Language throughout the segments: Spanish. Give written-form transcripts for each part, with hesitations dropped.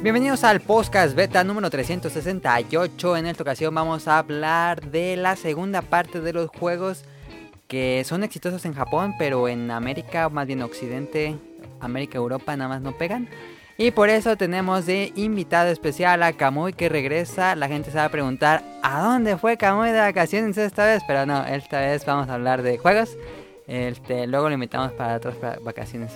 Bienvenidos al podcast beta número 368. En esta ocasión vamos a hablar de la segunda parte de los juegos que son exitosos en Japón, pero en América, o más bien Occidente, América, Europa, nada más no pegan. Y por eso tenemos de invitado especial a Kamui, que regresa. La gente se va a preguntar, ¿a dónde fue Kamui de vacaciones esta vez? Pero no, esta vez vamos a hablar de juegos. Luego lo invitamos para otras vacaciones.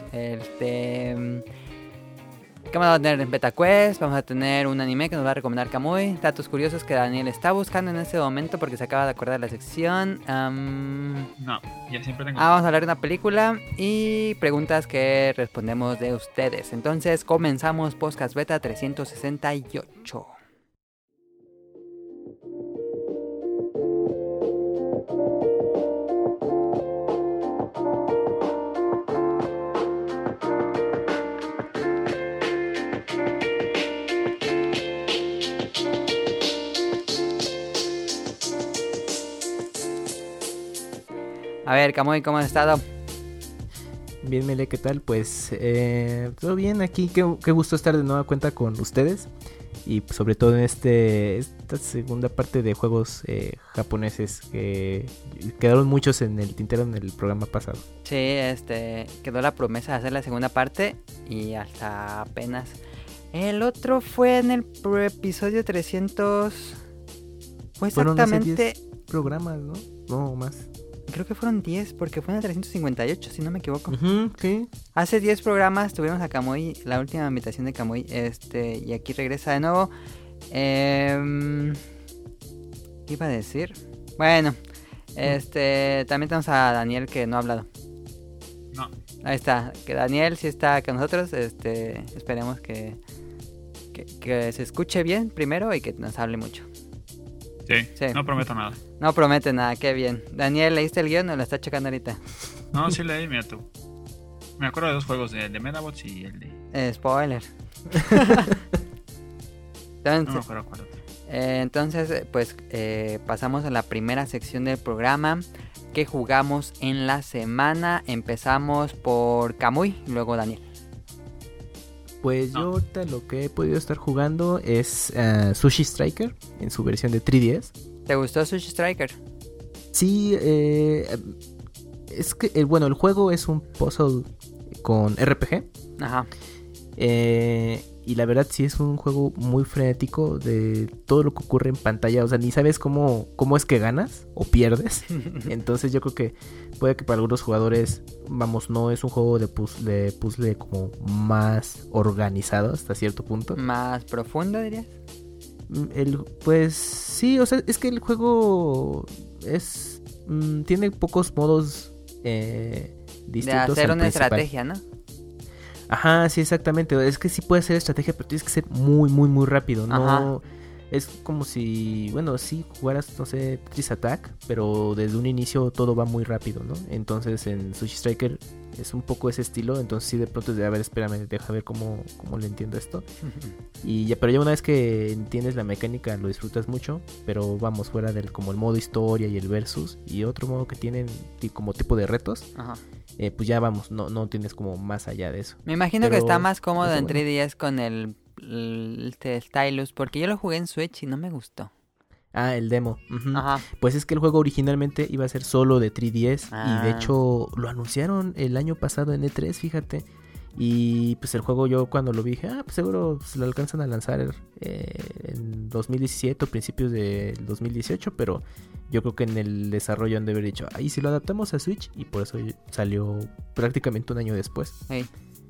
¿Qué vamos a tener en Beta Quest? Vamos a tener un anime que nos va a recomendar Kamui. Datos curiosos que Daniel está buscando en este momento porque se acaba de acordar de la sección. No, ya siempre tengo. Vamos a hablar de una película y preguntas que respondemos de ustedes. Entonces comenzamos Podcast Beta 368. A ver, Kamui, ¿cómo has estado? Bien, Mele, ¿qué tal? Pues todo bien aquí, qué gusto estar de nueva cuenta con ustedes. Y pues, sobre todo en esta segunda parte de juegos japoneses que quedaron muchos en el tintero en el programa pasado. Sí, quedó la promesa de hacer la segunda parte y hasta apenas. El otro fue en el episodio 300. Fue exactamente... Fueron 10 programas, ¿no? No, más. Creo que fueron 10 porque fue en el 358, si no me equivoco. Sí. Hace 10 programas tuvimos a Kamui, la última invitación de Kamui, y aquí regresa de nuevo. ¿Qué iba a decir? Bueno, también tenemos a Daniel que no ha hablado. No. Ahí está, que Daniel sí está con nosotros, esperemos que se escuche bien primero y que nos hable mucho. Sí, no prometo nada. No promete nada, qué bien. Daniel, ¿leíste el guión o lo estás checando ahorita? No, sí leí, mira tú. Me acuerdo de dos juegos, el de Medabots y el de... Spoiler. No me acuerdo cuál otro. Entonces, pues pasamos a la primera sección del programa que jugamos en la semana. Empezamos por Kamui, luego Daniel. Pues yo ahorita lo que he podido estar jugando es Sushi Striker en su versión de 3DS. ¿Te gustó Sushi Striker? Sí, es que el juego es un puzzle con RPG. Ajá. Y la verdad sí es un juego muy frenético de todo lo que ocurre en pantalla. O sea, ni sabes cómo es que ganas o pierdes. Entonces yo creo que puede que para algunos jugadores, no es un juego de puzzle como más organizado hasta cierto punto. ¿Más profundo, dirías? Pues sí, o sea, es que el juego tiene pocos modos distintos. De hacer una estrategia, ¿no? Ajá, sí, exactamente. Es que sí puede ser estrategia, pero tienes que ser muy, muy, muy rápido. No, ajá. Es como si, sí jugaras, no sé, Tetris Attack, pero desde un inicio todo va muy rápido, ¿no? Entonces en Sushi Striker es un poco ese estilo. Entonces sí, de pronto es de, a ver, espérame, deja ver cómo le entiendo esto. Pero ya una vez que entiendes la mecánica lo disfrutas mucho. Pero vamos, fuera del como el modo historia y el versus y otro modo que tienen como tipo de retos. Ajá. Pues ya vamos, no tienes como más allá de eso. Me imagino que está más cómodo en 3DS con el Stylus, porque yo lo jugué en Switch y no me gustó. Ah, el demo. Uh-huh. Ajá. Pues es que el juego originalmente iba a ser solo de 3DS y de hecho lo anunciaron el año pasado en E3, fíjate. Y pues el juego yo cuando lo vi dije, pues seguro se lo alcanzan a lanzar en 2017 o principios del 2018, pero yo creo que en el desarrollo han de haber dicho, y si lo adaptamos a Switch, y por eso salió prácticamente un año después. Hey.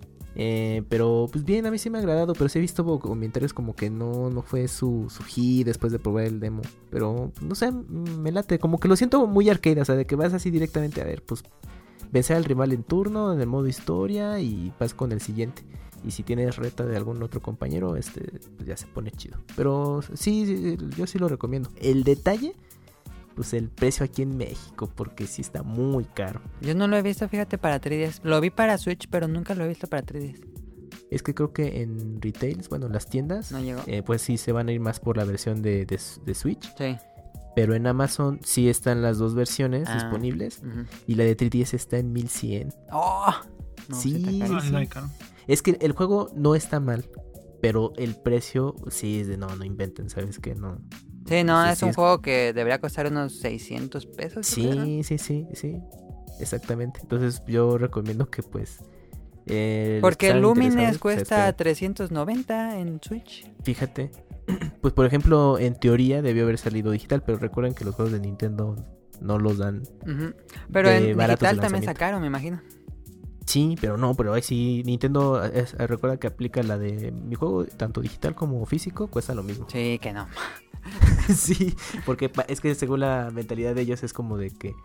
Pero pues bien, a mí sí me ha agradado, pero sí he visto comentarios como que no fue su hit después de probar el demo. Pero no sé, me late, como que lo siento muy arcade, o sea, de que vas así directamente a ver, pues vencer al rival en turno, en el modo historia y vas con el siguiente. Y si tienes reta de algún otro compañero, pues ya se pone chido. Pero sí, yo sí lo recomiendo. El detalle, pues el precio aquí en México, porque sí está muy caro. Yo no lo he visto, fíjate, para 3DS. Lo vi para Switch, pero nunca lo he visto para 3DS. Es que creo que en retails, las tiendas, no llegó. Pues sí se van a ir más por la versión de Switch. Sí. Pero en Amazon sí están las dos versiones disponibles. Uh-huh. Y la de 3DS está en 1100. ¡Oh! No, sí, sí. Es que el juego no está mal. pero el precio sí es de no inventen, ¿sabes qué? No. Sí, no, Sí, es sí, un juego que debería costar unos 600 pesos. yo creo, ¿no? Sí, exactamente. Entonces yo recomiendo que pues los que Porque el están Lumines interesados, pues, cuesta esperen. 390 en Switch. Fíjate, pues por ejemplo, en teoría debió haber salido digital, pero recuerden que los juegos de Nintendo no los dan Ujú. Pero de en baratos de digital también lanzamiento. sacaron, me imagino. Sí, pero ahí sí, Nintendo recuerda que aplica la de mi juego, tanto digital como físico, cuesta lo mismo. Sí, que no. Sí, porque es que según la mentalidad de ellos es como de que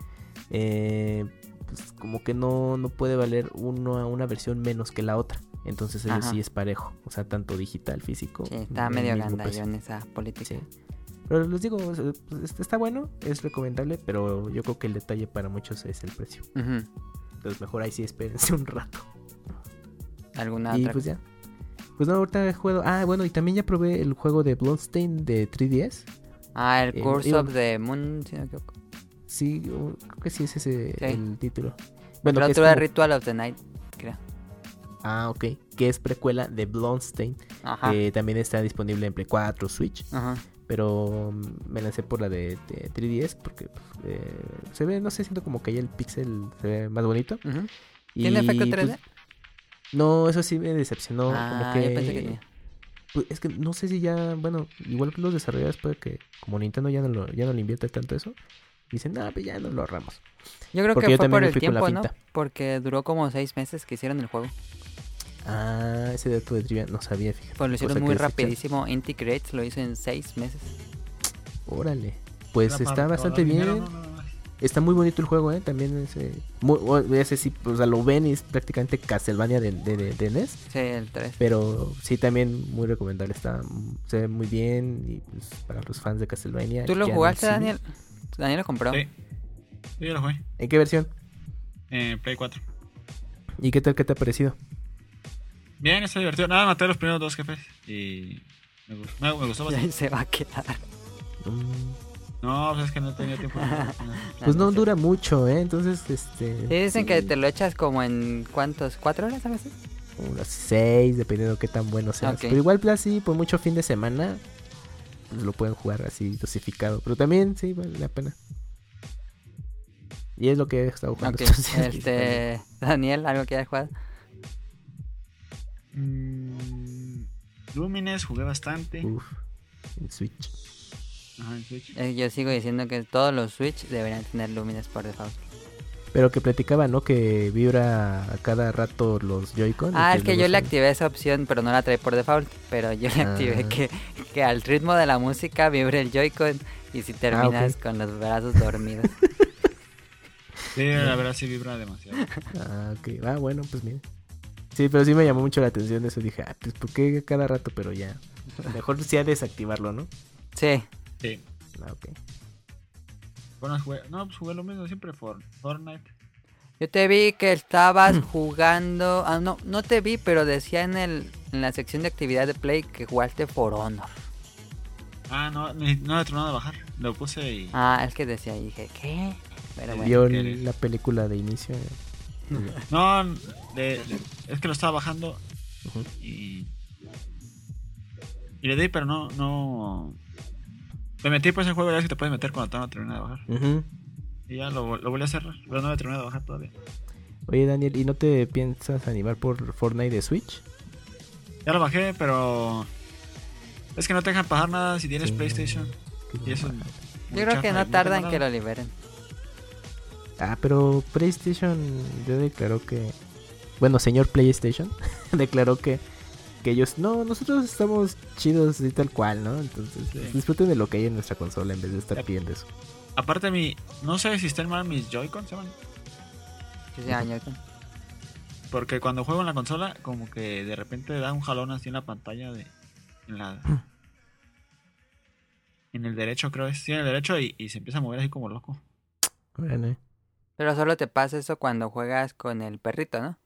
pues como que no puede valer una versión menos que la otra. Entonces ellos Ajá. sí es parejo, o sea, tanto digital, físico. Sí, está el medio mismo precio. gandallón esa política. Sí. Pero les digo, o sea, pues, está bueno, es recomendable, pero yo creo que el detalle para muchos es el precio. Ujú. Entonces mejor ahí sí espérense un rato. ¿Alguna Y otra pues cosa? ya. Pues no, ahorita he jugado. Ah, bueno, y también ya probé el juego de Bloodstain de 3DS. Ah, el Curse digo- of the Moon, si no me equivoco. Sí, creo que sí es ese Sí. el título. El que es otro es como- Ritual of the Night, creo. Ah, ok. Que es precuela de Bloodstain. Ajá. Que también está disponible en Play 4, Switch. Ajá. Pero me lancé por la de 3DS porque se ve, no sé, siento como que ahí el pixel se ve más bonito. Ujú. Y, ¿Tiene efecto 3D? pues, no, eso sí me decepcionó. Como Ah, que, yo pensé que tenía. pues, es que no sé si ya, bueno, igual que los desarrolladores puede que como Nintendo ya no le invierte tanto eso. Dicen, no, pues ya no lo ahorramos. Yo creo Porque que yo fue también por me el fui con la tiempo, ¿no? finta. Porque duró como 6 meses que hicieron el juego. Ah, ese dato de trivia no sabía, fíjate. Pues lo hicieron Cosa muy que desechan. rapidísimo. Inti Creates lo hizo en 6 meses. Órale. Pues Era está para bastante recaudar bien. dinero, no, nada más. Está muy bonito el juego, También ese sí, o sea, lo ven y es prácticamente Castlevania de NES. Sí, el 3. Pero sí, también muy recomendable. Se ve muy bien. Y pues para los fans de Castlevania. ¿Tú lo ya jugaste, no- Daniel? Daniel lo compró. Sí, sí, yo lo jugué. ¿En qué versión? Play 4. ¿Y qué tal? ¿Qué te ha parecido? Bien, está divertido. Nada, maté a los primeros 2 jefes. Y me gustó Y bastante. ahí se va a quedar. No, pues es que no tenía tiempo. Pues no sé. dura mucho, Entonces, Sí, dicen que sí, te lo echas como en ¿cuántos? ¿4 horas a veces? unas 6, dependiendo de qué tan bueno seas. Ok. Pero igual, así, por mucho fin de semana, pues lo pueden jugar así dosificado. Pero también, sí, vale la pena. Y es lo que he estado jugando Ok, estos días. Daniel, ¿algo que hayas jugado? Lumines jugué bastante. Uf, en Switch. Ajá, en Switch. Yo sigo diciendo que todos los Switch deberían tener Lumines por default. Pero que platicaba, ¿no? Que vibra a cada rato los Joy-Con. Ah, es que yo le luego activé esa opción, pero no la trae por default. Pero yo le activé Ah. que al ritmo de la música vibre el Joy-Con y si terminas ok. con los brazos dormidos. Sí, la verdad sí vibra demasiado. Ah, ok. Ah, bueno, pues mira. Sí, pero sí me llamó mucho la atención eso. Dije, pues ¿por qué cada rato? Pero ya. Mejor sí a desactivarlo, ¿no? Sí. Sí. Ah, ok. Bueno, pues jugué lo mismo siempre. Fortnite. Yo te vi que estabas jugando... Ah, no te vi, pero decía en la sección de actividad de Play que jugaste For Honor. Ah, no he tronado de bajar. Lo puse y... Ah, es que decía y dije, ¿qué? Pero bueno. Vio ¿qué? la película de inicio. No, es que lo estaba bajando Ujú. y le di, pero no... Me metí pues en el juego, ya ves que te puedes meter cuando todavía no termina de bajar. Ujú. Y ya lo volví a cerrar, pero no lo he terminado de bajar todavía. Oye, Daniel, ¿y no te piensas animar por Fortnite de Switch? Ya lo bajé, pero... Es que no te dejan pagar nada si tienes Sí. PlayStation. Y eso... Yo creo que no tarda en que lo liberen. Ah, pero PlayStation ya declaró que... Bueno, señor PlayStation declaró que ellos... No, nosotros estamos chidos y tal cual, ¿no? Entonces, Sí. disfruten de lo que hay en nuestra consola en vez de estar Yep. pidiendo eso. Aparte no sé si están mal mis Joy-Con, ¿se llaman? Sí, sí, Joy-Con. Porque cuando juego en la consola, como que de repente da un jalón así en la pantalla en el derecho, creo es. Sí, en el derecho y se empieza a mover así como loco. Bueno, Pero solo te pasa eso cuando juegas con el perrito, ¿no?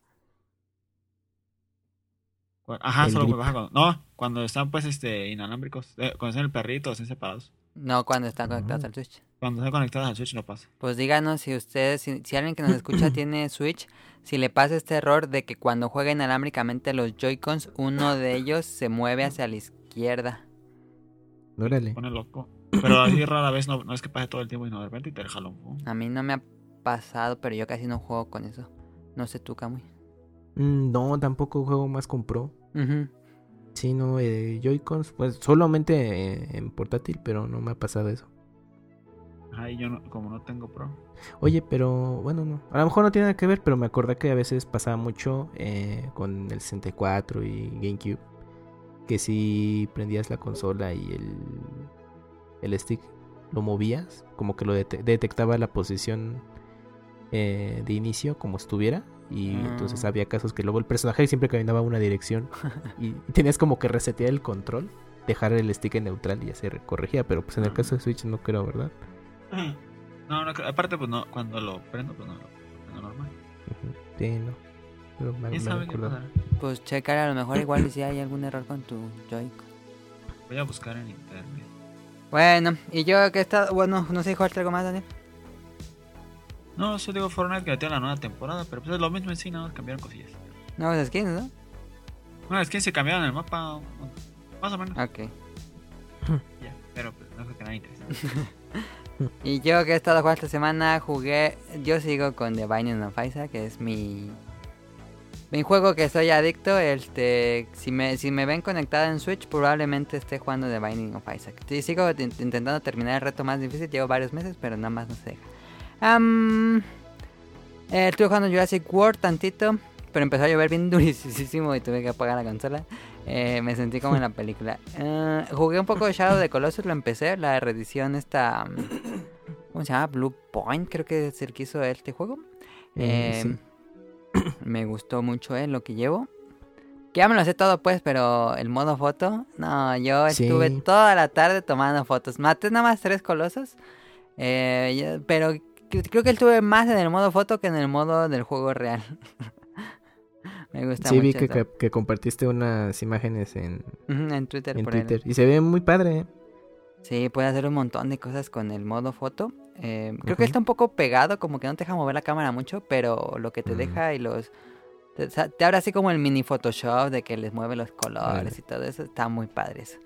Ajá, El solo me grip. baja cuando... No, cuando están pues inalámbricos. Cuando están el perrito, están separados. No cuando están conectados al Switch. Cuando están conectados al Switch no pasa. Pues díganos si ustedes, si alguien que nos escucha tiene Switch, si le pasa este error de que cuando juega inalámbricamente los Joy-Cons, uno de ellos se mueve hacia la izquierda. Órale. Pone loco. Pero así rara vez no es que pase todo el tiempo y no de repente y te deja loco. A mí no me ha pasado, pero yo casi no juego con eso. No sé tú, Camuy. No, tampoco juego más con Pro. Uh-huh. Sí, no, Joy-Cons, pues solamente en portátil, pero no me ha pasado eso. Ay, yo no, como no tengo Pro. Oye, pero bueno, no. A lo mejor no tiene nada que ver, pero me acordé que a veces pasaba mucho con el 64 y GameCube. Que si prendías la consola y el stick lo movías, como que lo detectaba la posición de inicio como estuviera. Y entonces había casos que luego el personaje siempre caminaba a una dirección y tenías como que resetear el control, dejar el stick en neutral y ya se corregía. Pero pues en el caso de Switch no creo, ¿verdad? No, aparte pues no, cuando lo prendo pues no lo prendo normal. Sí, no. Pero ¿Quién sabe qué pasará? Pues checar a lo mejor igual si hay algún error con tu Joy-Con. Voy a buscar en internet. Bueno, y yo que he estado... Bueno, no sé si jugaste algo más, Daniel. No, yo digo Fortnite que tiene la nueva temporada, pero pues es lo mismo en sí, nada más cambiaron cosillas. Nuevos skins, ¿no? Bueno, es que se cambiaron el mapa, más o menos. Ok. Ya, pero pues no creo que nada interesante. Y yo que he estado jugando esta semana, yo sigo con The Binding of Isaac, que es mi juego que soy adicto. Si me ven conectada en Switch, probablemente esté jugando The Binding of Isaac. Sí, sigo intentando terminar el reto más difícil, llevo varios meses, pero nada más no se deja. Estuve jugando Jurassic World tantito, pero empezó a llover bien durísimo y tuve que apagar la consola. Me sentí como en la película. Jugué un poco de Shadow of the Colossus, lo empecé, la reedición esta... ¿Cómo se llama? Blue Point, creo que es el que hizo este juego. Sí. Me gustó mucho lo que llevo. Que ya me lo sé todo pues, pero el modo foto... No, yo estuve toda la tarde tomando fotos. Maté nada más 3 colosos. Pero creo que estuve más en el modo foto que en el modo del juego real. Me gusta mucho. Sí, vi que compartiste unas imágenes en Twitter. En Twitter. Y se ve muy padre. Sí, puede hacer un montón de cosas con el modo foto. Creo que está un poco pegado, como que no te deja mover la cámara mucho, pero lo que te deja y te abre así como el mini Photoshop de que les mueve los colores y todo eso. Está muy padre eso.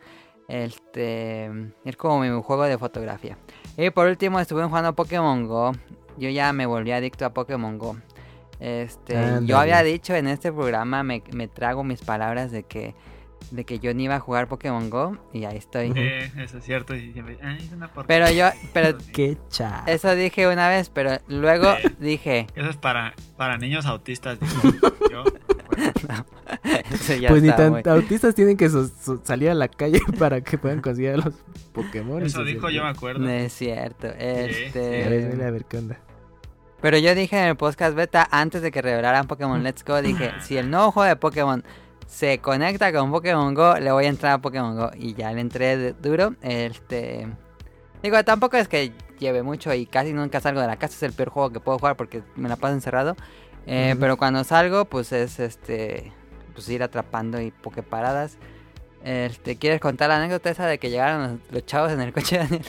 Es como mi juego de fotografía. Y por último estuve jugando Pokémon Go. Yo ya me volví adicto a Pokémon Go. Yo había dicho en este programa, me trago mis palabras de que yo ni iba a jugar Pokémon Go y ahí estoy. Eso es cierto. Y siempre, es una porquería. Pero qué chato. Eso dije una vez, pero luego dije. Eso es para niños autistas, digo yo. No, eso ya pues ni tan muy... autistas tienen que salir a la calle para que puedan conseguir a los Pokémon. Eso dijo, yo me acuerdo. No es cierto. A ver qué onda. Pero yo dije en el podcast beta, antes de que revelaran Pokémon Let's Go, dije, si el nuevo juego de Pokémon se conecta con Pokémon Go, le voy a entrar a Pokémon Go. Y ya le entré duro. Digo, tampoco es que lleve mucho y casi nunca salgo de la casa. Es el peor juego que puedo jugar porque me la paso encerrado. Pero cuando salgo, pues es pues ir atrapando y pokeparadas. ¿Quieres contar la anécdota esa de que llegaron los chavos en el coche, Daniel?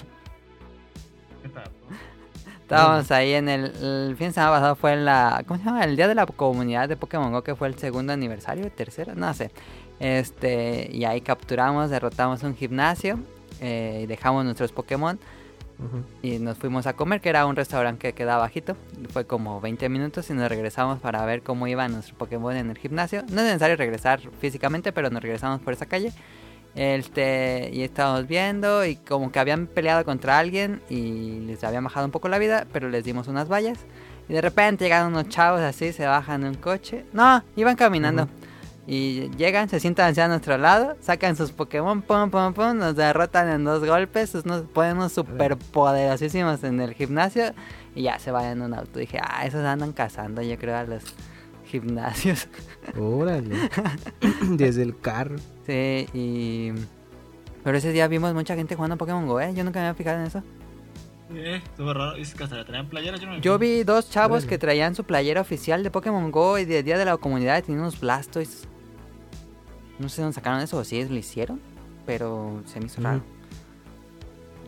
Estábamos ahí en el fin de semana pasado, fue en ¿cómo se llama? El día de la comunidad de Pokémon Go, que fue el 2º aniversario, tercero, no sé. Y ahí capturamos, derrotamos un gimnasio, y dejamos nuestros Pokémon. Y nos fuimos a comer, que era un restaurante que quedaba bajito. Fue como 20 minutos y nos regresamos para ver cómo iba nuestro Pokémon en el gimnasio. No es necesario regresar físicamente, pero nos regresamos por esa calle. Y estábamos viendo y como que habían peleado contra alguien y les habían bajado un poco la vida, pero les dimos unas vallas. Y de repente llegaron unos chavos así, se bajan de un coche. No, iban caminando. Y llegan, se sientan hacia nuestro lado, sacan sus Pokémon, pum, pum, pum, nos derrotan en 2 golpes, nos ponen unos super poderosísimos en el gimnasio y ya se van en un auto. Dije, esos andan cazando, yo creo, a los gimnasios. Órale. Desde el carro. Sí, pero ese día vimos mucha gente jugando Pokémon Go, yo nunca me había fijado en eso. Estuvo raro, dices que hasta le traían playeras. Yo vi 2 chavos que traían su playera oficial de Pokémon Go y de Día de la Comunidad tenían unos Blastoise. No sé dónde sacaron eso o si lo hicieron, pero se me hizo raro.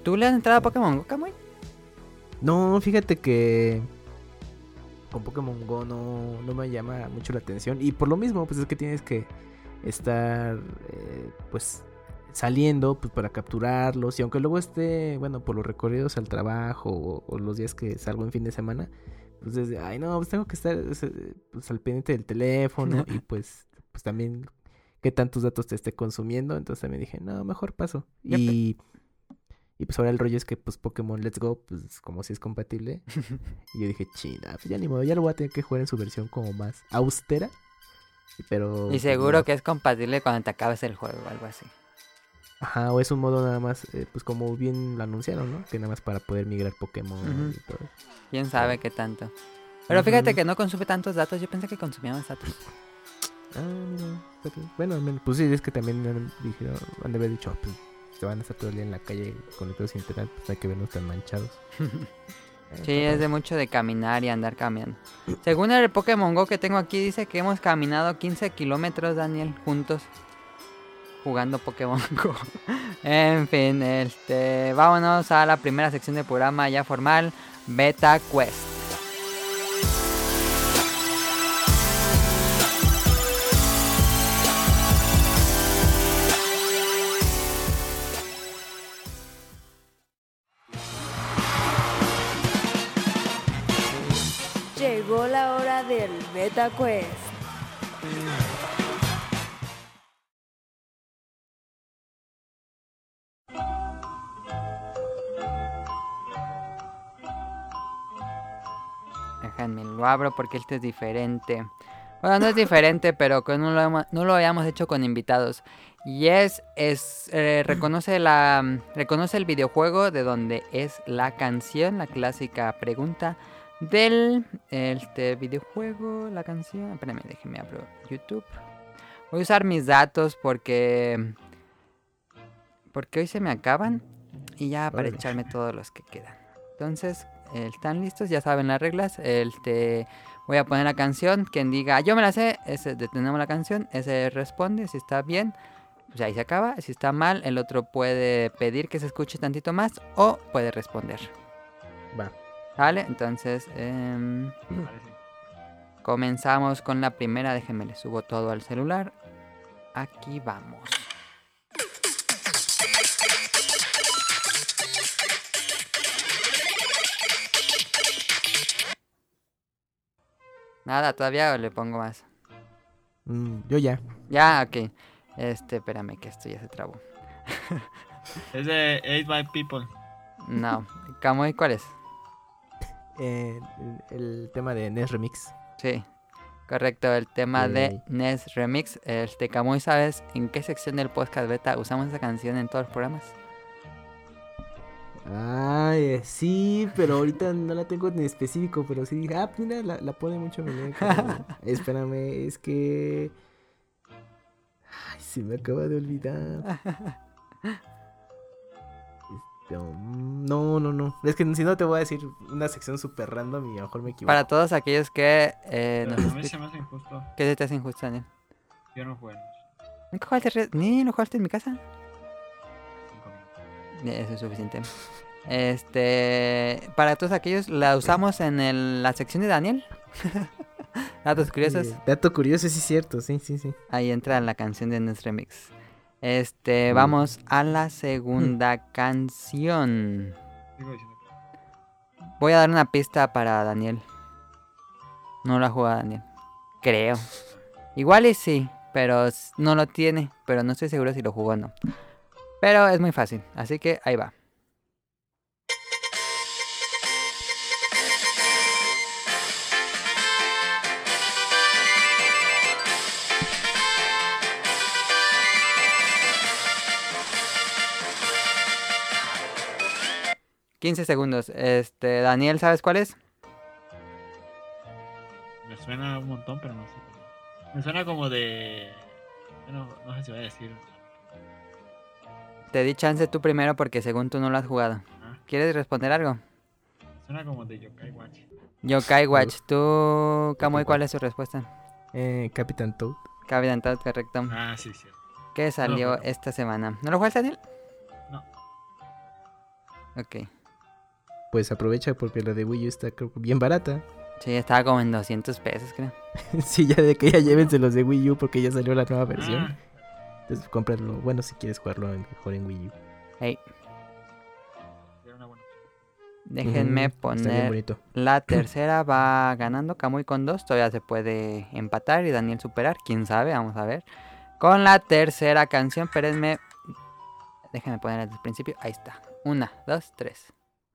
¿Tú le has entrado a Pokémon Go, Kamui? No, fíjate que con Pokémon Go no me llama mucho la atención. Y por lo mismo, pues es que tienes que estar pues saliendo pues para capturarlos. Y aunque luego esté, bueno, por los recorridos al trabajo o los días que salgo en fin de semana, pues desde, ay no, pues tengo que estar pues al pendiente del teléfono y pues también qué tantos datos te esté consumiendo. Entonces también dije, no, mejor paso. Y pues ahora el rollo es que pues Pokémon Let's Go, pues como si es compatible. Y yo dije, china, pues ya ni modo, ya lo voy a tener que jugar en su versión como más austera. Pero... Y seguro que es compatible cuando te acabes el juego o algo así. Ajá, o es un modo nada más, pues como bien lo anunciaron, ¿no? Que nada más para poder migrar Pokémon y todo. Quién sabe qué tanto. Pero fíjate que no consume tantos datos, yo pensé que consumía más datos. Mira, bueno, pues sí, es que también han de haber dicho, pues se van a estar todo el día en la calle conectados a internet, pues hay que vernos tan manchados. Sí, es de mucho de caminar y andar caminando. Según el Pokémon Go que tengo aquí, dice que hemos caminado 15 kilómetros, Daniel, juntos. Jugando Pokémon Go. En fin, vámonos a la primera sección del programa ya formal, Beta Quest. Llegó la hora del Beta Quest. Déjenme lo abro porque este es diferente. Bueno, no es diferente, pero que no lo habíamos hecho con invitados. Y reconoce el videojuego de donde es la canción, la clásica pregunta del videojuego, la canción. Espérame, déjenme abro YouTube. Voy a usar mis datos porque hoy se me acaban y ya para echarme todos los que quedan. Entonces, ¿están listos? Ya saben las reglas. Voy a poner la canción. Quien diga, yo me la sé, ese detenemos la canción. Ese responde. Si está bien, pues ahí se acaba. Si está mal, el otro puede pedir que se escuche tantito más o puede responder. Va. ¿Vale? Entonces, comenzamos con la primera. Déjenme, le subo todo al celular. Aquí vamos. Nada, todavía le pongo más. Yo ya. Ya, ok. Espérame que esto ya se trabó. Es de 8 by People. No. Kamui, ¿cuál es? El tema de NES Remix. Sí, correcto, el tema de NES Remix. Kamui, ¿sabes en qué sección del podcast beta usamos esa canción en todos los programas? Ay, sí, pero ahorita no la tengo en específico, pero sí dije, mira, la pone mucho Espérame, es que... Ay, se me acaba de olvidar. No. Es que si no te voy a decir una sección súper random y a lo mejor me equivoco. Para todos aquellos que... A mí se me hace injusto. ¿Qué se te hace injusto, Daniel? Yo no jugué. ¿Nunca jugaste? ¿Ni lo jugaste en mi casa? 5 minutos. Eso es suficiente. Para todos aquellos, la usamos en la sección de Daniel. Datos curiosos. Dato curioso, sí es cierto, sí. Ahí entra la canción de NES Remix. Vamos a la segunda canción. Voy a dar una pista para Daniel. No la juega Daniel. Creo. Igual y sí, pero no lo tiene. Pero no estoy seguro si lo jugó o no. Pero es muy fácil, así que ahí va. $15 segundos. Daniel, ¿sabes cuál es? Me suena un montón, pero no sé. Me suena como de... Bueno, no sé si voy a decir. Te di chance tú primero porque según tú no lo has jugado. ¿Quieres responder algo? Suena como de Yokai Watch. Yokai Watch. ¿Tú, Kamui, cuál es tu respuesta? Capitán Toad. Capitán Toad, correcto. Sí. ¿Qué salió esta semana? ¿No lo jugaste, Daniel? No. Ok. Pues aprovecha porque la de Wii U está creo que bien barata. Sí, estaba como en 200 pesos, creo. Sí, ya de que ya llévense los de Wii U porque ya salió la nueva versión. Ah, Entonces cómpralo. Bueno, si quieres jugarlo mejor en Wii U. Hey, era una buena opción. déjenme Está bien poner bonito. la tercera. Va ganando Kamui con 2. Todavía se puede empatar y Daniel superar. Quién sabe, vamos a ver. Con la tercera canción, espérenme. Déjenme poner desde el principio. Ahí está. 1, 2, 3.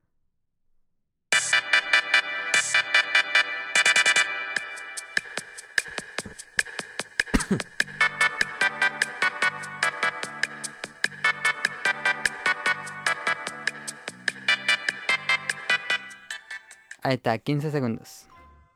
Ahí está, 15 segundos.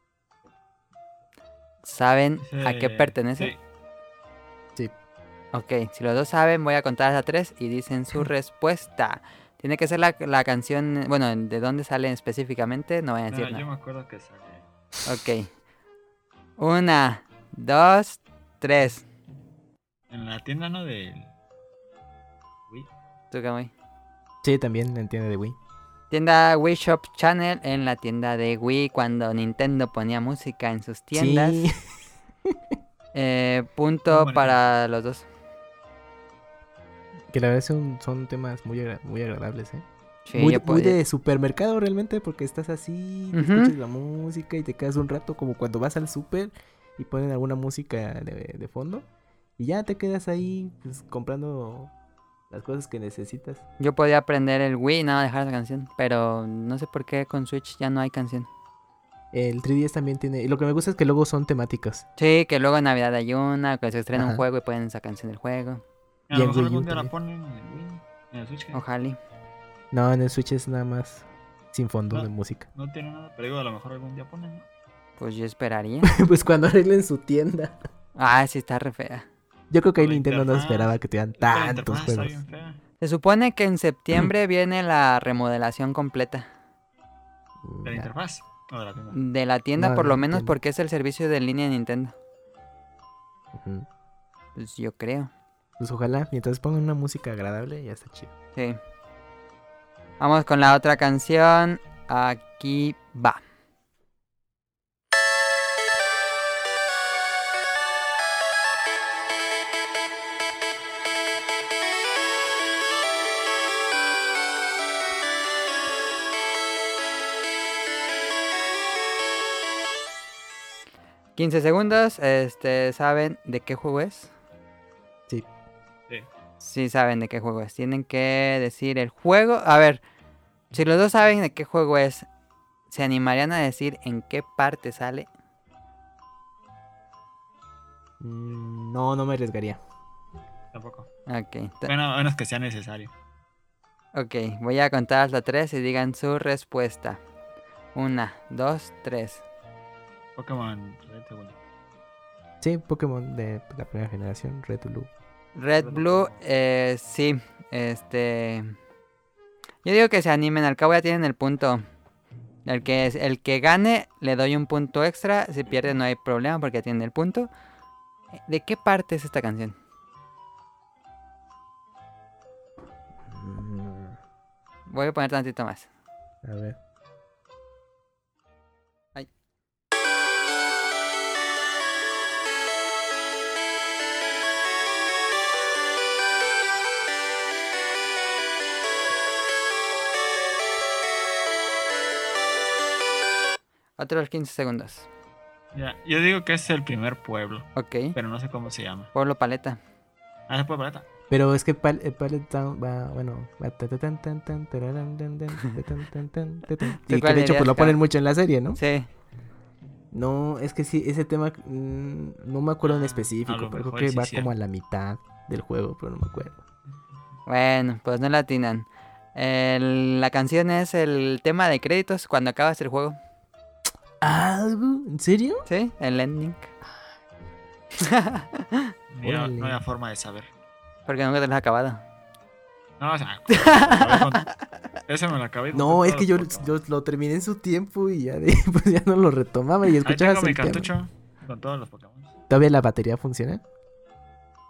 ¿Saben a qué pertenece? Sí. Sí. Ok, si los dos saben, voy a contar hasta 3 y dicen su respuesta. Tiene que ser la canción, bueno, de dónde sale específicamente, no voy a decir Yo nada. me acuerdo que sale. Ok. 1, 2, 3. En la tienda, ¿no? Del Wii. ¿Tú, Kamui? Sí, también entiende de Wii. Tienda Wii Shop Channel en la tienda de Wii cuando Nintendo ponía música en sus tiendas. Sí. Punto Muy bonito. para los dos. Que la verdad son temas muy agradables, ¿eh? Sí, muy, yo muy podía- de supermercado realmente porque estás así, Ujú. escuchas la música y te quedas un rato como cuando vas al super y ponen alguna música de fondo y ya te quedas ahí pues, comprando las cosas que necesitas. Yo podía aprender el Wii y nada dejar esa canción, pero no sé por qué con Switch ya no hay canción. El 3DS también tiene, y lo que me gusta es que luego son temáticas. Sí, que luego en Navidad hay una, que se estrena un Ajá. juego y ponen esa canción del juego. A Y lo en mejor Wii U algún día la también. ponen en el Wii. En el Switch. ¿Qué? Ojalá. No, en el Switch es nada más sin fondo No. de música. No tiene nada, pero digo, a lo mejor algún día ponen, ¿no? Pues yo esperaría. Pues cuando arreglen su tienda. Ah, sí está re fea. Yo creo que ahí La Nintendo no interfaz. esperaba que tuvieran Es que la tantos interfaz está juegos. bien fea. Se supone que en septiembre viene la remodelación completa ¿De la Ya. interfaz? O de la tienda. de la tienda, No, por de lo la menos tienda. porque es el servicio de línea de Nintendo. Ujú. Pues yo creo. Pues ojalá, mientras pongan una música agradable, ya está chido. Sí. Vamos con la otra canción. Aquí va. ¿15 segundos? ¿Saben de qué juego es? Sí. Sí. Sí saben de qué juego es. Tienen que decir el juego. A ver, si los dos saben de qué juego es, ¿se animarían a decir en qué parte sale? No, no me arriesgaría. Tampoco. Ok, Bueno, a menos que sea necesario. ok, voy a contar hasta 3 y digan su respuesta. 1, 2, 3. Pokémon Red segundo. Sí, Pokémon de la primera generación, Red Blue. Red Blue, sí. Yo digo que se animen, al cabo ya tienen el punto. El que gane le doy un punto extra. Si pierde no hay problema porque ya tienen el punto. ¿De qué parte es esta canción? Voy a poner tantito más. A ver. Ay. Otros 15 segundos. Ya, yo digo que es el primer pueblo, Ok. pero no sé cómo se llama. Pueblo Paleta. Ah, es Pueblo Paleta. Pero es que Pallet Town va, bueno, va ta, ta, tan, tan, tan, tararán, tan, tan, ta, tan, tan, tan, ta, tan. ¿Tú Y que cuál de hecho pues dirías, lo ponen Cam? mucho en la serie, ¿no? Sí. No, es que sí, ese tema no me acuerdo en A específico, lo pero creo mejor que sí va es cierto. como a la mitad del juego, pero no me acuerdo. Bueno, pues no la atinan. La canción es el tema de créditos cuando acabas el juego. Ah, ¿en serio? ¿Sí? El ending. Mira, Órale. no había forma de saber. Porque nunca te lo has acabado. No, o sea, ese me lo acabé. con No, todos es que los Pokémon. yo lo terminé en su tiempo y ya, pues ya no lo retomaba y Ahí escuchabas tengo mi el tema. cartucho con todos los Pokémon. ¿Todavía la batería funciona?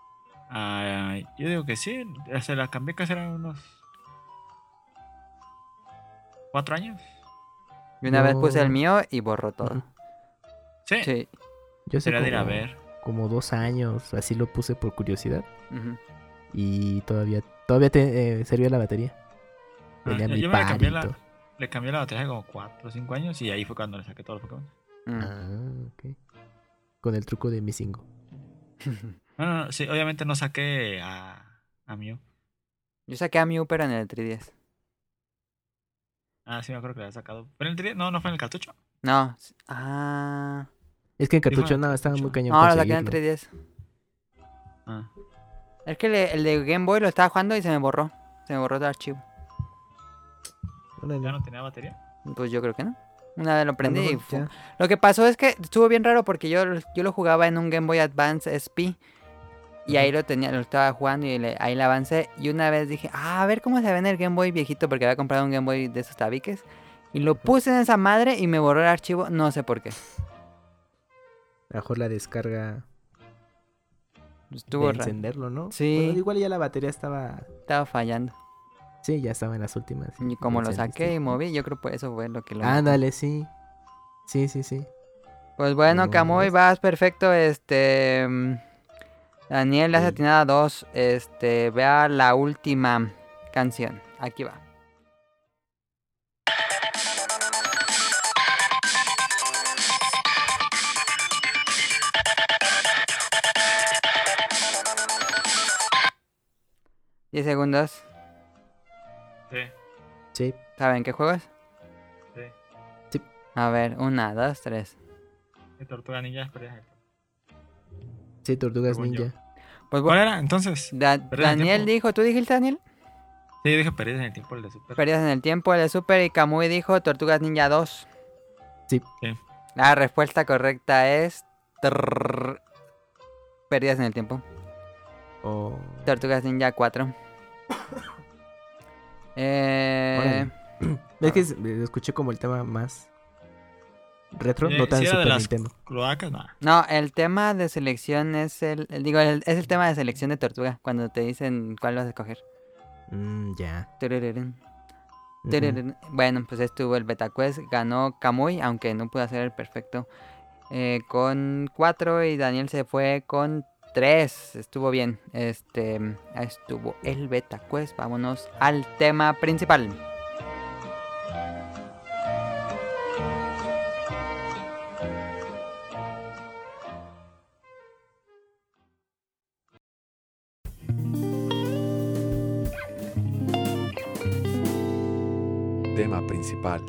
Yo digo que sí. Se la cambié que eran unos 4 años. Y una vez No. puse el mío y borró todo. Ujú. Sí. Sí. Yo sé Sería de ir a ver. como 2 años, así lo puse por curiosidad. Ujú. Y todavía servía la batería. Tenía mi Yo par y todo. le cambié la batería como 4 o 5 años y ahí fue cuando le saqué todos los Pokémon. Mm. Ah, ok. Con el truco de Missingo. No, sí, obviamente no saqué a Mew. Yo saqué a Mew, pero en el 3DS. Ah, sí, me acuerdo que lo había sacado. ¿Pero en el 3D? No, no fue en el cartucho. No. Ah. Es que en Dijo cartucho en no, estaba muy cartucho. cañón No, lo saqué en el conseguirlo. 3DS. Ah. Es que el de Game Boy lo estaba jugando y se me borró. Se me borró el archivo. Órale. ¿Ya no tenía batería? Pues yo creo que no. Una vez lo A lo prendí y mejor ya. Lo que pasó es que estuvo bien raro porque yo lo jugaba en un Game Boy Advance SP. Y ahí lo estaba jugando y ahí le avancé. Y una vez dije, a ver cómo se ve en el Game Boy viejito, porque había comprado un Game Boy de esos tabiques. Y lo puse en esa madre y me borró el archivo, no sé por qué. A lo mejor la descarga Estuvo de raro. encenderlo, ¿no? Sí. Bueno, igual ya la batería estaba... Estaba fallando. Sí, ya estaba en las últimas. Y como lo encendiste. saqué y moví, yo creo que eso fue lo que lo... Ándale, sí. Sí. Pues bueno, No, Camuy, ¿ves? vas perfecto. Daniel, le has Sí. atinado a 2. Vea la última canción. Aquí va. ¿10 segundos? Sí, Sí. ¿Saben qué juego es? sí. A ver, 1, 2, 3. De Tortuga Ninja, pero ya. Sí, Tortugas Según yo. Ninja. Pues ¿Cuál era? Entonces. Pérdidas en Daniel tiempo. dijo, ¿tú dijiste Daniel? Sí, dije Pérdidas en el tiempo, el de Super. Pérdidas en el tiempo, el de Super, y Kamui dijo Tortugas Ninja 2. Sí. Sí. La respuesta correcta es... Pérdidas en el tiempo. O... Tortugas Ninja 4. Órale. Es que escuché como el tema más retro, no tan si era de Super las Nintendo. cloacas, no. No, el tema de selección es es el tema de selección de Tortuga, cuando te dicen cuál vas a escoger. Ya. Turururun, Ujú. turururun. Bueno, pues estuvo el Beta Quest, ganó Kamui, aunque no pudo hacer el perfecto, con 4 y Daniel se fue con 3. Estuvo bien. Estuvo el Beta Quest. Vámonos al tema principal. Tema principal.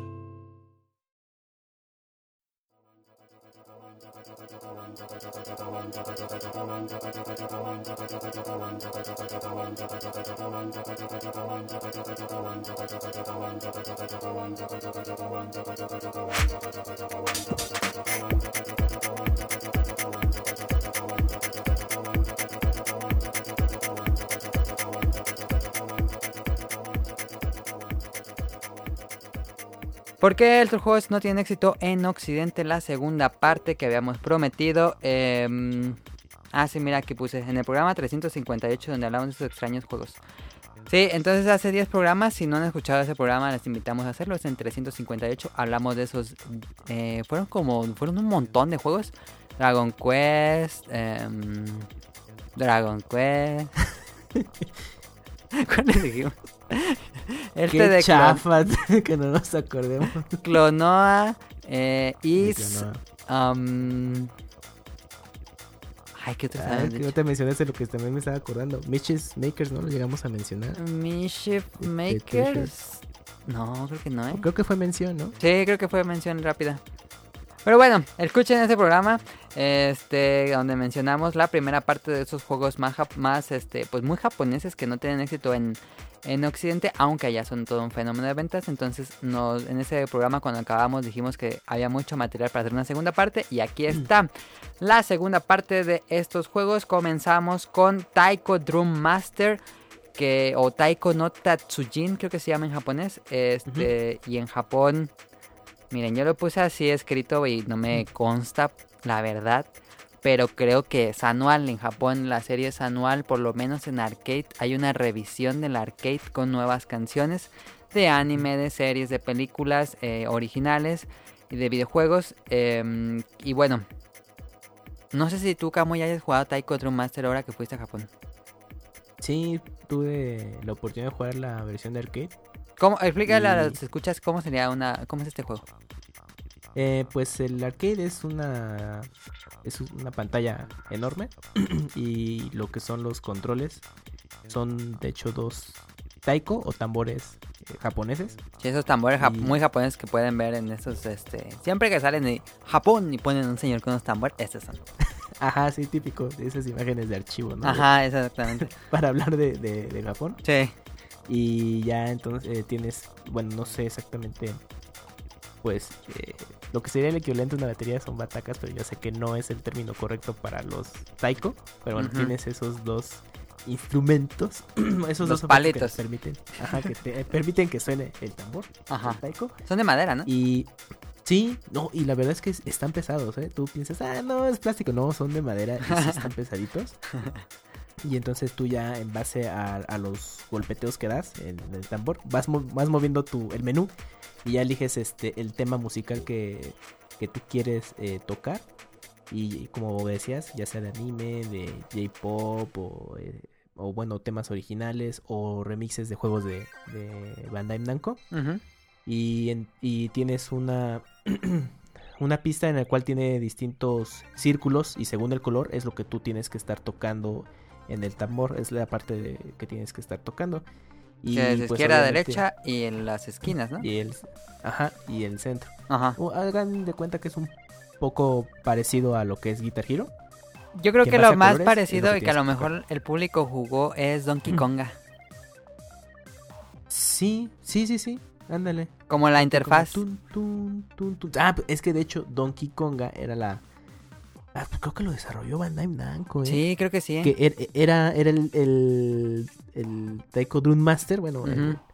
¿Por qué estos juegos no tienen éxito en Occidente? La segunda parte que habíamos prometido. Sí, mira, aquí puse en el programa 358 donde hablamos de estos extraños juegos. Sí, entonces hace 10 programas. Si no han escuchado ese programa, les invitamos a hacerlo. Es en 358. Hablamos de esos. Fueron un montón de juegos. Dragon Quest. Dragon Quest. ¿Cuáles dijimos? Qué de chafa que no nos acordemos. Clonoa, Is, Clonoa. Ay, ¿qué otros Ah, habíamos que dicho? no te mencionaste lo que también me estaba acordando. Mischief Makers, ¿no? Lo llegamos a mencionar. Mischief Makers. No, creo que no, ¿eh? Creo que fue mención, ¿no? Sí, creo que fue mención rápida. Pero bueno, escuchen este programa, donde mencionamos la primera parte de esos juegos más pues muy japoneses que no tienen éxito en Occidente, aunque allá son todo un fenómeno de ventas. Entonces, en ese programa cuando acabamos dijimos que había mucho material para hacer una segunda parte y aquí está la segunda parte de estos juegos. Comenzamos con Taiko Drum Master, o Taiko no Tatsujin, creo que se llama en japonés, y en Japón. Miren, yo lo puse así escrito y no me consta la verdad, pero creo que es anual. En Japón la serie es anual, por lo menos en arcade. Hay una revisión del arcade con nuevas canciones de anime, de series, de películas originales y de videojuegos. Y bueno, no sé si tú, Camu, ya hayas jugado Taiko Drum Master ahora que fuiste a Japón. Sí, tuve la oportunidad de jugar la versión de arcade. ¿Cómo? Explícale a los escuchas cómo es este juego. Pues el arcade es una pantalla enorme y lo que son los controles son de hecho 2 taiko o tambores japoneses. Sí, esos tambores muy japoneses que pueden ver en esos, siempre que salen de Japón y ponen un señor con unos tambores, estos son. Ajá, sí, típico de esas imágenes de archivo, ¿no? Ajá, exactamente. Para hablar de Japón. Sí. Y ya entonces tienes, bueno, no sé exactamente, pues, lo que sería el equivalente a una batería son batacas, pero yo sé que no es el término correcto para los taiko. Pero bueno, tienes esos 2 instrumentos, esos los 2 palitos que te permiten que suene el tambor, el taiko. Son de madera, ¿no? Y sí, no, y la verdad es que están pesados, ¿eh? Tú piensas, no, es plástico. No, son de madera y sí están pesaditos. Y entonces tú ya en base a los golpeteos que das en el tambor, vas moviendo el menú y ya eliges el tema musical que tú quieres tocar. Y como decías, ya sea de anime, de J-pop o bueno, temas originales o remixes de juegos de Bandai Namco. Uh-huh. Y tienes una pista en la cual tiene distintos círculos y según el color es lo que tú tienes que estar tocando en el tambor. Es la parte que tienes que estar tocando. Y que es pues, izquierda, derecha y en las esquinas, ¿no? Y el centro. Ajá. Hagan de cuenta que es un poco parecido a lo que es Guitar Hero. Yo creo que lo más parecido y que a lo mejor el público jugó es Donkey Konga. Sí. Ándale. Como la interfaz. Es que de hecho Donkey Konga era creo que lo desarrolló Bandai Namco, ¿eh? Sí, creo que sí. Que era el Taiko Drum Master, bueno,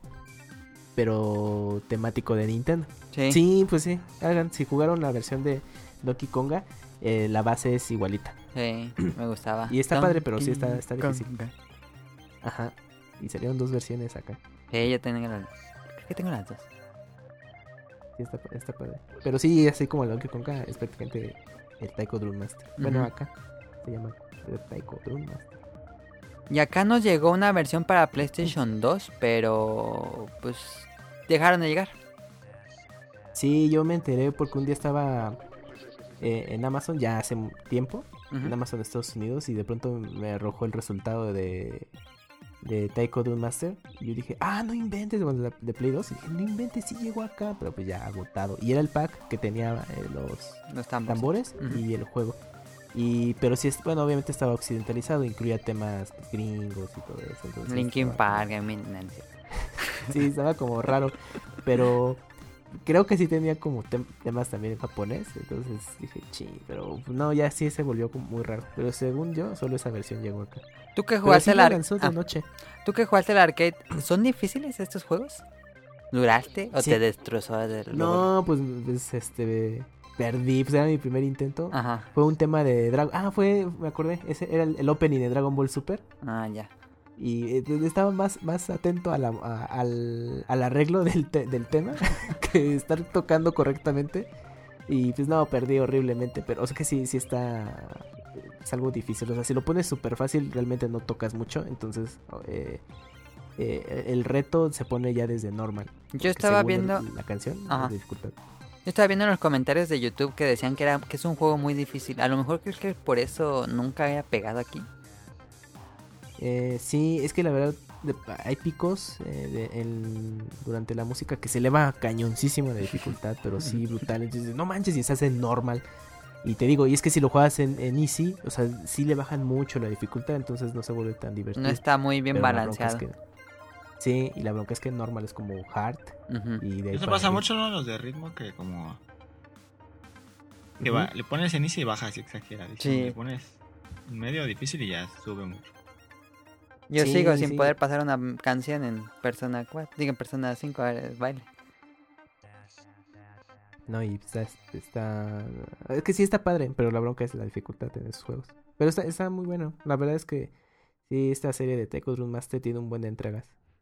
pero temático de Nintendo. Sí, pues sí. Si jugaron la versión de Donkey Konga, la base es igualita. Sí, me gustaba. Y está padre, pero sí está difícil. Ajá. Y salieron 2 versiones acá. Sí, yo tengo creo que tengo las 2. Sí, está padre. Pero sí, así como el Donkey Konga es prácticamente el Taiko Drum Master. Bueno, acá se llama el Taiko Drum Master. Y acá nos llegó una versión para PlayStation 2, pero pues dejaron de llegar. Sí, yo me enteré porque un día estaba en Amazon ya hace tiempo, en Amazon de Estados Unidos, y de pronto me arrojó el resultado de Taiko Drum Master. Y yo dije, no inventes, de Play 2. Y dije, no inventes, sí llegó acá, pero pues ya agotado. Y era el pack que tenía los tambores y el juego. Pero sí, bueno, obviamente estaba occidentalizado, incluía temas gringos y todo eso. Entonces, Linkin Park, Nancy. Sí, estaba como raro, pero creo que sí tenía como temas también en japonés. Entonces dije, pero no, ya sí se volvió como muy raro. Pero según yo, solo esa versión llegó acá. ¿Tú que jugaste el noche? ¿Tú que jugaste el arcade? ¿Son difíciles estos juegos? ¿Duraste o sí. te destrozó? No, pues perdí, pues era mi primer intento. Ajá. Fue un tema de Dragon... me acordé, ese era el opening de Dragon Ball Super. Ya. Y estaba más atento al arreglo del tema que estar tocando correctamente. Y pues no, perdí horriblemente. Pero o sea que sí está... Es algo difícil. O sea, si lo pones súper fácil, realmente no tocas mucho. Entonces, el reto se pone ya desde normal. Yo estaba viendo la canción. Disculpa. Yo estaba viendo en los comentarios de YouTube que decían que es un juego muy difícil. A lo mejor creo que por eso nunca había pegado aquí. Sí, es que la verdad hay picos durante la música que se eleva cañoncísimo la dificultad, pero sí brutal. Entonces, no manches, y se hace normal. Y te digo, y es que si lo juegas en Easy, o sea, sí le bajan mucho la dificultad, entonces no se vuelve tan divertido. No está muy bien balanceado. Sí, y la bronca es que normal es como hard. Y de ahí eso pasa mucho, ¿no? Los de ritmo que como... Que le pones en Easy y bajas y exageras. Sí. Le pones en medio difícil y ya sube mucho. Yo sigo sin poder pasar una canción en Persona 4. Digo, en Persona 5, a ver, baile. No, y está... Es que sí está padre, pero la bronca es la dificultad en esos juegos. Pero está muy bueno. La verdad es que sí, esta serie de Taiko Drum Master tiene un buen de entregas.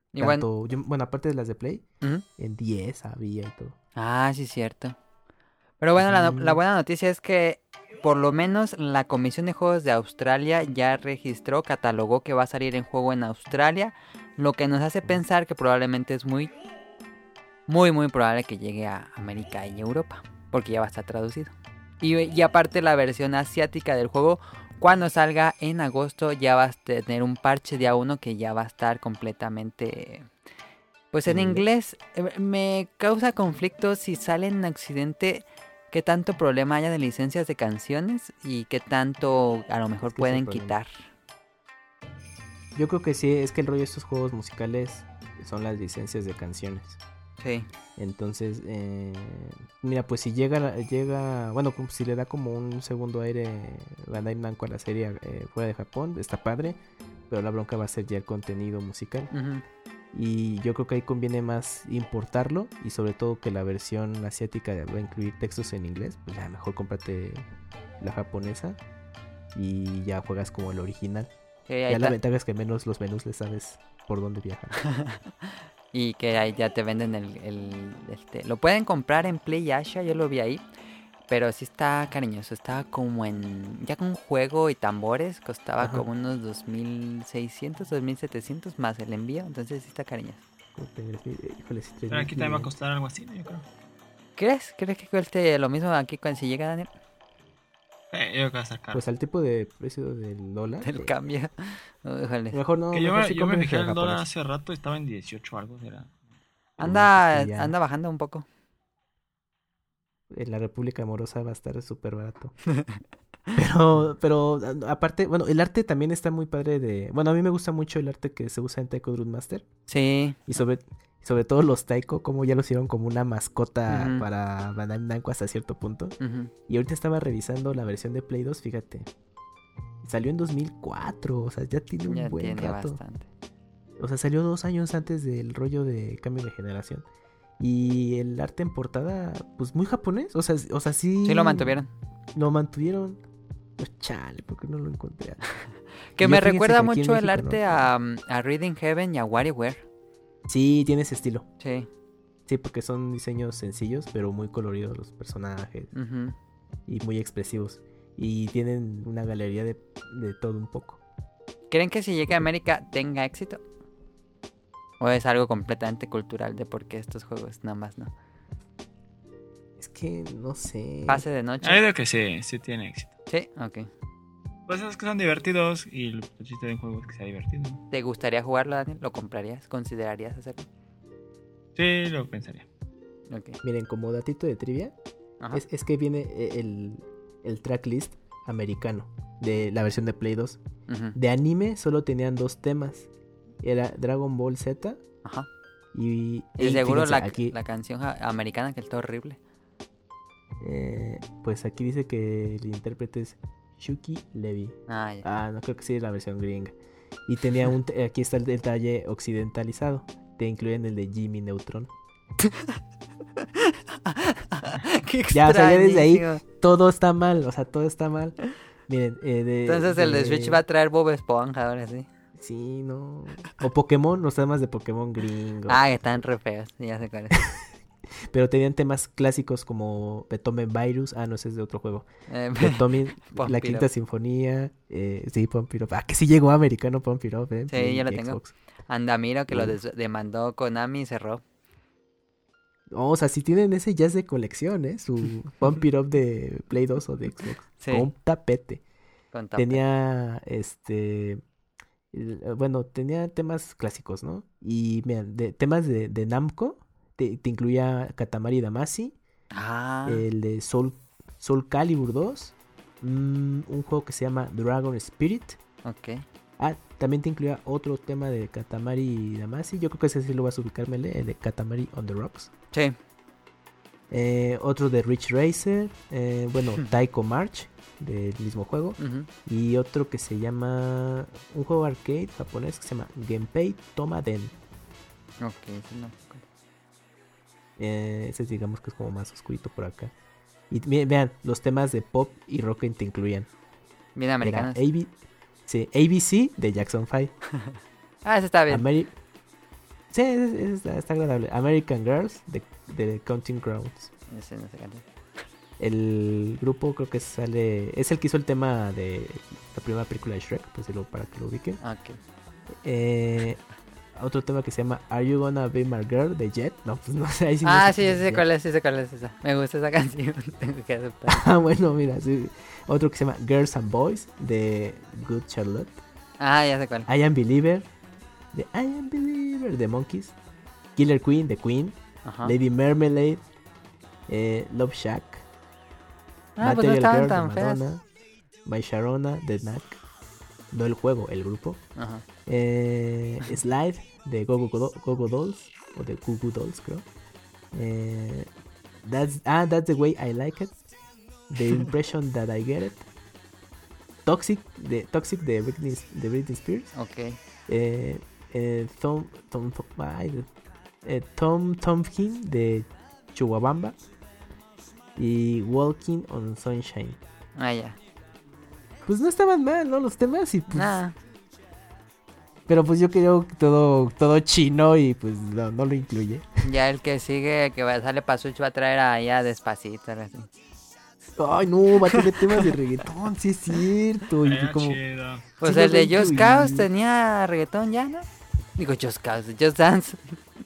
Y Tanto, bueno, aparte de las de Play, uh-huh. en 10 había y todo. Ah, sí, cierto. Pero bueno, la buena noticia es que por lo menos la Comisión de Juegos de Australia ya registró, catalogó que va a salir en juego en Australia, lo que nos hace pensar que probablemente es muy probable que llegue a América y Europa, porque ya va a estar traducido. Y aparte la versión asiática del juego, cuando salga en agosto, ya va a tener un parche día 1 que ya va a estar completamente... Pues en inglés. Me causa conflicto si sale en Occidente, qué tanto problema haya de licencias de canciones y qué tanto a lo mejor pueden quitar. Yo creo que sí, es que el rollo de estos juegos musicales son las licencias de canciones. Sí. Entonces, mira, pues si llega, bueno, si le da como un segundo aire Bandai Namco a la serie fuera de Japón, está padre, pero la bronca va a ser ya el contenido musical. Uh-huh. Y yo creo que ahí conviene más importarlo, y sobre todo que la versión asiática va a incluir textos en inglés, pues ya mejor cómprate la japonesa y ya juegas como el original. Ya la ventaja es que menos los menús le sabes por dónde viajan. Y que ahí ya te venden lo pueden comprar en Play Asia, yo lo vi ahí, pero sí está cariñoso, estaba como ya con juego y tambores, costaba Ajá. como unos 2,600, 2,700 más el envío, entonces sí está cariñoso. Pero aquí también va a costar algo así, yo creo. ¿Crees que cueste lo mismo aquí si llega, Daniel? Yo creo que va a estar caro. Pues al tipo de precio del dólar. Del cambio. Ojalá. Mejor no. Que yo me fijé el dólar hace rato, estaba en 18 algo. Anda bajando un poco. En la República Amorosa va a estar súper barato. pero aparte, bueno, el arte también está muy padre bueno, a mí me gusta mucho el arte que se usa en Taiko Drum Master. Sí. Y sobre todo los Taiko, como ya lo hicieron como una mascota uh-huh. para Bandai Namco hasta cierto punto. Uh-huh. Y ahorita estaba revisando la versión de Play 2, fíjate. Salió en 2004, o sea, ya tiene un buen rato. Bastante. O sea, salió 2 años antes del rollo de cambio de generación. Y el arte en portada, pues muy japonés. O sea sí. Sí, lo mantuvieron. Lo mantuvieron. Pues chale, porque no lo encontré. Que me recuerda mucho el arte a Reading Heaven y a WarioWare. Sí, tiene ese estilo. Sí. Sí, porque son diseños sencillos, pero muy coloridos los personajes. Uh-huh. Y muy expresivos. Y tienen una galería de todo un poco. ¿Creen que si llega a América tenga éxito? ¿O es algo completamente cultural de por qué estos juegos nada más no? Es que no sé. Pase de noche. Yo creo que sí tiene éxito. Sí, ok. Pues es que son divertidos y el chiste de un juego es que sea divertido. ¿Te gustaría jugarlo, Daniel? ¿Lo comprarías? ¿Considerarías hacerlo? Sí, lo pensaría. Okay. Miren, como datito de trivia, es que viene el tracklist americano de la versión de Play 2. Uh-huh. De anime solo tenían 2 temas. Era Dragon Ball Z. Ajá. Y seguro la canción americana que está horrible. Pues aquí dice que el intérprete es Shuki Levy. No creo que sí es la versión gringa. Y tenía aquí está el detalle occidentalizado. Te incluyen el de Jimmy Neutron. Qué ya, o sea, ya desde ahí todo está mal. O sea, todo está mal. Miren, entonces el de Switch va a traer Bob Esponja ahora sí. Sí, no. O Pokémon, los temas de Pokémon gringo. Están re feos, ya sé cuál es. Pero tenían temas clásicos como Beethoven Virus. No, ese es de otro juego. Beethoven, la Quinta Sinfonía. Sí, Pump It Up. Que sí llegó americano Pump It Up, Sí, yo lo tengo. Andamiro que lo demandó Konami y cerró. O sea, si tienen ese ya es de colección, su Pump It Up de Play 2 o de Xbox. Sí. Con tapete. Tenía bueno, tenía temas clásicos, ¿no? Y miren, temas de Namco, te incluía Katamari Damacy, el de Soul Calibur 2, un juego que se llama Dragon Spirit. Ok. También te incluía otro tema de Katamari Damacy, yo creo que ese sí lo vas a ubicar, el de Katamari on the Rocks. Sí. Otro de Ridge Racer, Taiko March, del mismo juego. Uh-huh. Y otro que se llama un juego arcade japonés que se llama Genpei Tomaden. Ok, ese no. Ese digamos que es como más oscurito por acá. Y vean, los temas de pop y rock te incluían. Bien americanos. ABC de Jackson 5. Ese está bien. Sí, está agradable. American Girls de Counting Crowns. Ese no sé cantar. El grupo creo que sale... Es el que hizo el tema de la primera película de Shrek, pues para que lo ubiquen. Ok. Otro tema que se llama Are You Gonna Be My Girl de Jet. No, pues no sé. Ahí sí Sí, sé cuál es esa. Me gusta esa canción. Tengo que aceptar. Bueno, mira, sí. Otro que se llama Girls and Boys de Good Charlotte. Ya sé cuál. I Am Believer de Monkeys. Killer Queen de Queen. Ajá. Lady Marmalade, Love Shack, pues no Material estaban Girl tan de feas. Madonna, My Sharona de Knack. No el juego, el grupo. Ajá. Slide de Go-Go Dolls o de Goo Goo Dolls, creo. That's the way I like it. The impression that I get it. Toxic de Britney Spears. Ok. Tom Him de Chuwabamba y Walking on Sunshine. Ya. Pues no estaban mal, ¿no? Los temas y pues... Nada. Pero pues yo creo que todo chino y pues no lo incluye. Ya el que sigue, sale para Switch, va a traer allá Despacito. Algo así. Ay, no, va a tener temas de reggaetón, sí es cierto. Y como... Pues sí el de lo Just incluí. Cause tenía reggaetón ya, ¿no? Digo Just Cause, Just Dance.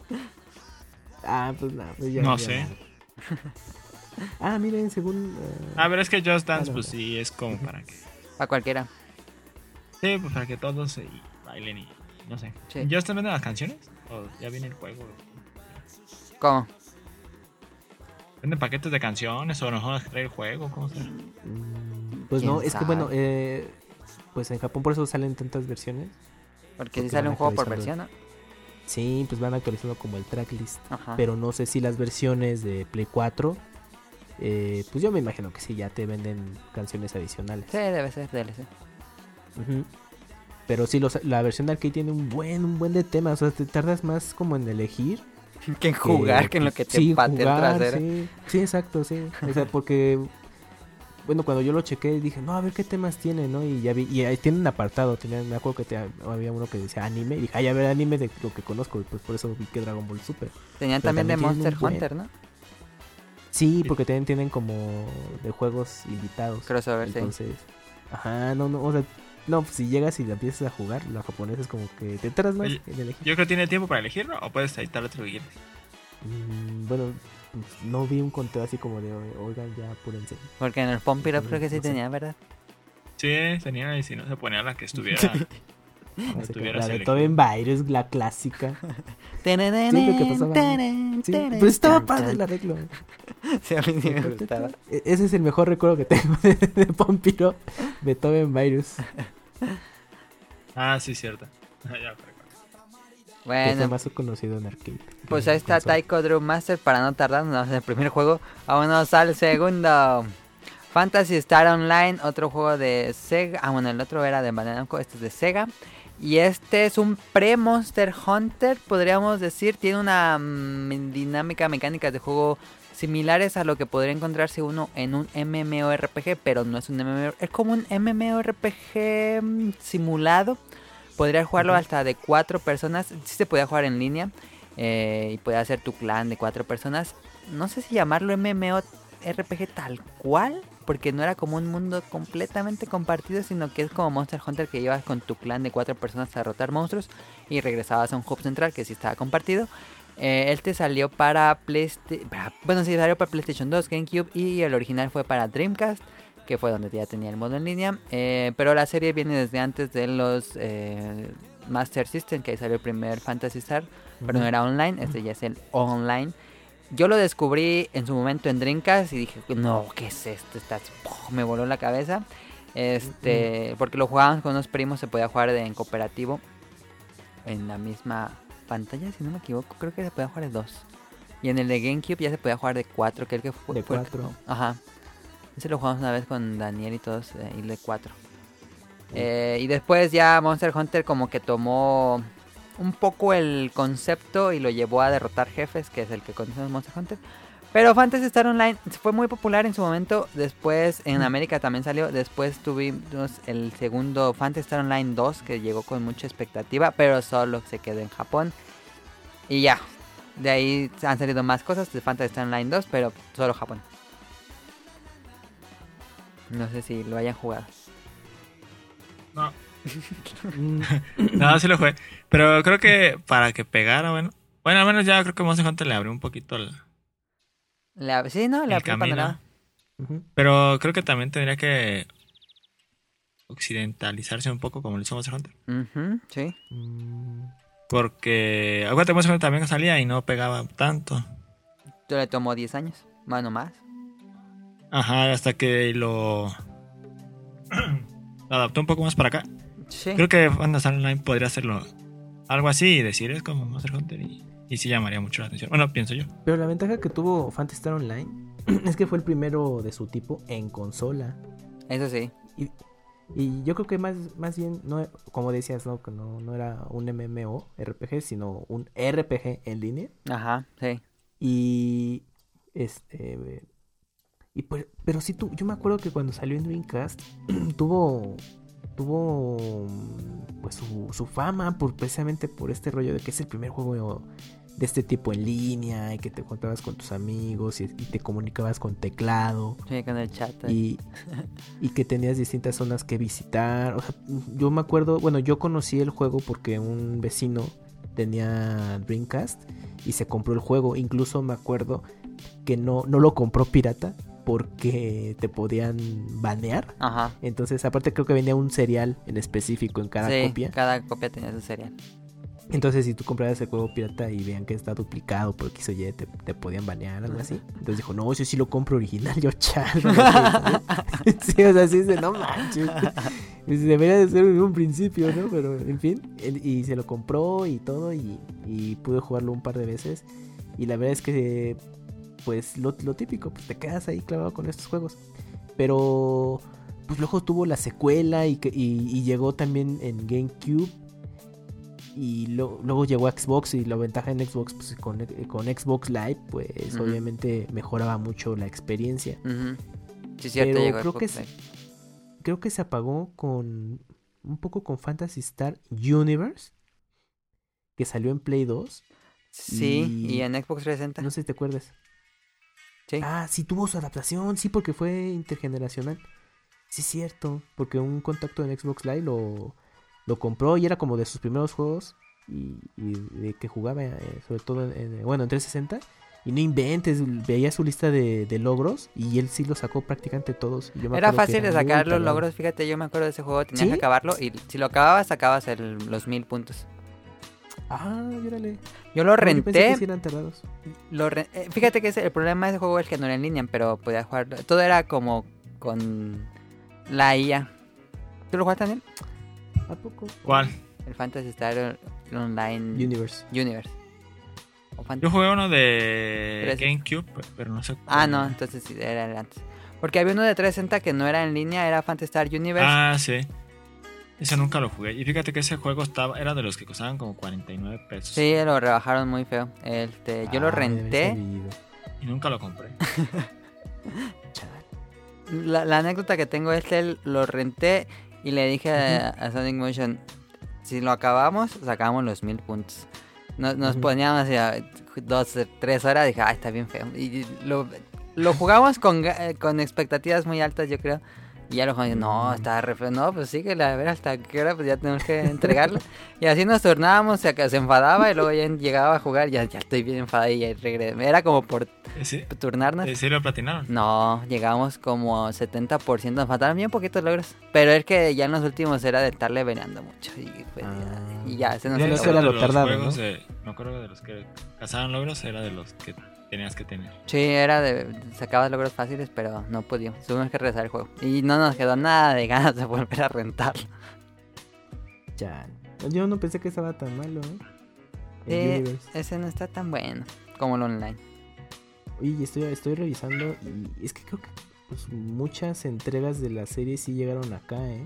Pues nada, pues ya. No ya. sé. Miren, según... Pero es que Just Dance, no. pues sí, es como para que... Para cualquiera. Sí, pues para que todos bailen y... No sé. Sí. ¿Just Dance venden las canciones? ¿O ya viene el juego? ¿Cómo? ¿Venden paquetes de canciones o no trae el juego? ¿Cómo se Pues no, ¿Quién es que bueno, sabe? pues en Japón por eso salen tantas versiones. Porque si Porque sale van un juego por actualizando. versión, ¿no? Sí, pues van actualizando como el tracklist. Ajá. Pero no sé si las versiones de Play 4, pues yo me imagino que sí, ya te venden canciones adicionales. Sí, debe ser DLC. Ujú. Pero sí, la versión de arcade tiene un buen de temas. O sea, te tardas más como en elegir. Que en jugar, que en lo que te sí, patea el jugar, trasero. sí, exacto, sí. O sea, porque... Bueno, cuando yo lo chequé dije, no, a ver qué temas tiene, ¿no? Y ya vi, y ahí tienen apartado, me acuerdo que había uno que decía anime, y dije, a ver, anime de lo que conozco, y pues por eso vi que Dragon Ball Super. Tenían Pero también de también tienen Monster un buen- Hunter, ¿no? Sí, porque también tienen como de juegos invitados. Crossover, Entonces, ajá, no, o sea, no, pues si llegas y la empiezas a jugar, la japonesa es como que te tardas más Oye, en elegir. Yo creo que tiene tiempo para elegirlo o puedes editar otro que quieres. Bueno, pues, no vi un conteo así como de, oigan, ya apúrense. Porque en el Pump It Up creo que sí No sé. tenía, ¿verdad? Sí, tenía y si no se ponía la que estuviera. Así que Tuvieras la de elegido. Tobin Virus, la clásica. Siempre que pasaba. Sí, pero estaba padre el arreglo. Sí, a mí sí me gustaba. Ese es el mejor recuerdo que tengo de Pompiro, Beethoven Virus. Sí, cierto. Ya, recuerdo. Que fue Bueno, más conocido en arcade. pues que en ahí está consola. Taiko Drum Master para no tardarnos en el primer juego. Vámonos al segundo. Phantasy Star Online, otro juego de Sega. Bueno, el otro era de Bandai Namco, este es de Sega. Y este es un pre-Monster Hunter, podríamos decir. Tiene una dinámica, mecánicas de juego similares a lo que podría encontrarse uno en un MMORPG, pero no es un MMORPG. Es como un MMORPG simulado. Podrías jugarlo hasta de 4 personas. Sí se podía jugar en línea. Y podías hacer tu clan de 4 personas. No sé si llamarlo MMORPG tal cual, porque no era como un mundo completamente compartido, sino que es como Monster Hunter, que ibas con tu clan de 4 personas a derrotar monstruos y regresabas a un hub central que sí estaba compartido. Este salió para salió para PlayStation 2, GameCube, y el original fue para Dreamcast, que fue donde ya tenía el modo en línea. Pero la serie viene desde antes de los Master System, que ahí salió el primer Phantasy Star, pero no era online. Este ya es el online. Yo lo descubrí en su momento en Dreamcast y dije, no, ¿qué es esto? Me voló la cabeza. Porque lo jugábamos con unos primos, se podía jugar en cooperativo en la misma pantalla, si no me equivoco. Creo que se podía jugar de 2. Y en el de GameCube ya se podía jugar de 4, que el que fue De fue 4. Ajá. Ese lo jugamos una vez con Daniel y todos, y de 4. Y después ya Monster Hunter como que tomó un poco el concepto y lo llevó a derrotar jefes, que es el que conocemos Monster Hunter. Pero Phantasy Star Online fue muy popular en su momento. Después en América también salió. Después tuvimos el segundo Phantasy Star Online 2, que llegó con mucha expectativa, pero solo se quedó en Japón. Y ya. De ahí han salido más cosas de Phantasy Star Online 2, pero solo Japón. No sé si lo hayan jugado. No. No, sí lo jugué. Pero creo que para que pegara, bueno, al menos ya creo que Monster Hunter le abrió un poquito Sí, ¿no? Le el abrió el camino. panorama. Pero creo que también tendría que occidentalizarse un poco como lo hizo Monster Hunter. Sí. Porque acuérdate, Monster Hunter también salía y no pegaba tanto. Le tomó 10 años, más o más. Ajá, hasta que lo adaptó un poco más para acá. Sí. Creo que Phantasy Star Online podría hacerlo algo así y decir es como Monster Hunter y sí llamaría mucho la atención. Bueno, pienso yo. Pero la ventaja que tuvo Phantasy Star Online es que fue el primero de su tipo en consola. Eso sí. Y yo creo que más bien, no, como decías, ¿no? Que no era un MMORPG, sino un RPG en línea. Ajá, sí. Y pero sí, yo me acuerdo que cuando salió en Dreamcast tuvo pues su fama precisamente por este rollo de que es el primer juego de este tipo en línea y que te juntabas con tus amigos y te comunicabas con teclado. Sí, con el chat. Y que tenías distintas zonas que visitar. O sea, yo me acuerdo, bueno, yo conocí el juego porque un vecino tenía Dreamcast y se compró el juego. Incluso me acuerdo que no lo compró pirata porque te podían banear. Ajá. Entonces, aparte creo que venía un serial en específico en cada copia. Sí, cada copia tenía su serial. Entonces, si tú comprabas el juego pirata y veían que está duplicado por X o Y, te podían banear, algo así. Entonces dijo, no, yo sí lo compro original, yo chal. Sí, o sea, sí dice, no manches. Debería de ser en un principio, ¿no? Pero, en fin, y se lo compró y todo, y pude jugarlo un par de veces. Y la verdad es que, pues, lo típico, pues te quedas ahí clavado con estos juegos. Pero, pues luego tuvo la secuela y llegó también en GameCube. Y luego llegó a Xbox, y la ventaja en Xbox, pues con Xbox Live, pues obviamente mejoraba mucho la experiencia. Sí, cierto, pero llegó creo que se apagó un poco con Phantasy Star Universe, que salió en Play 2. Sí, y en Xbox 360. No sé si te acuerdas. Sí. Ah, sí tuvo su adaptación, sí, porque fue intergeneracional. Sí, es cierto, porque un contacto en Xbox Live lo compró y era como de sus primeros juegos y de que jugaba sobre todo en 360, y no inventes, veía su lista de logros y él sí lo sacó prácticamente todos. Era fácil de sacar los logros, fíjate, yo me acuerdo de ese juego, tenías que acabarlo y si lo acababas, sacabas los 1000 puntos. Ah, órale. Yo lo renté. Yo pensé que sí eran tardados. Fíjate que el problema de ese juego es que no era en línea, pero podía jugar, todo era como con la IA. ¿Tú lo jugaste también? ¿A poco? ¿Cuál? El Phantasy Star Online Universe. Yo jugué uno de GameCube, pero no sé. Ah, no, entonces sí, era el antes. Porque había uno de 360 que no era en línea, era Phantasy Star Universe. Ah, sí. Ese nunca lo jugué. Y fíjate que ese juego era de los que costaban como 49 pesos. Sí, lo rebajaron muy feo. Yo lo renté. Y nunca lo compré. La anécdota que tengo es que lo renté y le dije a Sonic Motion, si lo acabamos, sacamos los 1000 puntos. Nos poníamos así a 2, 3 horas, dije, está bien feo. Y lo jugamos con expectativas muy altas, yo creo. Y ya lo jugamos, no, estaba re feo. No, pues síguele, a ver hasta qué hora, pues ya tenemos que entregarlo. Y así nos turnábamos, se enfadaba y luego ya llegaba a jugar, ya estoy bien enfadado y ya regresé. Era como por turnarnos. ¿Sí lo platinaron? No, llegamos como 70%, nos faltaron bien poquitos logros. Pero es que ya en los últimos era de estarle veneando mucho. Y ya se nos eso era lo tardado, ¿no? Me acuerdo de los que cazaban logros, era de los que tenías que tener. Sí, era sacabas logros fáciles, pero no podíamos. Tuvimos que regresar el juego. Y no nos quedó nada de ganas de volver a rentarlo. Ya. Yo no pensé que estaba tan malo, ¿eh? Ese no está tan bueno como el online. Oye, estoy revisando y es que creo que pues, muchas entregas de la serie sí llegaron acá, ¿eh?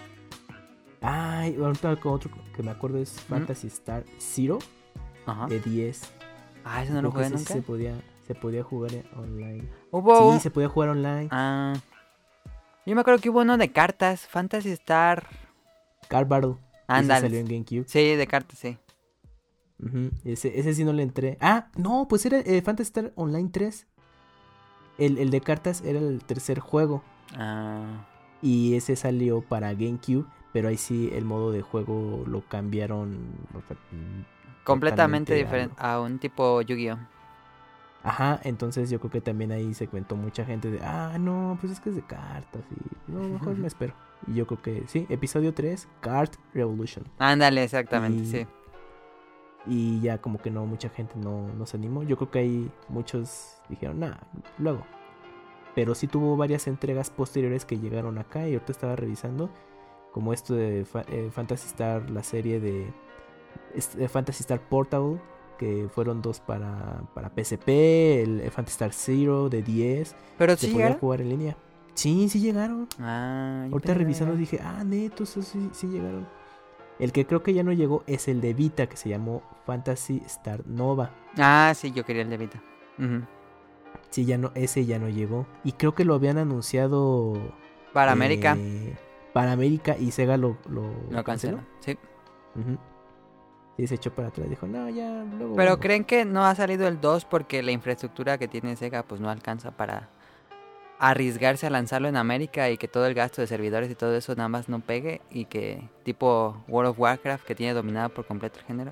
Ay, ahorita otro que me acuerdo es Phantasy Star Zero. Ajá. De 10. Ah, eso no lo jugué nunca. Se podía jugar online. Sí, se podía jugar online. Ah. Yo me acuerdo que hubo uno de cartas, Phantasy Star Card Battle. Ándale. Salió en GameCube. Sí, de cartas, sí. Ese sí no le entré. Ah, no, pues era Phantasy Star Online 3. El de cartas era el tercer juego. Y ese salió para GameCube, pero ahí sí el modo de juego lo cambiaron completamente diferente a un tipo Yu-Gi-Oh. Ajá, entonces yo creo que también ahí segmentó mucha gente de, no, pues es que es de cartas y no, mejor me espero. Y yo creo que sí, episodio 3, Card Revolution. Ándale, exactamente, sí. Y ya como que no, mucha gente no se animó. Yo creo que ahí muchos dijeron, luego. Pero sí tuvo varias entregas posteriores que llegaron acá y ahorita estaba revisando. Como esto de Phantasy Star, la serie de Phantasy Star Portable, que fueron 2 para PSP, el Phantasy Star Zero de 10. Pero se sí podía llegaron. Jugar en línea. Sí llegaron. Ahorita revisando dije, neto, sí llegaron. El que creo que ya no llegó es el de Vita, que se llamó Phantasy Star Nova. Sí, yo quería el de Vita. Sí, ese ya no llegó. Y creo que lo habían anunciado para América. Para América y Sega lo canceló. Sí. Y se echó para atrás. Dijo, no, ya luego. Pero ¿creen que no ha salido el 2 porque la infraestructura que tiene Sega pues no alcanza para arriesgarse a lanzarlo en América y que todo el gasto de servidores y todo eso nada más no pegue? Y que tipo World of Warcraft, que tiene dominado por completo el género.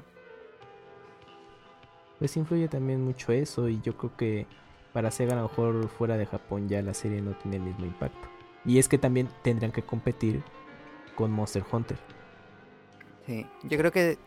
Pues influye también mucho eso. Y yo creo que para Sega a lo mejor fuera de Japón ya la serie no tiene el mismo impacto. Y es que también tendrían que competir con Monster Hunter. Sí, yo creo que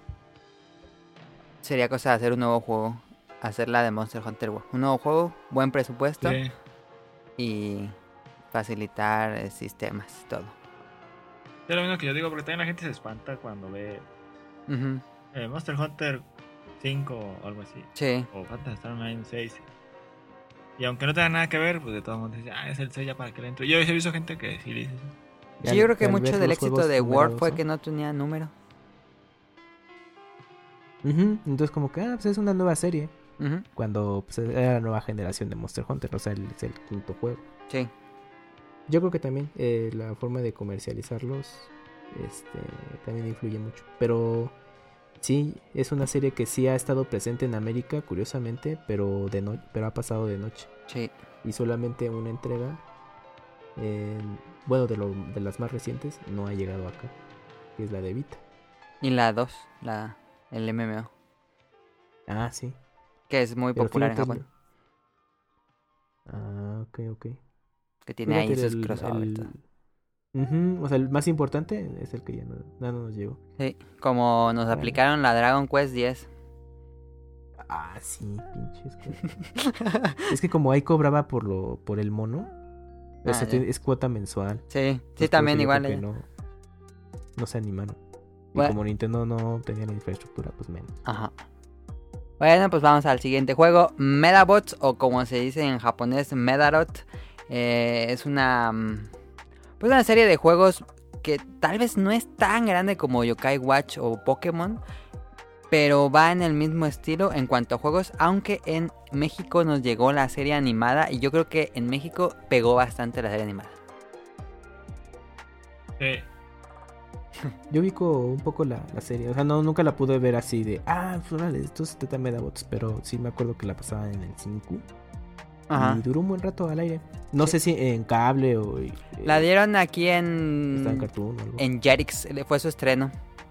sería cosa de hacer un nuevo juego. Hacer la de Monster Hunter World. Un nuevo juego, buen presupuesto. Sí. Y facilitar sistemas, todo. Es lo mismo que yo digo, porque también la gente se espanta cuando ve Monster Hunter 5 o algo así. Sí. O Phantasy Star Online 6. Y aunque no tenga nada que ver, pues de todos modos dice, es el 6 ya para que le entro. Yo he visto gente que sí dice eso. Sí, yo creo que mucho del éxito de World fue que no tenía número. Entonces como que, pues es una nueva serie. Cuando pues, era la nueva generación de Monster Hunter, o sea, es el quinto juego. Sí. Yo creo que también la forma de comercializarlos también influye mucho. Pero sí, es una serie que sí ha estado presente en América, curiosamente, pero ha pasado de noche. Sí. Y solamente una entrega, de las más recientes, no ha llegado acá, que es la de Vita. Y la 2, el MMO. Sí. Que es muy popular en Japón. Ok. Que tiene ahí sus crossovers. O sea, el más importante es el que ya no nos llegó. Sí, como nos aplicaron la Dragon Quest 10. Sí, pinches. Es que como ahí cobraba por el mono, es cuota mensual. Sí, también igual. No se animaron. Y como Nintendo no tenía la infraestructura, pues menos. Ajá. Bueno, pues vamos al siguiente juego. Medabots, o como se dice en japonés, Medarot. Es una serie de juegos que tal vez no es tan grande como Yokai Watch o Pokémon, pero va en el mismo estilo en cuanto a juegos, aunque en México nos llegó la serie animada y yo creo que en México pegó bastante la serie animada. Sí. Yo ubico un poco la serie, o sea, nunca la pude ver así de, esto se trata de Medabots, pero sí me acuerdo que la pasaba en el 5. Ajá. Y duró un buen rato al aire. No sé si en cable o... la dieron aquí en Cartoon o algo. En Jetix, fue su estreno.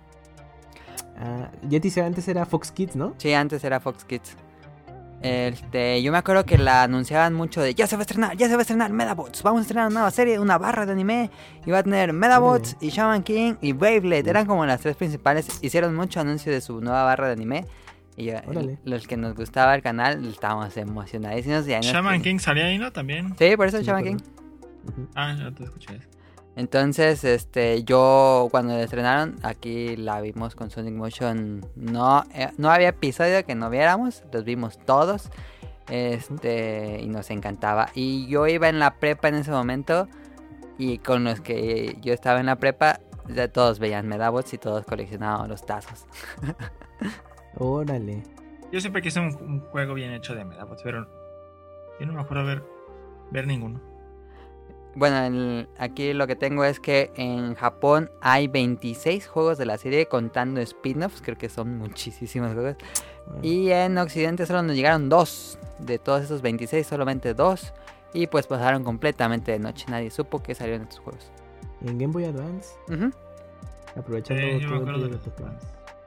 Jetix antes era Fox Kids, ¿no? Sí, antes era Fox Kids. Yo me acuerdo que la anunciaban mucho de ya se va a estrenar Medabots, vamos a estrenar una nueva serie, una barra de anime, y va a tener Medabots y Shaman King y Beyblade, eran como las tres principales. Hicieron mucho anuncio de su nueva barra de anime y los que nos gustaba el canal estábamos emocionadísimos. Shaman King salía ahí, ¿no? También. Sí, por eso Shaman King. No te escuché eso. Entonces, yo cuando la estrenaron, aquí la vimos con Sonic Motion. No había episodio que no viéramos, los vimos todos. Y nos encantaba. Y yo iba en la prepa en ese momento, y con los que yo estaba en la prepa, ya todos veían Medabots y todos coleccionaban los tazos. Órale. Yo siempre quise un juego bien hecho de Medabots, pero yo no me acuerdo ver ninguno. Bueno, aquí lo que tengo es que en Japón hay 26 juegos de la serie contando spin-offs. Creo que son muchísimos juegos. Y en Occidente solo nos llegaron 2. De todos esos 26, solamente 2. Y pues pasaron completamente de noche. Nadie supo que salieron estos juegos. En Game Boy Advance. Aprovechando yo me todo acuerdo el de día. los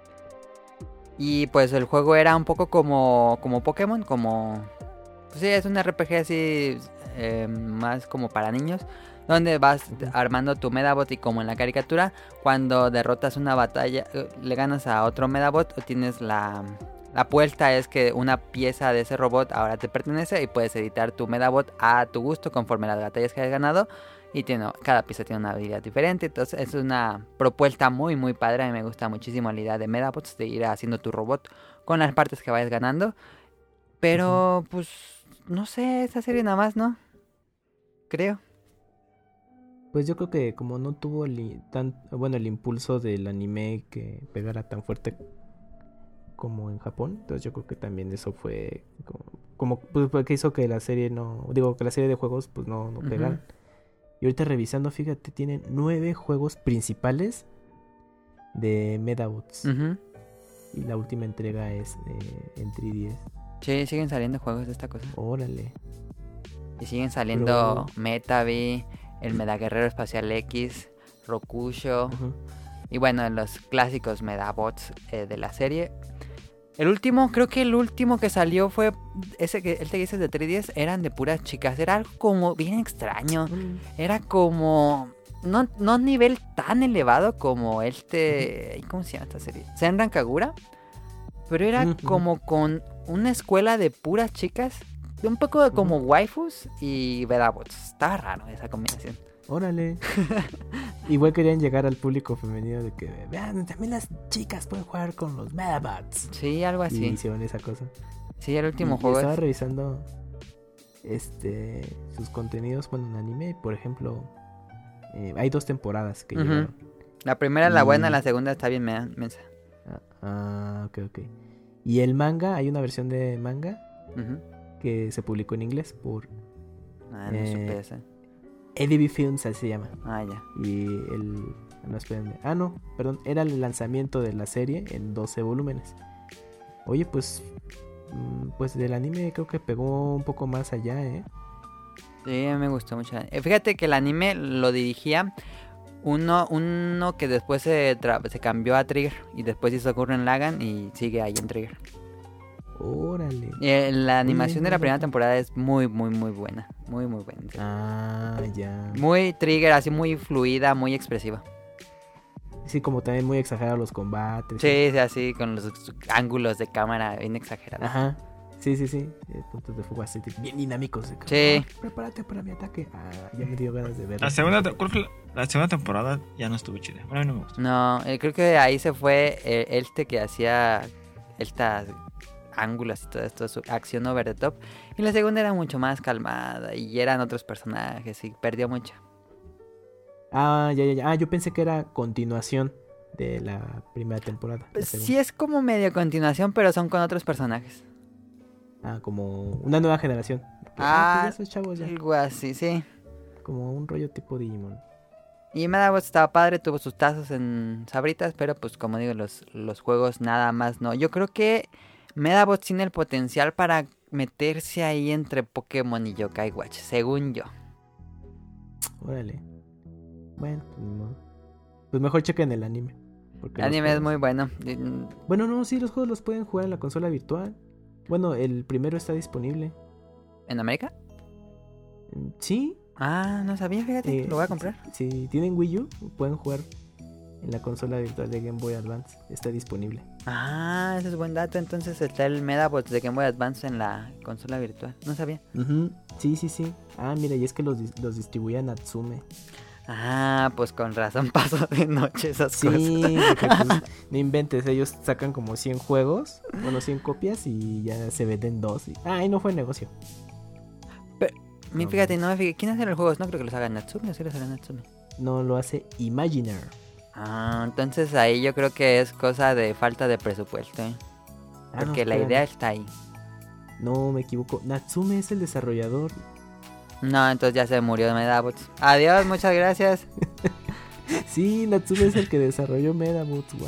Y pues el juego era un poco como Pokémon. Como... Pues sí, es un RPG así... más como para niños, donde vas armando tu Medabot y como en la caricatura, cuando derrotas una batalla, le ganas a otro Medabot, tienes la apuesta es que una pieza de ese robot ahora te pertenece y puedes editar tu Medabot a tu gusto conforme las batallas que hayas ganado y cada pieza tiene una habilidad diferente. Entonces es una propuesta muy muy padre. A mí me gusta muchísimo la idea de Medabots, de ir haciendo tu robot con las partes que vayas ganando, pero pues no sé, esa serie nada más, ¿no? Creo. Pues yo creo que como no tuvo el impulso del anime que pegara tan fuerte como en Japón, entonces yo creo que también eso fue como pues, que hizo que la serie que la serie de juegos pues no pegara. Y ahorita revisando, fíjate, tienen 9 juegos principales de Medabots. Y la última entrega es en 3DS. Sí, siguen saliendo juegos de esta cosa. Órale. Y siguen saliendo Metavi, el Medaguerrero Espacial X, Rokusho. Y bueno, los clásicos Medabots de la serie. Creo que el último que salió fue ese que el que dices de 3DS, eran de puras chicas. Era algo como bien extraño. Era como... No nivel tan elevado como ¿cómo se llama esta serie? Senran Kagura. Pero era como con una escuela de puras chicas. Un poco como waifus y Medabots. Estaba raro esa combinación. Órale. Igual querían llegar al público femenino de que vean, también las chicas pueden jugar con los Medabots. Sí, algo así. Y hicieron esa cosa. Sí, el último juego. Estaba revisando sus contenidos, bueno, en anime, por ejemplo, hay 2 temporadas que llegaron. La primera es la buena, la segunda está bien mensa. Ok. Y el manga, hay una versión de manga que se publicó en inglés por no supe esa. ADV Films, así se llama. Ya. Y era el lanzamiento de la serie en 12 volúmenes. Oye, pues del anime creo que pegó un poco más allá, Sí, me gustó mucho. Fíjate que el anime lo dirigía uno que después se cambió a Trigger y después hizo Gurren Lagann y sigue ahí en Trigger. Órale. La animación de la primera temporada es muy, muy, muy buena. Muy, muy buena. Ya. Muy Trigger, así muy fluida, muy expresiva. Sí, como también muy exagerados los combates. Sí, así con los ángulos de cámara bien exagerados. Ajá. Sí. Puntos de fuga así, bien dinámicos. Sí. Prepárate para mi ataque. Ya me dio ganas de verlo. Creo que la segunda temporada ya no estuvo chida. Bueno, a mí no me gustó. No, creo que ahí se fue que hacía estas ángulos y todo esto, su acción over the top. Y la segunda era mucho más calmada y eran otros personajes y perdió mucho. Ya. Yo pensé que era continuación de la primera temporada. Sí, es como medio continuación, pero son con otros personajes. Como una nueva generación. Pues esos chavos ya. Algo así, sí. Como un rollo tipo Digimon. Y Medabots estaba padre, tuvo sus tazos en Sabritas, pero pues como digo, los juegos nada más no. Yo creo que Medabots tiene el potencial para meterse ahí entre Pokémon y Yokai Watch, según yo. Órale. Bueno, pues mejor chequen el anime. El anime es muy bueno. Bueno, no, sí, los juegos los pueden jugar en la consola virtual. Bueno, el primero está disponible. ¿En América? Sí. No sabía, fíjate, lo voy a comprar. Si tienen Wii U, pueden jugar en la consola virtual de Game Boy Advance. Está disponible. Ese es buen dato. Entonces está el Medabots de Game Boy Advance en la consola virtual. No sabía. Sí. Mira, y es que los distribuía Natsume. Pues con razón pasó de noche esas cosas. Sí, porque pues, no inventes, ellos sacan como 100 juegos, 100 copias y ya se venden 2. Y no fue negocio. Pero, fíjate, no me fijé. ¿Quién hace los juegos? No creo que los haga Natsume, o sí los haga Natsume. No, lo hace Imagineer. Entonces ahí yo creo que es cosa de falta de presupuesto, Porque la idea está ahí. No, me equivoco. Natsume es el desarrollador. No, entonces ya se murió Medabots. Adiós, muchas gracias. Sí, Natsume es el que desarrolló Medabots, wow.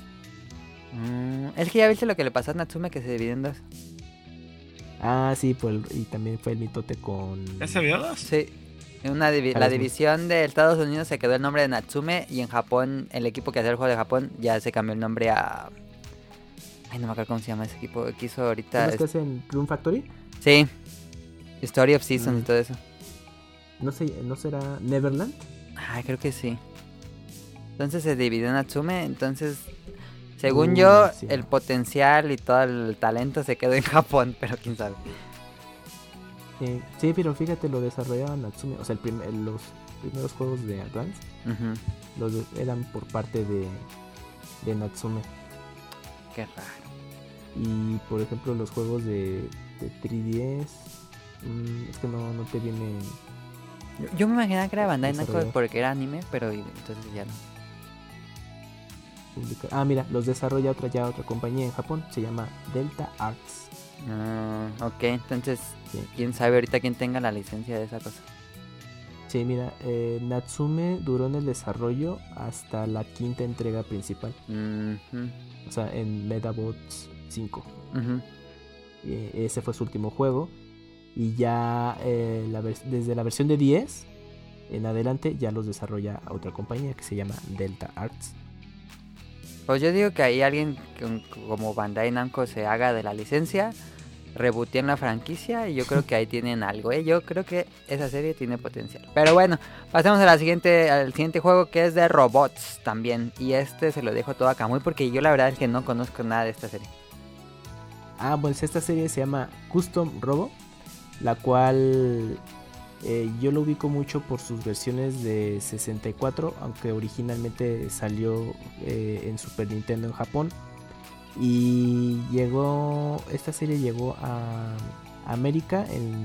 Es que ya viste lo que le pasó a Natsume, que se dividió en dos. Ah, sí, pues, y también fue el mitote con... ¿Ya se vio dos? Sí. La división de Estados Unidos se quedó el nombre de Natsume, y en Japón, el equipo que hacía el juego de Japón ya se cambió el nombre a... Ay, no me acuerdo cómo se llama ese equipo que hizo ahorita. ¿No es que hacen Rune Factory? Sí. Story of Seasons y todo eso. No sé, ¿no será Neverland? Ay, creo que sí. Entonces se dividió Natsume, entonces... Según yo, sí. El potencial y todo el talento se quedó en Japón, pero quién sabe. Sí, pero fíjate, lo desarrollaba Natsume. O sea, los primeros juegos de Advance eran por parte de Natsume. Qué raro. Y por ejemplo, los juegos de 3DS, es que no te vienen. Yo me imaginaba que era Bandai Namco Desarrollado. porque era anime, pero entonces ya no. Ah, mira, los desarrolla otra compañía en Japón, se llama Delta Arts. Ok, entonces, Sí. quién sabe ahorita quién tenga la licencia de esa cosa. Sí, mira, Natsume duró en el desarrollo hasta la 5ª entrega principal, Ujú, o sea, en Medabots 5. ujú. Ese fue su último juego. Y ya desde la versión de 10 en adelante ya los desarrolla otra compañía que se llama Delta Arts. Pues yo digo que ahí alguien como Bandai Namco se haga de la licencia, rebooteen la franquicia, y yo creo que ahí tienen algo, ¿eh? Yo creo que esa serie tiene potencial. Pero bueno, pasemos al siguiente juego, que es de robots también. Y se lo dejo todo a Kamui porque yo la verdad es que no conozco nada de esta serie. Ah, pues esta serie se llama Custom Robo, la cual yo lo ubico mucho por sus versiones de 64, aunque originalmente salió en Super Nintendo en Japón. Y esta serie llegó a América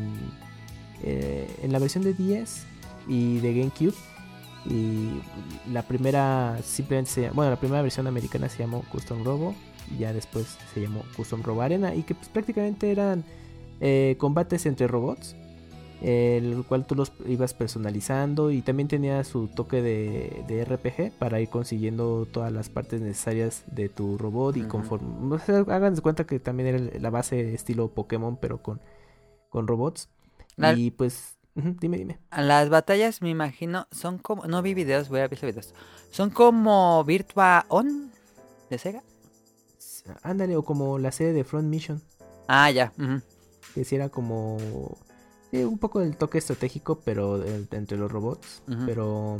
en la versión de 10 y de GameCube. Y la primera la primera versión americana se llamó Custom Robo, y ya después se llamó Custom Robo Arena, y que pues prácticamente eran combates entre robots, el cual tú los ibas personalizando, y también tenía su toque de RPG para ir consiguiendo todas las partes necesarias de tu robot. Y conforme, o sea, hagan de cuenta que también era la base estilo Pokémon, pero con robots. Y pues, dime. Las batallas, me imagino, son como... No vi videos, voy a ver videos. Son como Virtua On de Sega. Ándale, o como la serie de Front Mission. Ah, ya. Uh-huh. Que sí era como... un poco del toque estratégico, pero entre los robots. Uh-huh. Pero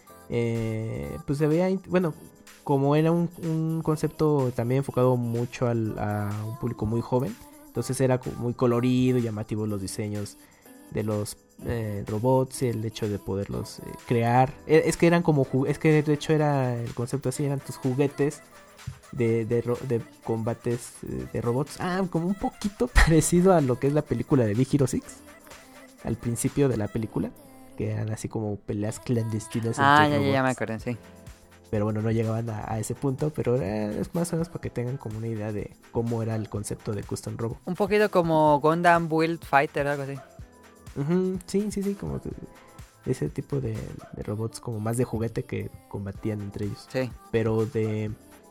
pues se veía, bueno, como era un concepto también enfocado mucho a un público muy joven, entonces era muy colorido y llamativo los diseños de los robots, y el hecho de poderlos crear. Es que eran como es que de hecho era el concepto así, eran tus juguetes de combates de robots. Como un poquito parecido a lo que es la película de Big Hero 6 al principio de la película, que eran así como peleas clandestinas entre robots. Ya me acordé, sí. Pero bueno, no llegaban a ese punto, pero es más o menos para que tengan como una idea de cómo era el concepto de Custom Robo. Un poquito como Gundam Build Fighter, algo así. Sí, como ese tipo de robots como más de juguete que combatían entre ellos. Sí. Pero de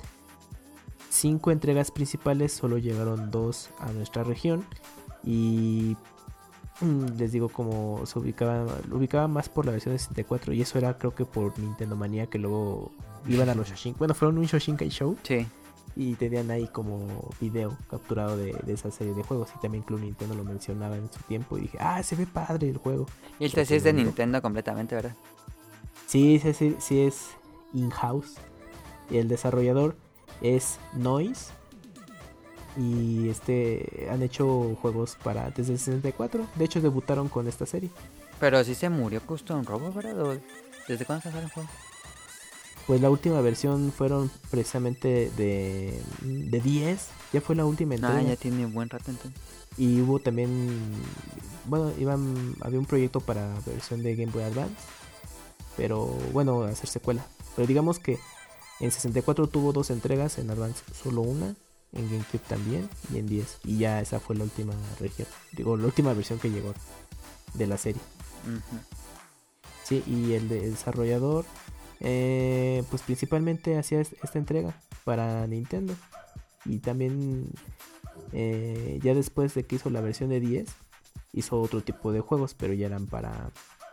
5 entregas principales solo llegaron 2 a nuestra región, y les digo, como se ubicaba más por la versión de 64, y eso era creo que por Nintendo Manía, que luego iban a los Shoshinkai. Bueno, fueron un Shoshinkai Show. Sí. Y tenían ahí como video capturado de esa serie de juegos, y también Club Nintendo lo mencionaba en su tiempo, y dije, se ve padre el juego. Y este sí es de Nintendo completamente, ¿verdad? Sí es in-house. Y el desarrollador es Noise. Y han hecho juegos desde el 64. De hecho debutaron con esta serie. Pero sí se murió Custom Robo, ¿verdad? ¿Desde cuándo salió el juego? Pues la última versión fueron precisamente de 10. Ya fue la última entrega. Ya tiene un buen rato entonces. Y hubo también, bueno, había un proyecto para versión de Game Boy Advance, pero bueno, hacer secuela. Pero digamos que en 64 tuvo 2 entregas, en Advance solo una, en GameCube también, y en 10. Y ya esa fue la última región, la última versión que llegó de la serie. Uh-huh. Sí, y el desarrollador pues principalmente hacía esta entrega para Nintendo. Y también ya después de que hizo la versión de 10, hizo otro tipo de juegos, pero ya eran para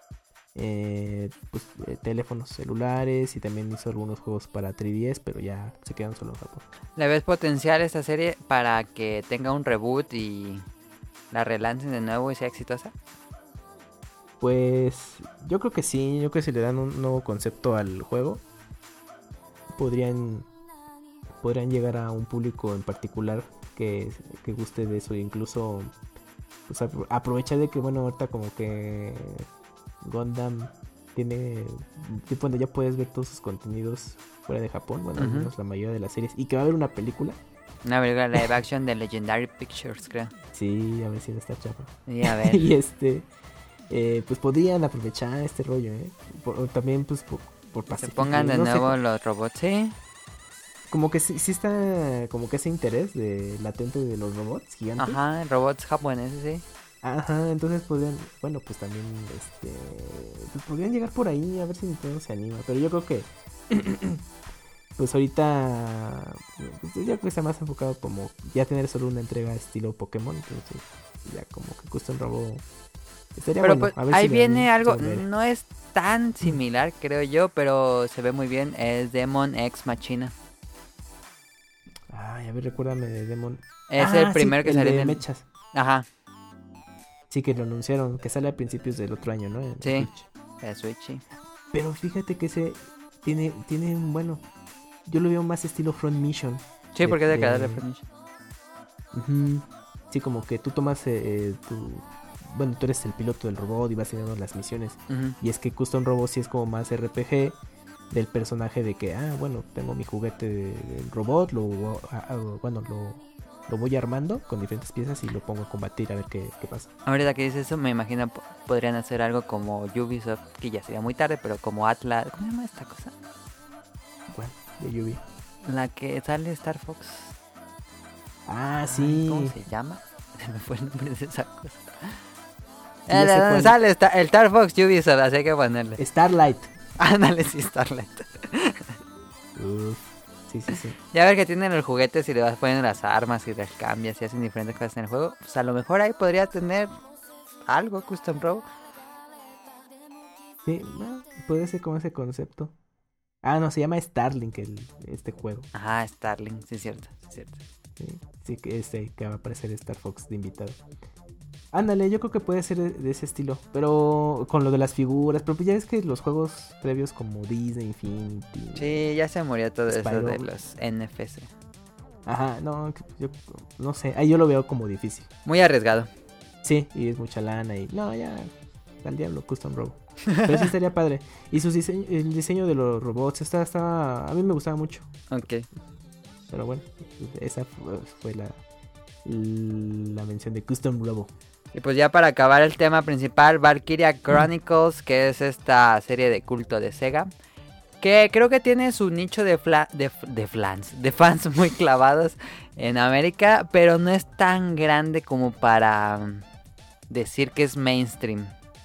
teléfonos celulares, y también hizo algunos juegos para 3DS, pero ya se quedan solo en Japón. ¿Le ves potencial esta serie para que tenga un reboot y la relancen de nuevo y sea exitosa? Pues yo creo que sí, yo creo que si le dan un nuevo concepto al juego, podrían llegar a un público en particular que guste de eso, e incluso pues, aprovechar de que, bueno, ahorita como que Gundam tiene tipo donde ya puedes ver todos sus contenidos fuera de Japón, bueno, al menos la mayoría de las series, y que va a haber una película. Una película live action de Legendary Pictures, creo. Sí, a ver si no está chapa. Y a ver. Y pues podrían aprovechar este rollo, también pues por se pongan de nuevo los robots, ¿sí? Como que sí está como que ese interés latente de los robots gigantes. Ajá, robots japoneses, sí. Ajá, entonces podrían, bueno, pues también pues podrían llegar por ahí a ver si Nintendo se anima, pero yo creo que pues ahorita pues, yo creo que está más enfocado como ya tener solo una entrega estilo Pokémon, entonces ya como que Custom Robo estaría pero bueno. Pues, a ver ahí si viene algo, no es tan similar, creo yo, pero se ve muy bien, es Demon X Machina. Ay, a ver, recuérdame de Demon. Es el primero que salió en en Mechas. Ajá. Sí, que lo anunciaron, que sale a principios del otro año, ¿no? Sí, el Switch, sí. Pero fíjate que ese tiene bueno, yo lo veo más estilo Front Mission. Sí, porque es de cada de Front Mission. Sí, como que tú tomas bueno, tú eres el piloto del robot y vas haciendo las misiones. Y es que Custom Robo sí es como más RPG del personaje de que, bueno, tengo mi juguete del robot, lo voy armando con diferentes piezas y lo pongo a combatir a ver qué pasa. Ahorita que dices eso, me imagino podrían hacer algo como Ubisoft, que ya sería muy tarde, pero como Atlas. ¿Cómo se llama esta cosa? ¿Cuál? De Ubi. La que sale Star Fox. Sí. ¿Cómo se llama? Se me fue el nombre de esa cosa. Sí, sale el Star Fox Ubisoft, así hay que ponerle. Starlight. Ándale, sí, Starlight. Sí. Ya ver que tienen los juguetes y le vas poniendo las armas y las cambias y hacen diferentes cosas en el juego. Pues a lo mejor ahí podría tener algo Custom Robo. Sí, puede ser como ese concepto. No, se llama Starlink este juego. Ajá, Starlink, sí es cierto. Sí, que va a aparecer Star Fox de invitado. Ándale, yo creo que puede ser de ese estilo, pero con lo de las figuras, pero ya ves que los juegos previos como Disney, Infinity... Sí, ya se murió todo Spyro, eso de los NFC. Ajá, no, yo no sé, ahí yo lo veo como difícil. Muy arriesgado. Sí, y es mucha lana y... No, ya, al diablo, Custom Robo. Pero sí estaría padre. Y el diseño de los robots estaba... A mí me gustaba mucho. Ok. Pero bueno, esa fue la mención de Custom Robo. Y pues ya para acabar el tema principal, Valkyria Chronicles, que es esta serie de culto de Sega, que creo que tiene su nicho de fans muy clavados en América, pero no es tan grande como para decir que es mainstream.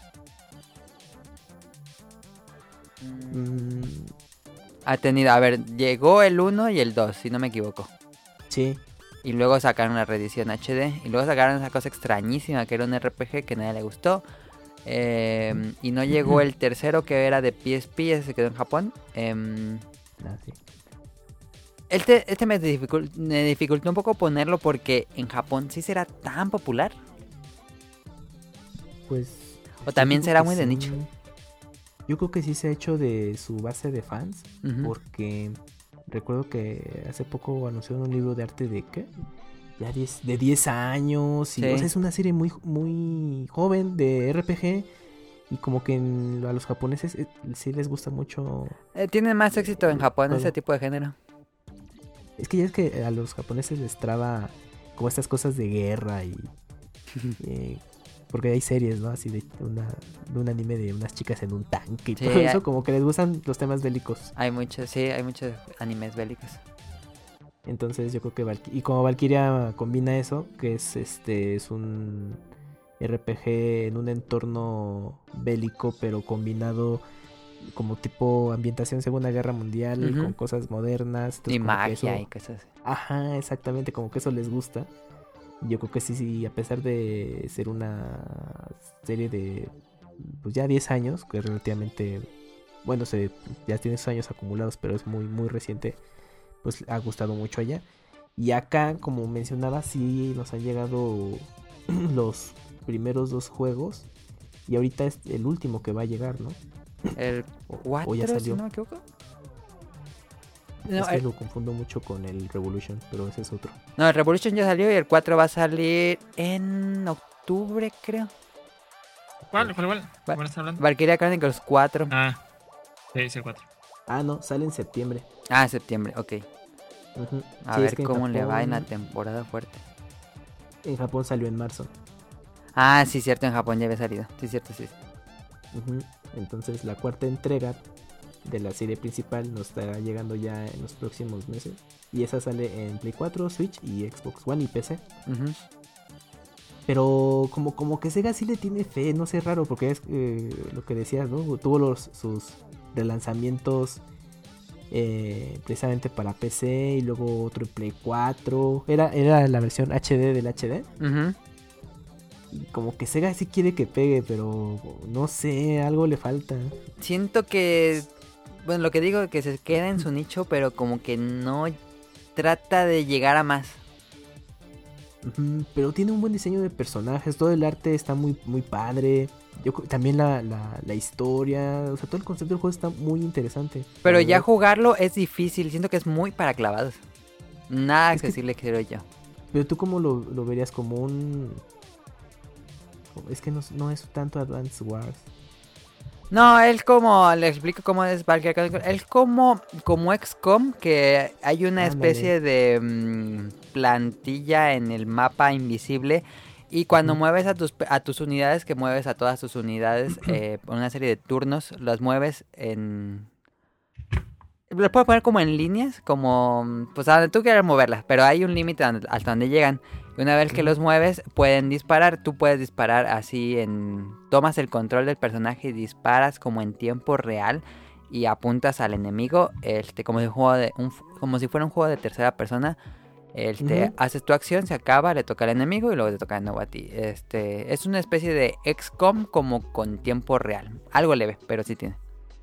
Ha tenido, llegó el 1 y el 2, si no me equivoco. Sí. Y luego sacaron la reedición HD. Y luego sacaron esa cosa extrañísima que era un RPG que a nadie le gustó. Y no llegó el tercero, que era de PSP, ese se quedó en Japón. Sí. Este me dificultó un poco ponerlo porque en Japón sí será tan popular. Pues... O también será muy de nicho. Yo creo que sí se ha hecho de su base de fans. Porque... Recuerdo que hace poco anunciaron un libro de arte de ¿qué? Ya de 10 años. Y, sí. O sea, es una serie muy, muy joven de RPG. Y como que a los japoneses sí les gusta mucho. Tienen más éxito en Japón ese tipo de género. Es que ya es que a los japoneses les traba como estas cosas de guerra y... porque hay series, ¿no? Así de un anime de unas chicas en un tanque y todo eso, como que les gustan los temas bélicos. Hay muchos animes bélicos. Entonces yo creo que y como Valkyria combina eso, que es un RPG en un entorno bélico, pero combinado como tipo ambientación Segunda Guerra Mundial, con cosas modernas. Y magia y cosas así. Ajá, exactamente, como que eso les gusta. Yo creo que sí, a pesar de ser una serie de pues ya 10 años, que es relativamente, bueno, ya tiene esos años acumulados, pero es muy, muy reciente, pues ha gustado mucho allá. Y acá, como mencionaba, sí nos han llegado los primeros 2 juegos. Y ahorita es el último que va a llegar, ¿no? El 4, o ya salió. si no me equivoco. Es que lo confundo mucho con el Revolution, pero ese es otro. No, el Revolution ya salió y el 4 va a salir en octubre, creo. ¿Cuál estás hablando? Valkyria Chronicles 4. Ah, sí, es el 4. Ah, no, sale en septiembre. Ah, septiembre, ok. Uh-huh. A ver cómo le va en la temporada fuerte. En Japón salió en marzo. Ah, sí, cierto, en Japón ya había salido. Sí, cierto, sí. Uh-huh. Entonces la cuarta entrega de la serie principal nos estará llegando ya en los próximos meses. Y esa sale en Play 4, Switch y Xbox One y PC. Uh-huh. Pero como que Sega sí le tiene fe, no sé, raro, porque es lo que decías, ¿no? Tuvo sus relanzamientos precisamente para PC y luego otro en Play 4. Era la versión HD del HD. Uh-huh. Y como que Sega sí quiere que pegue, pero no sé, algo le falta. Siento que, bueno, lo que digo, que se queda en su nicho, pero como que no trata de llegar a más. Pero tiene un buen diseño de personajes, todo el arte está muy, muy padre. También la historia, o sea, todo el concepto del juego está muy interesante. Pero ya jugarlo es difícil, siento que es muy para clavados. Nada accesible, creo yo. Pero tú cómo lo verías, como un... Es que no es tanto Advance Wars. No, él como, le explico cómo es Valkyria Chronicles. Él como XCOM, que hay una especie de plantilla en el mapa invisible. Y cuando mueves a tus unidades, que mueves a todas tus unidades por una serie de turnos, las mueves en... Lo puedes poner como en líneas, como pues a donde tú quieras moverlas, pero hay un límite hasta donde llegan. Y una vez que los mueves, pueden disparar. Tú puedes disparar así tomas el control del personaje y disparas como en tiempo real y apuntas al enemigo, como si fuera un juego de tercera persona. Haces tu acción, se acaba, le toca al enemigo y luego te toca de nuevo a ti. Es una especie de XCOM como con tiempo real. Algo leve, pero sí tiene.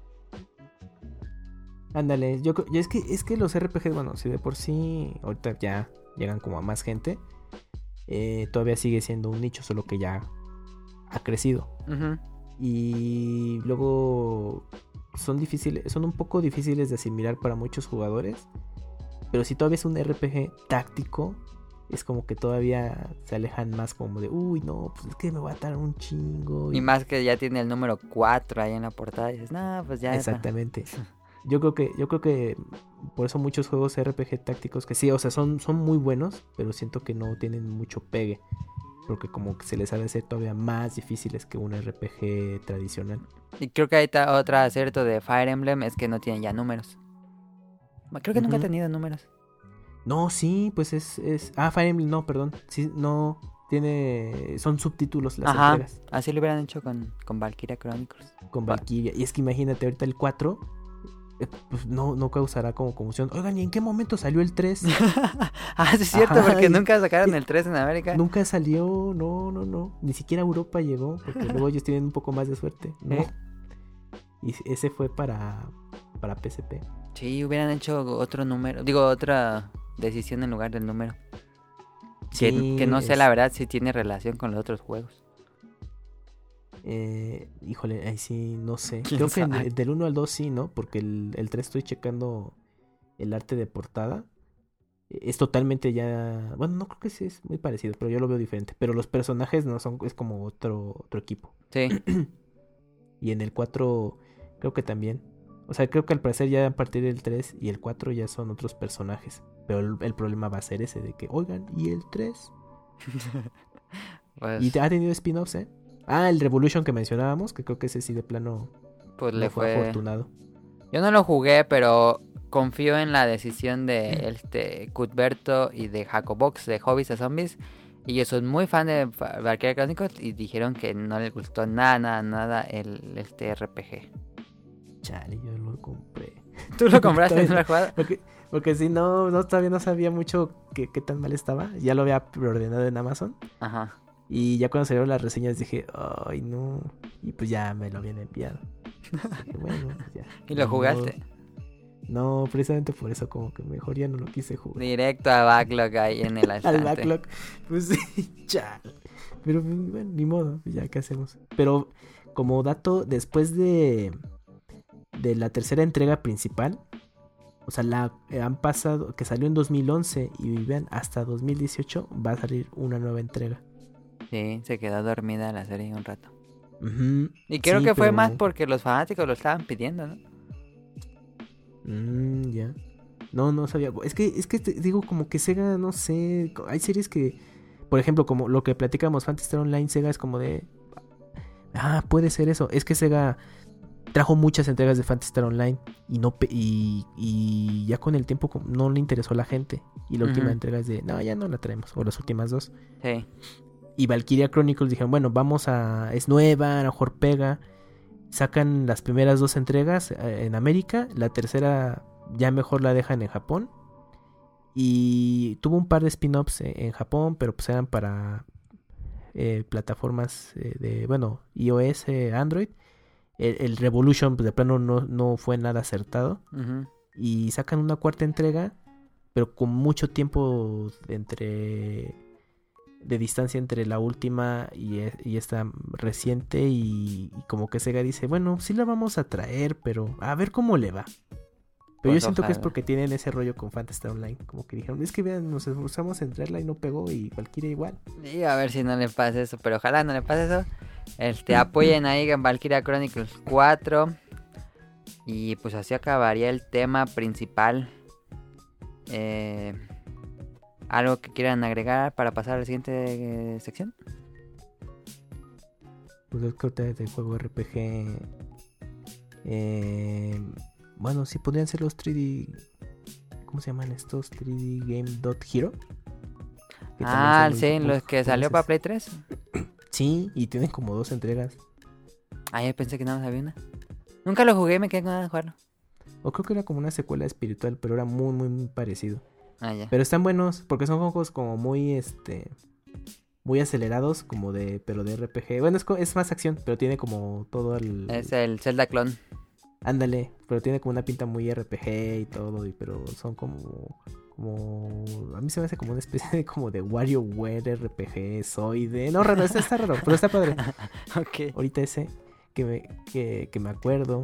Ándale, es que los RPGs, bueno, si de por sí ahorita ya llegan como a más gente, todavía sigue siendo un nicho, solo que ya ha crecido. Uh-huh. Y luego son un poco difíciles de asimilar para muchos jugadores. Pero si todavía es un RPG táctico, es como que todavía se alejan más como de, uy, no, pues es que me va a tardar un chingo. Y más que ya tiene el número 4 ahí en la portada y dices, no, pues ya. Exactamente. Yo creo que por eso muchos juegos RPG tácticos que sí, o sea, son muy buenos, pero siento que no tienen mucho pegue. Porque como que se les ha de hacer todavía más difíciles que un RPG tradicional. Y creo que hay otro acierto de Fire Emblem, es que no tienen ya números. Creo que nunca ha tenido números. No, sí, pues es... Fire Emblem, no, perdón. Sí, no, son subtítulos las entregas. Así lo hubieran hecho con Valkyria Chronicles. Con Valkyria. Y es que imagínate, ahorita el 4... pues no causará como confusión. Oigan, ¿y en qué momento salió el 3? Sí es cierto, porque nunca sacaron el 3 en América. Nunca salió, no. Ni siquiera Europa llegó, porque luego ellos tienen un poco más de suerte. No. Y ese fue para PSP. Sí, hubieran hecho otro número. Digo, otra decisión en lugar del número. Sí, que no sé la verdad si tiene relación con los otros juegos. Híjole, ahí sí, no sé. Creo que del 1 al 2 sí, ¿no? Porque el 3 estoy checando el arte de portada. Es totalmente ya... Bueno, no creo que sí, es muy parecido, pero yo lo veo diferente. Pero los personajes no son... Es como otro equipo. Sí. Y en el 4 creo que también. O sea, creo que al parecer ya a partir del 3 y el 4 ya son otros personajes. Pero el problema va a ser ese de que, oigan, ¿y el 3? Pues... Y ha tenido spin-offs, ¿eh? El Revolution que mencionábamos, que creo que ese sí de plano pues le fue afortunado. Yo no lo jugué, pero confío en la decisión de Cuthberto y de Jacobox de Hobbies a Zombies. Y yo soy muy fan de Valkyria Chronicles y dijeron que no les gustó nada este RPG. Chale, yo lo compré. ¿Tú lo compraste? ¿No lo has jugado? Porque si no, todavía no sabía mucho qué tan mal estaba. Ya lo había preordenado en Amazon. Ajá. Y ya cuando salieron las reseñas dije, ay no. Y pues ya me lo habían enviado. Dije, bueno, pues ya. ¿Y lo jugaste? No, precisamente por eso como que mejor ya no lo quise jugar. Directo a backlog ahí en el estante. Al backlog. Pues sí, chale. Pero bueno, ni modo, ya qué hacemos. Pero como dato, después de la tercera entrega principal, o sea, han pasado, que salió en 2011 y vean, hasta 2018 va a salir una nueva entrega. Sí, se quedó dormida la serie un rato. Uh-huh. Y creo sí, que fue pero... más porque los fanáticos lo estaban pidiendo, ¿no? Ya. No sabía. Es que te digo, como que Sega, no sé. Hay series que, por ejemplo, como lo que platicamos, Phantasy Star Online, Sega es como de. Puede ser eso. Es que Sega trajo muchas entregas de Phantasy Star Online y ya con el tiempo no le interesó a la gente. Y la última entrega es de, no, ya no la traemos. O las últimas dos. Sí. Y Valkyria Chronicles dijeron, bueno, es nueva, a lo mejor pega. Sacan las primeras dos entregas en América. La tercera ya mejor la dejan en Japón. Y tuvo un par de spin-offs en Japón, pero pues eran para plataformas de, iOS, Android. El Revolution, pues de plano no fue nada acertado. Uh-huh. Y sacan una cuarta entrega, pero con mucho tiempo de distancia entre la última y esta reciente, y como que Sega dice, bueno, sí la vamos a traer, pero a ver cómo le va. Pero yo siento que es porque tienen ese rollo con Phantasy Star Online, como que dijeron, es que vean, nos esforzamos en traerla y no pegó, y Valkyria igual. Y a ver si no le pasa eso, pero ojalá no le pase eso. Apoyen ahí en Valkyria Chronicles 4. Y pues así acabaría el tema principal. ¿Algo que quieran agregar para pasar a la siguiente sección? Pues es que de juego RPG. Bueno, sí podrían ser los 3D. ¿Cómo se llaman estos? 3D Game.Hero. Sí, los que salió para Play 3. Sí, y tienen como 2 entregas. Yo pensé que nada más había una. Nunca lo jugué, me quedé con ganas de jugarlo. O creo que era como una secuela espiritual, pero era muy, muy, muy parecido. Ya. Pero están buenos, porque son juegos como muy, muy acelerados, pero de RPG. Bueno, es más acción, pero tiene como todo el... Es el Zelda clon. Ándale, pero tiene como una pinta muy RPG y todo, pero son como... A mí se me hace como una especie de WarioWare RPG, no, raro, está raro, pero está padre. Okay. Ahorita ese que me acuerdo.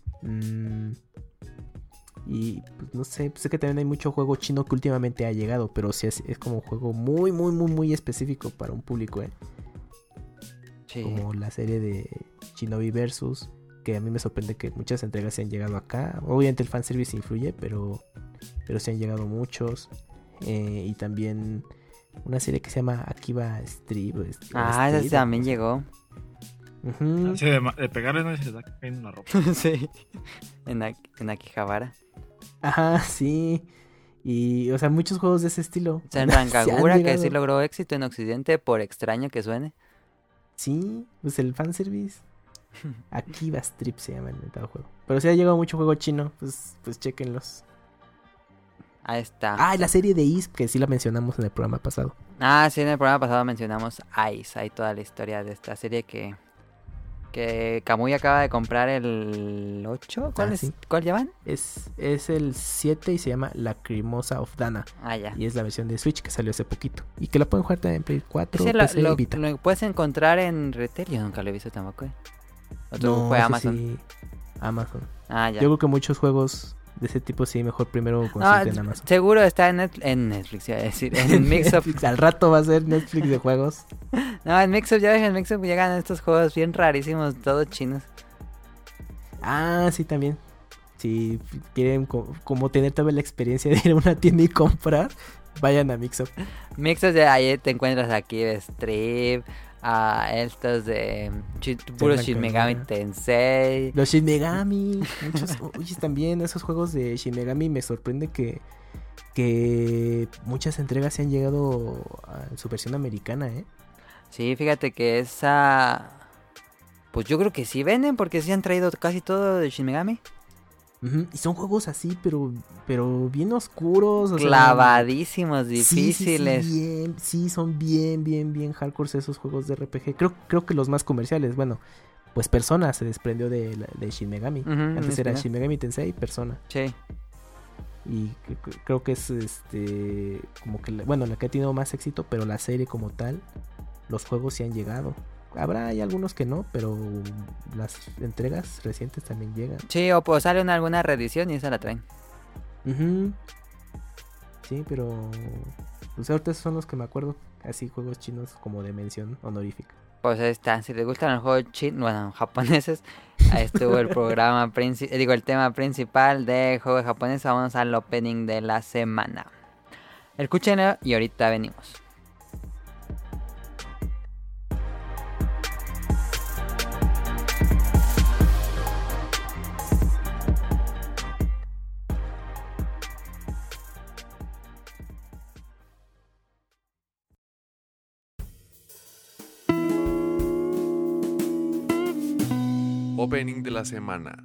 Y pues no sé, sé que también hay mucho juego chino que últimamente ha llegado, pero sí es como un juego muy, muy, muy, muy específico para un público, Sí. Como la serie de Shinobi Versus, que a mí me sorprende que muchas entregas se han llegado acá. Obviamente el fanservice influye, pero se han llegado muchos. Y también una serie que se llama Akiba Strip. Esa también llegó. Uh-huh. Así de pegarle no se está cayendo una ropa. Sí. En Akihabara. Ajá, sí. Y, o sea, muchos juegos de ese estilo. O sea, en Rancagura, que sí logró éxito en Occidente, por extraño que suene. Sí, pues el fanservice. Akiba Strip se llama el tal juego. Pero si ha llegado mucho juego chino, pues chéquenlos. Ahí está. La serie de Is, que sí la mencionamos en el programa pasado. Sí, en el programa pasado mencionamos Ice. Hay toda la historia de esta serie que Kamui acaba de comprar el 8. Sí. ¿Cuál llevan? Es el 7 y se llama Lacrimosa of Dana. Ya. Y es la versión de Switch que salió hace poquito. Y que la pueden jugar también en Play 4, PC y Vita. Lo puedes encontrar en retail. Yo nunca lo he visto tampoco. No, fue Amazon. Sí, Amazon. Ya. Yo creo que muchos juegos de ese tipo sí, mejor primero consulten Amazon. Seguro está en Netflix, iba a decir. En Mixup. Al rato va a ser Netflix de juegos. No, en Mixup, ya ves, en Mixup llegan estos juegos bien rarísimos, todos chinos. Sí, también. Si quieren como tener toda la experiencia de ir a una tienda y comprar, vayan a Mixup. Mixup, de ahí te encuentras aquí de Strip, estos de puro Shin Megami Tensei. Los Shin Megami, muchos. Oye, también esos juegos de Shin Megami me sorprende que que muchas entregas se han llegado a su versión americana, ¿eh? Sí, fíjate que esa... Pues yo creo que sí venden, porque sí han traído casi todo de Shin Megami. Y son juegos así, pero bien oscuros. O clavadísimos, difíciles. Sí, son bien hardcore esos juegos de RPG. Creo que los más comerciales, bueno, pues Persona se desprendió de Shin Megami. Antes era Shin Megami Tensei y Persona. Sí. Y creo que es como que la que ha tenido más éxito, pero la serie como tal, los juegos sí han llegado. Hay algunos que no, pero las entregas recientes también llegan. Sí, o pues sale alguna reedición y esa la traen. Sí, pero pues ahorita son los que me acuerdo, así juegos chinos como de mención honorífica. Pues ahí está, si les gustan los juegos chinos, bueno, japoneses, ahí estuvo el programa el tema principal de juegos japoneses. Vamos al opening de la semana. Escúchenlo y ahorita venimos. Opening de la semana.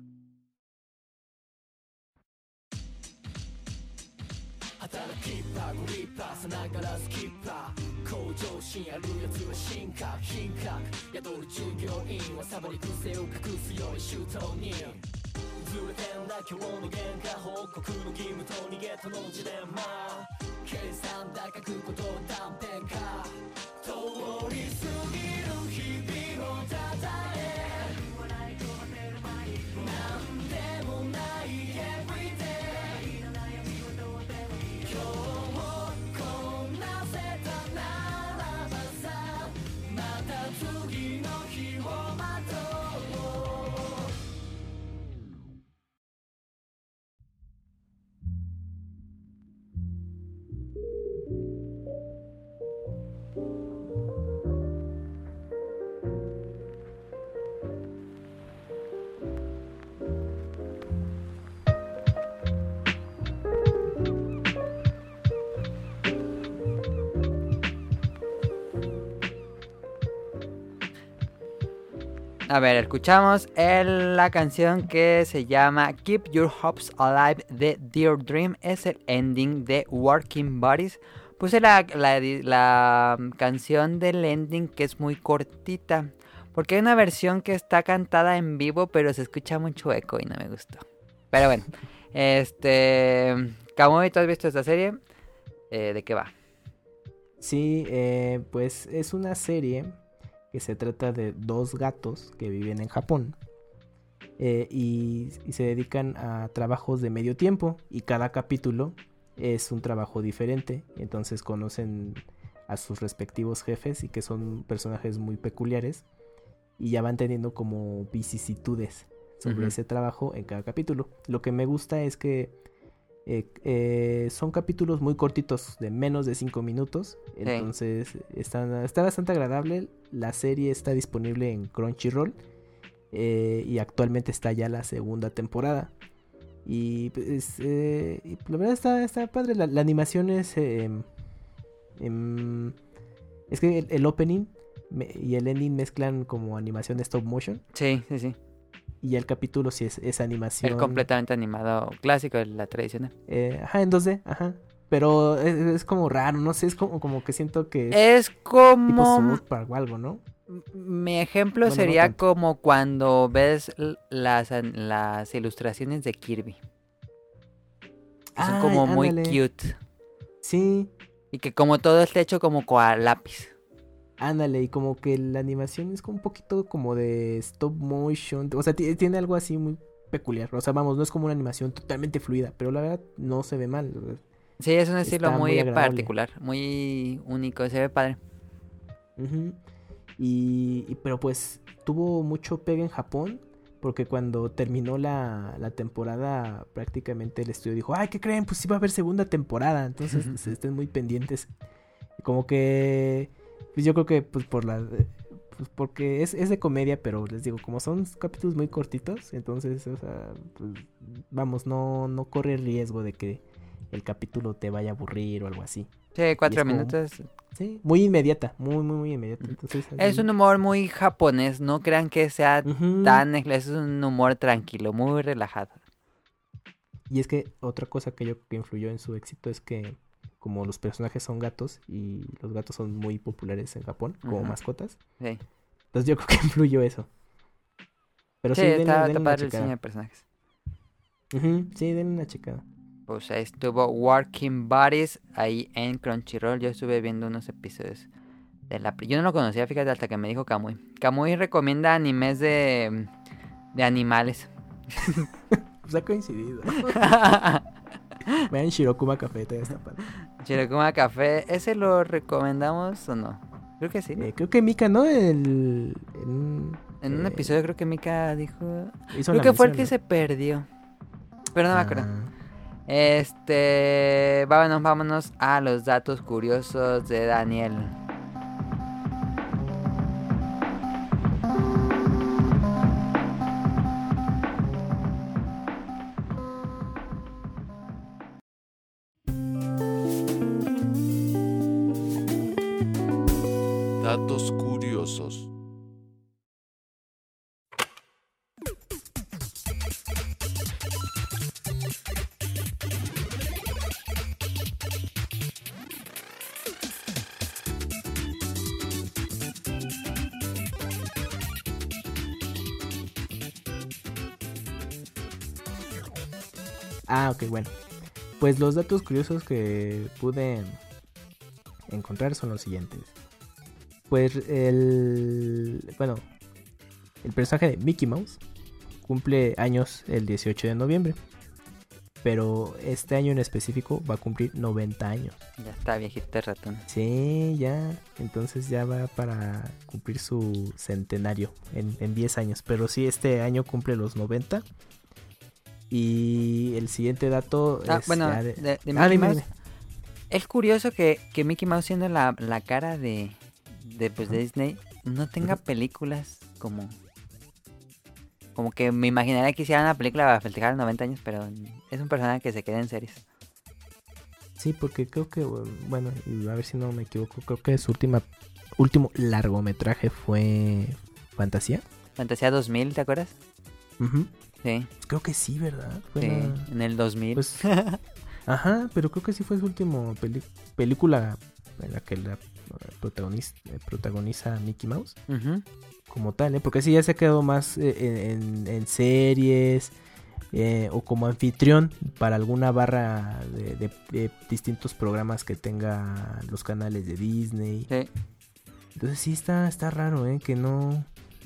A ver, escuchamos la canción que se llama Keep Your Hopes Alive de Dear Dream. Es el ending de Working Bodies. Puse la canción del ending, que es muy cortita, porque hay una versión que está cantada en vivo, pero se escucha mucho eco y no me gustó. Pero bueno, Kamui, ¿tú has visto esta serie? ¿De qué va? Sí, pues es una serie que se trata de dos gatos que viven en Japón y se dedican a trabajos de medio tiempo, y cada capítulo es un trabajo diferente. Entonces conocen a sus respectivos jefes, y que son personajes muy peculiares, y ya van teniendo como vicisitudes sobre ese trabajo en cada capítulo. Lo que me gusta es que son capítulos muy cortitos, de menos de 5 minutos. Entonces está bastante agradable. La serie está disponible en Crunchyroll, y actualmente está ya la segunda temporada. Y pues, la verdad está padre. La animación es que el opening y el ending mezclan como animación de stop motion. Sí. Y el capítulo sí es animación. Es completamente animado, clásico, la tradicional. En 2D, Pero es como raro, no sé, es como que siento que es como tipo South Park o algo, ¿no? Mi ejemplo sería no como cuando ves las ilustraciones de Kirby. Son como ándale. Muy cute. Sí. Y que como todo está hecho como a lápiz. Ándale, y como que la animación es como un poquito como de stop motion. O sea, tiene algo así muy peculiar. O sea, vamos, no es como una animación totalmente fluida, pero la verdad no se ve mal. Sí, es un estilo muy particular, muy único, se ve padre. Pero pues tuvo mucho pega en Japón, porque cuando terminó la temporada, prácticamente el estudio dijo, ay, ¿qué creen? Pues sí va a haber segunda temporada, entonces estén muy pendientes. Como que pues yo creo que pues porque es de comedia, pero les digo, como son capítulos muy cortitos, entonces, o sea, pues, vamos, no corre riesgo de que el capítulo te vaya a aburrir o algo así. Sí, 4 minutos. Sí, muy inmediata, muy inmediata. Entonces, es un humor muy japonés, no crean que sea tan... Es un humor tranquilo, muy relajado. Y es que otra cosa que influyó en su éxito es que como los personajes son gatos y los gatos son muy populares en Japón como mascotas. Sí. Entonces yo creo que influyó eso. Pero sí, denle una checada. El diseño de personajes. Sí, denle una checada. Pues ahí estuvo Working Buddies ahí en Crunchyroll. Yo estuve viendo unos episodios de yo no lo conocía, fíjate, hasta que me dijo Kamui. Kamui recomienda animes de animales. Pues ha coincidido. Vean Shirokuma Café, todavía está padre. Shirokuma Café, ¿ese lo recomendamos o no? Creo que sí. Creo que Mika, ¿no? En un episodio creo que Mika dijo... Creo que fue el que se perdió. Pero no me acuerdo. Vámonos a los datos curiosos de Daniel. Datos curiosos. Ok, bueno. Pues los datos curiosos que pude encontrar son los siguientes. Pues el personaje de Mickey Mouse cumple años el 18 de noviembre. Pero este año en específico va a cumplir 90 años. Ya está viejito el ratón. Sí, ya. Entonces ya va para cumplir su centenario en 10 años. Pero sí, este año cumple los 90. Y el siguiente dato es... Bueno, de Mickey Mouse. Es curioso que Mickey Mouse, siendo la cara de Disney, no tenga películas como que me imaginaría que hiciera una película para festejar los 90 años, pero es un personaje que se queda en series. Sí, porque creo que, bueno, a ver si no me equivoco, creo que su último largometraje fue Fantasía. Fantasía 2000, ¿te acuerdas? Sí. Pues creo que sí, ¿verdad? Sí, en el 2000. Pues, pero creo que sí fue su último película en la que la protagoniza Mickey Mouse. Como tal, porque sí ya se quedó más en series o como anfitrión para alguna barra de distintos programas que tenga los canales de Disney. Sí. Entonces sí está raro, que no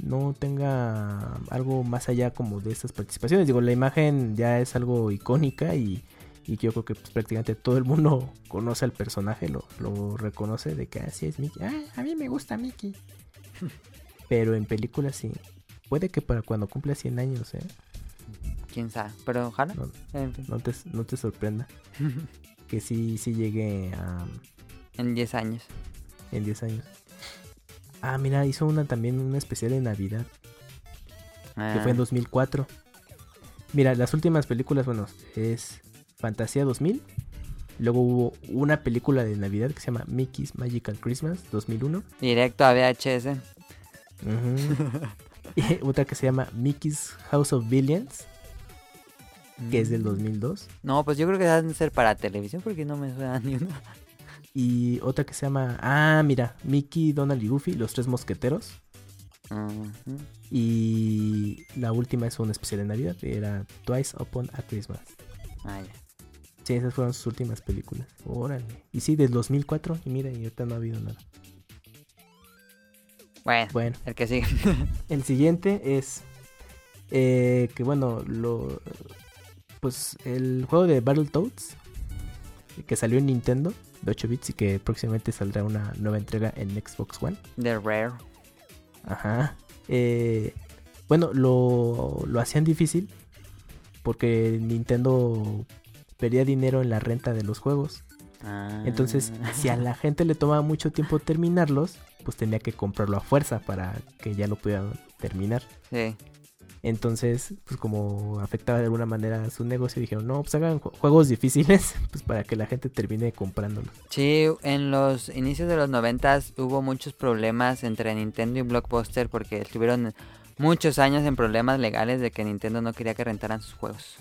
tenga algo más allá como de estas participaciones. Digo, la imagen ya es algo icónica y yo creo que pues, prácticamente todo el mundo conoce al personaje, lo reconoce de que así es Mickey. A mí me gusta Mickey. Pero en películas sí. Puede que para cuando cumpla 100 años, quién sabe, pero ojalá. No te sorprenda. Que sí llegue a... En 10 años. En 10 años. Mira, hizo también una especial de Navidad. Que fue en 2004. Mira, las últimas películas, bueno, es Fantasía 2000. Luego hubo una película de Navidad que se llama Mickey's Magical Christmas 2001. Directo a VHS. Y otra que se llama Mickey's House of Billions, que es del 2002. No, pues yo creo que deben ser para televisión porque no me suena ni una. Y otra que se llama... mira, Mickey, Donald y Goofy, los tres mosqueteros. Y la última es una especial de Navidad, que era Twice Upon a Christmas. Ya. Sí, esas fueron sus últimas películas. Órale. Y sí, del 2004. Y mira, y ahorita no ha habido nada. Bueno, el que sigue. El siguiente es que bueno, pues el juego de Battletoads que salió en Nintendo de 8 bits y que próximamente saldrá una nueva entrega en Xbox One. The Rare. Bueno, lo hacían difícil porque Nintendo pedía dinero en la renta de los juegos. Entonces, si a la gente le tomaba mucho tiempo terminarlos, pues tenía que comprarlo a fuerza para que ya lo pudieran terminar. Sí. Entonces, pues como afectaba de alguna manera su negocio, dijeron, no, pues hagan juegos difíciles, pues para que la gente termine comprándolos. Sí, en los inicios de los 90s hubo muchos problemas entre Nintendo y Blockbuster porque estuvieron muchos años en problemas legales de que Nintendo no quería que rentaran sus juegos.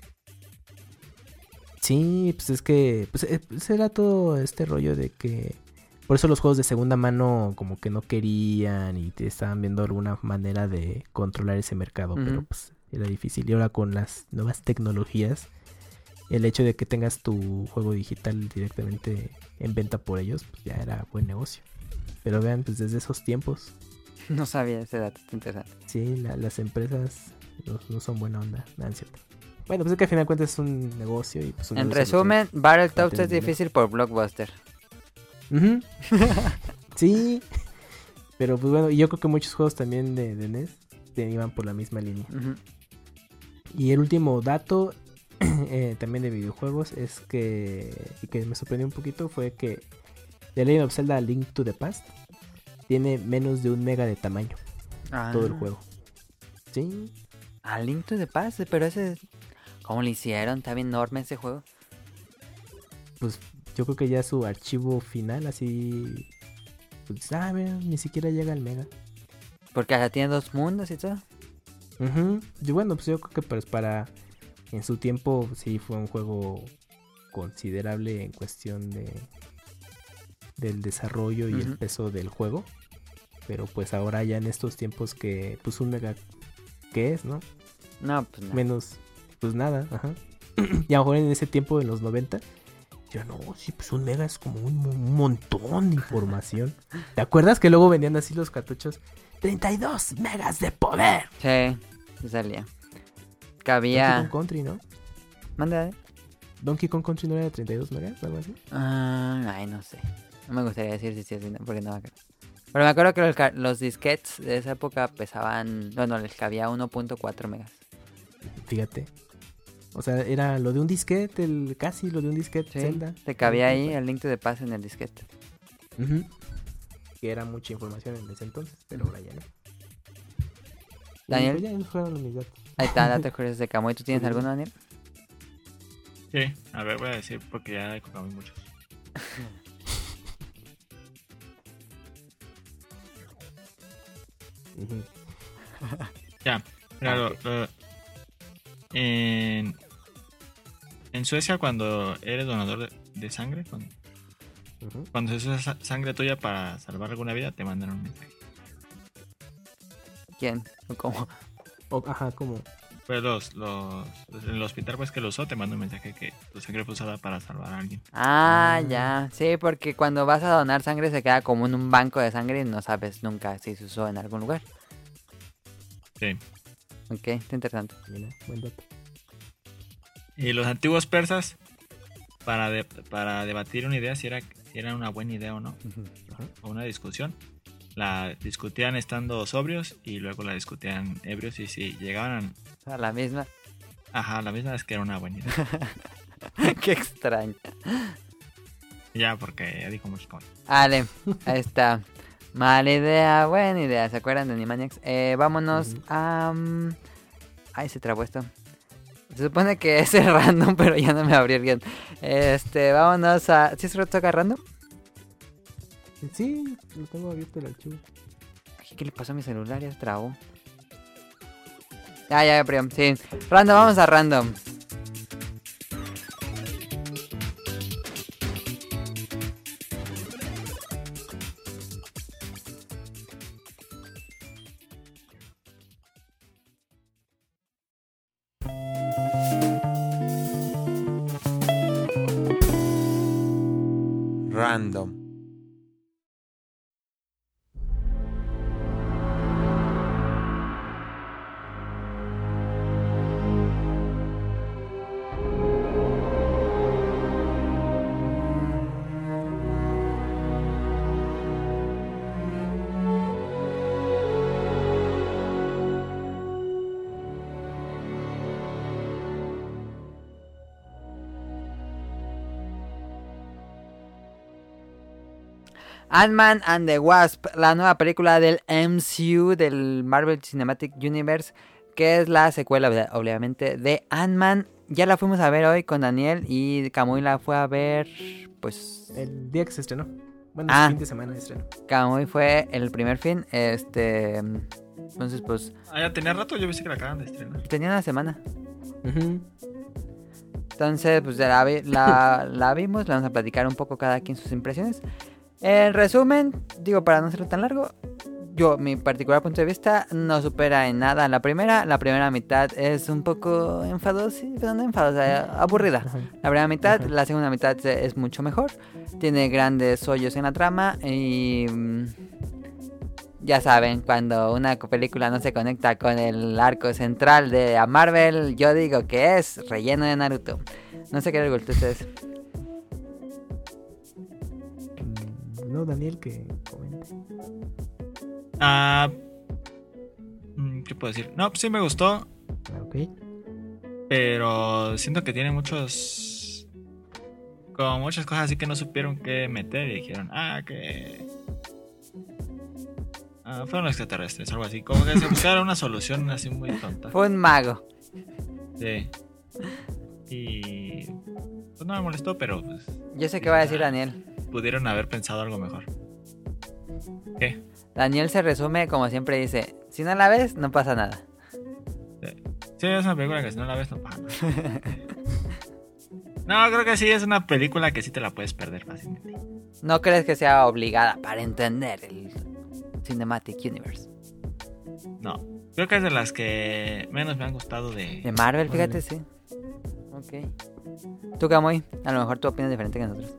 Sí, pues es que pues era todo este rollo de que por eso los juegos de segunda mano como que no querían y te estaban viendo alguna manera de controlar ese mercado, pero pues era difícil. Y ahora con las nuevas tecnologías, el hecho de que tengas tu juego digital directamente en venta por ellos, pues ya era buen negocio. Pero vean, pues desde esos tiempos. No sabía ese dato, interesante. Sí, las empresas no son buena onda, nada, cierto. Bueno, pues es que al final de cuentas es un negocio y pues un En negocio resumen, Battletoads es difícil por Blockbuster. Sí, pero pues bueno, yo creo que muchos juegos también de NES iban por la misma línea. Y el último dato también de videojuegos es que me sorprendió un poquito fue que The Legend of Zelda Link to the Past tiene menos de 1 mega de tamaño. Todo el juego. Sí. A Link to the Past, pero ese... ¿Cómo lo hicieron? Está bien enorme ese juego. Pues yo creo que ya su archivo final así... Pues ni siquiera llega al mega. Porque hasta tiene 2 mundos y todo. Y bueno, pues yo creo que pues para... En su tiempo sí fue un juego considerable en cuestión del desarrollo y el peso del juego. Pero pues ahora ya en estos tiempos que... Pues 1 mega... ¿Qué es, no? No, pues nada. Menos... Pues nada, Y a lo mejor en ese tiempo, en los 90... Yo no, sí, pues 1 mega es como un montón de información. ¿Te acuerdas que luego vendían así los cartuchos? 32 megas de poder. Sí, salía. Que había... Donkey Kong Country, ¿no? Manda. Donkey Kong Country no era de 32 megas, algo así. Ay, no sé. No me gustaría decir si sí o si no, porque no me acuerdo. Pero me acuerdo que los disquetes de esa época pesaban... Bueno, les cabía 1.4 megas. Fíjate. O sea, era lo de un disquete, casi lo de un disquete, sí, Zelda. Te cabía ahí el Link to the Past en el disquete. Que era mucha información en ese entonces, pero ahora ya no. Daniel. Pues ya fueron mis datos. Ahí está, datos curiosos de Kamui. ¿Tú tienes alguno, Daniel? Sí, a ver, voy a decir porque ya he contado muchos. Ya, claro. En Suecia, cuando eres donador de sangre, cuando se usa sangre tuya para salvar alguna vida, te mandan un mensaje. ¿Quién? ¿O cómo? ¿Cómo? Pues en el hospital pues que lo usó, te manda un mensaje que tu sangre fue usada para salvar a alguien. Ya. Sí, porque cuando vas a donar sangre se queda como en un banco de sangre y no sabes nunca si se usó en algún lugar. Sí. Ok, está interesante. Mira, buen dato. Y los antiguos persas, para debatir una idea, si era una buena idea o no, o una discusión, la discutían estando sobrios y luego la discutían ebrios, y si llegaban a la misma. Ajá, la misma es que era una buena idea. Qué extraño. Ya, porque ya dijo muchos cosas. Vale, ahí está. Mala idea, buena idea. ¿Se acuerdan de Animaniacs? Vámonos a... Ay, se trabó esto. Se supone que es el random, pero ya no me abrió el guión. Vámonos a... ¿Sí se toca random? Sí, lo tengo abierto el archivo. ¿Qué le pasó a mi celular? Ya se trabó. Ya, pero sí. Random, vamos a random. Random. Ant-Man and the Wasp, la nueva película del MCU, del Marvel Cinematic Universe, que es la secuela, obviamente, de Ant-Man. Ya la fuimos a ver hoy con Daniel y Kamui la fue a ver, pues... El día que se estrenó. Bueno, el fin de semana de estreno. Kamui fue el primer fin, entonces, pues... ya tenía rato, yo pensé que la acaban de estrenar. Tenía una semana. Uh-huh. Entonces, pues la vimos, le vamos a platicar un poco cada quien sus impresiones. En resumen, digo, para no hacerlo tan largo, mi particular punto de vista no supera en nada la primera mitad es un poco enfadosa, aburrida. La primera mitad, la segunda mitad es mucho mejor, tiene grandes hoyos en la trama y ya saben, cuando una película no se conecta con el arco central de a Marvel, yo digo que es relleno de Naruto. No sé qué les gustó a ustedes. No, Daniel, que comente. ¿Qué puedo decir? No, pues sí me gustó. Ok. Pero siento que tiene muchas cosas así que no supieron qué meter y dijeron, que... fueron los extraterrestres, algo así. Como que se buscaron una solución así muy tonta. Fue un mago. Sí. Y... pues no me molestó, pero pues... Yo sé qué va a decir Daniel. Pudieron haber pensado algo mejor. ¿Qué? Daniel se resume como siempre dice, si no la ves, no pasa nada. Sí, es una película que si no la ves no pasa nada. No, creo que sí es una película que sí te la puedes perder fácilmente. ¿No crees que sea obligada para entender el Cinematic Universe? No, creo que es de las que menos me han gustado de Marvel, fíjate, sí. Ok. Tú, Kamui, a lo mejor tú opinas diferente que nosotros.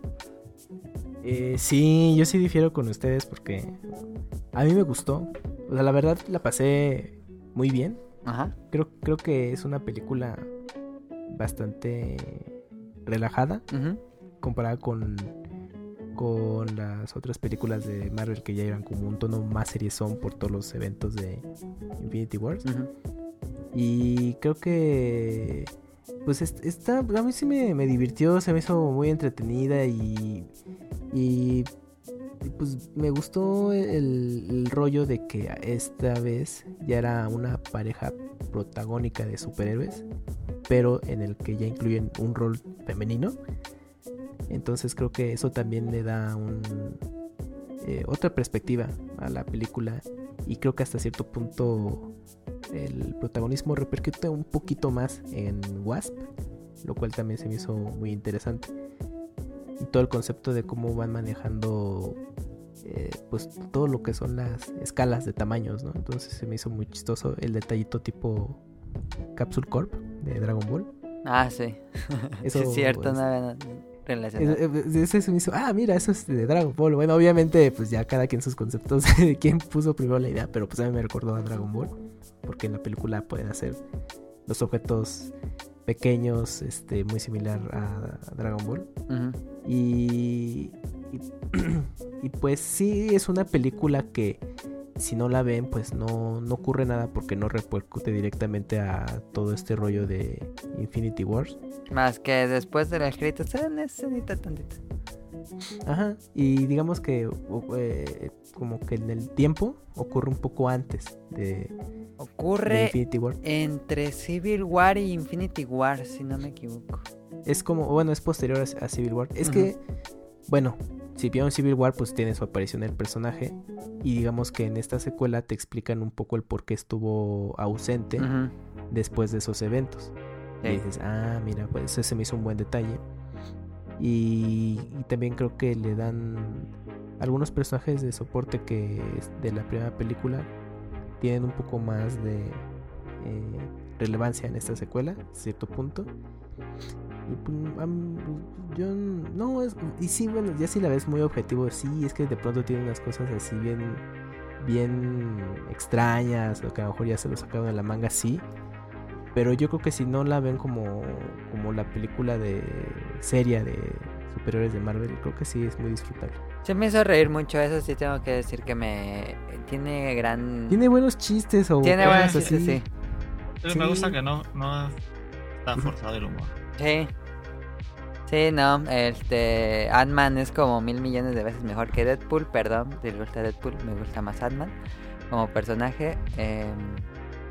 Sí, yo sí difiero con ustedes porque a mí me gustó. O sea, la verdad la pasé muy bien. Ajá. Creo que es una película bastante relajada, comparada con las otras películas de Marvel que ya eran como un tono más seriezón por todos los eventos de Infinity Wars. Y creo que pues esta a mí sí me divirtió, se me hizo muy entretenida y pues me gustó el rollo de que esta vez ya era una pareja protagónica de superhéroes, pero en el que ya incluyen un rol femenino. Entonces creo que eso también le da otra perspectiva a la película y creo que hasta cierto punto el protagonismo repercute un poquito más en Wasp, lo cual también se me hizo muy interesante. Y todo el concepto de cómo van manejando pues todo lo que son las escalas de tamaños, ¿no? Entonces se me hizo muy chistoso el detallito tipo Capsule Corp de Dragon Ball. Sí. Eso sí, es cierto, no relacionado. Ese se me hizo, mira, eso es de Dragon Ball. Bueno, obviamente pues ya cada quien sus conceptos de quién puso primero la idea, pero pues a mí me recordó a Dragon Ball, porque en la película pueden hacer los objetos pequeños, muy similar a Dragon Ball. Y pues sí, es una película que si no la ven pues no ocurre nada porque no repercute directamente a todo este rollo de Infinity Wars. Más que después de los créditos se necesita tantito. Ajá, y digamos que como que en el tiempo ocurre un poco antes de Infinity War. Entre Civil War y Infinity War, si no me equivoco. Es como, bueno, es posterior a Civil War. Es que, bueno, si vieron Civil War, pues tiene su aparición el personaje. Y digamos que en esta secuela te explican un poco el por qué estuvo ausente después de esos eventos. Sí. Y dices, mira, pues ese me hizo un buen detalle. Y también creo que le dan algunos personajes de soporte que de la primera película tienen un poco más de relevancia en esta secuela, a cierto punto. Y pues, yo no es, y sí, bueno, ya si la ves muy objetivo, sí, es que de pronto tiene unas cosas así bien extrañas, o que a lo mejor ya se lo sacaron de la manga, sí. Pero yo creo que si no la ven como la película de seria de superhéroes de Marvel, creo que sí es muy disfrutable. Se me hizo reír mucho, eso sí tengo que decir que tiene buenos chistes tiene buenos chistes, sí. Pero me gusta que no está forzado el humor. Sí, no, Ant-Man es como 1,000 millones de veces mejor que Deadpool, perdón, si le gusta Deadpool, me gusta más Ant-Man como personaje.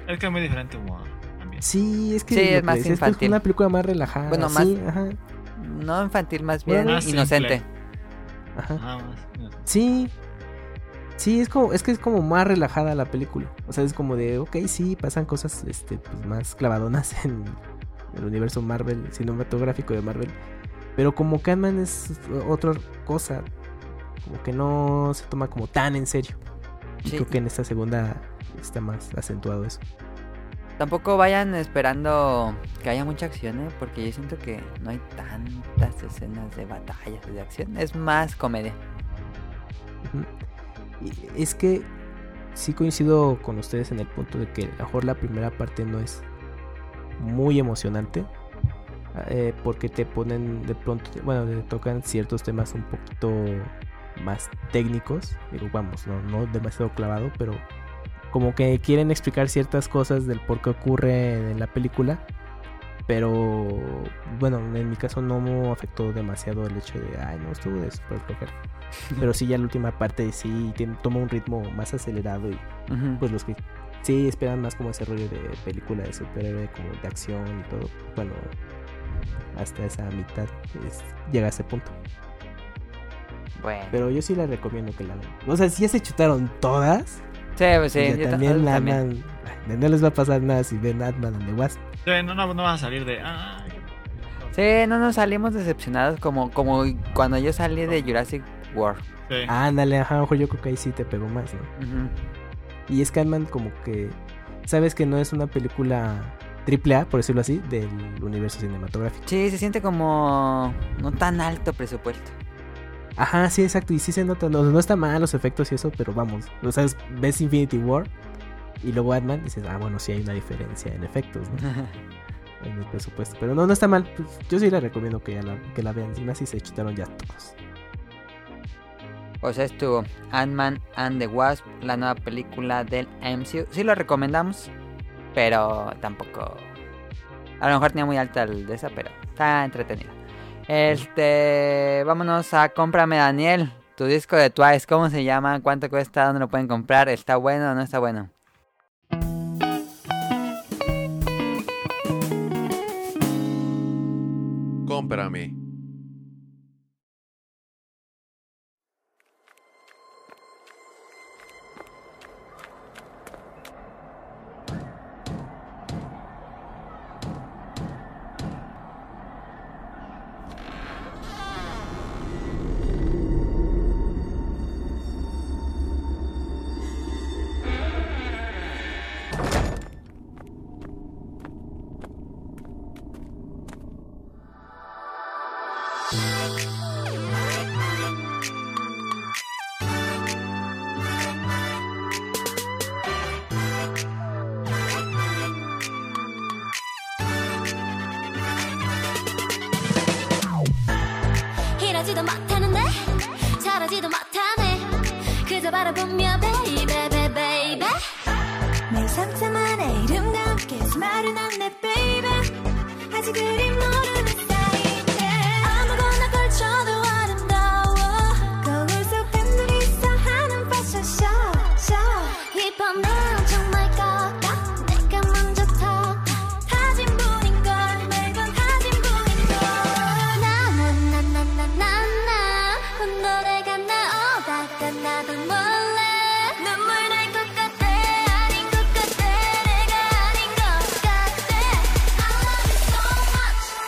Es que es muy diferente humor también. Sí, es que sí, es más infantil. Es una película más relajada. Bueno, sí, más... ajá. No infantil, más bien más inocente. Ajá. Más. Sí. Sí, es que es como más relajada la película. O sea, es como de, ok, sí, pasan cosas pues más clavadonas en el universo Marvel, cinematográfico de Marvel. Pero como que Ant-Man es otra cosa. Como que no se toma como tan en serio. Y creo que en esta segunda está más acentuado eso. Tampoco vayan esperando que haya mucha acción, porque yo siento que no hay tantas escenas de batallas, de acción. Es más comedia. Y es que sí coincido con ustedes en el punto de que a lo mejor la primera parte no es muy emocionante. Porque te ponen de pronto, te tocan ciertos temas un poquito más técnicos. Digo, vamos, no demasiado clavado, pero como que quieren explicar ciertas cosas del por qué ocurre en la película. Pero bueno, en mi caso no me afectó demasiado el hecho de, no, estuvo de súper flojera. Pero sí, ya la última parte sí toma un ritmo más acelerado y pues los que sí esperan más como ese rollo de película de superhéroe, como de acción y todo, bueno, hasta esa mitad llega a ese punto. Bueno. Pero yo sí la recomiendo que la vean. O sea, si ya se chutaron todas. Sí, pues sí. Yo también Ant-Man. No les va a pasar nada si ven Ant-Man and the Wasp. Sí, no vas a salir de... Sí, no nos salimos decepcionados como cuando yo salí de Jurassic World. Sí. Ándale, ajá, ojo, yo creo que ahí sí te pegó más, ¿no? Y es que Ant-Man como que... Sabes que no es una película AAA, por decirlo así, del universo cinematográfico. Sí, se siente como no tan alto presupuesto. Ajá, sí, exacto, y sí se nota, no está mal los efectos y eso, pero vamos, o sea, ves Infinity War y luego Ant-Man, dices, bueno, sí hay una diferencia en efectos, ¿no? En el presupuesto, pero no está mal, pues, yo sí les recomiendo que la vean, si no así se chutaron ya todos. O sea, estuvo Ant-Man and the Wasp, la nueva película del MCU. Sí lo recomendamos, pero tampoco... A lo mejor tenía muy alta el de esa, pero está entretenida. Vámonos a Cómprame Daniel, tu disco de Twice, ¿cómo se llama? ¿Cuánto cuesta? ¿Dónde lo pueden comprar? ¿Está bueno o no está bueno? Cómprame. 이러지도 못하는데 저러지도 못하네 그저 바라보며 baby baby 내 상상만의 이름과 함께 수많은 안내 baby 아직 그리 모르는 사이인데 아무거나 걸쳐도 아름다워 거울 속 팬들이서 하는 패션 쇼 힙합 난 정말 꺾어 내가 먼저 턱 타진 분인걸 매번 타진 분인걸 나나나나나나 노래가 나오다가 나도 몰래 눈물 날 것 같아 아닌 것 같아 내가 아닌 것 같아 I love you so much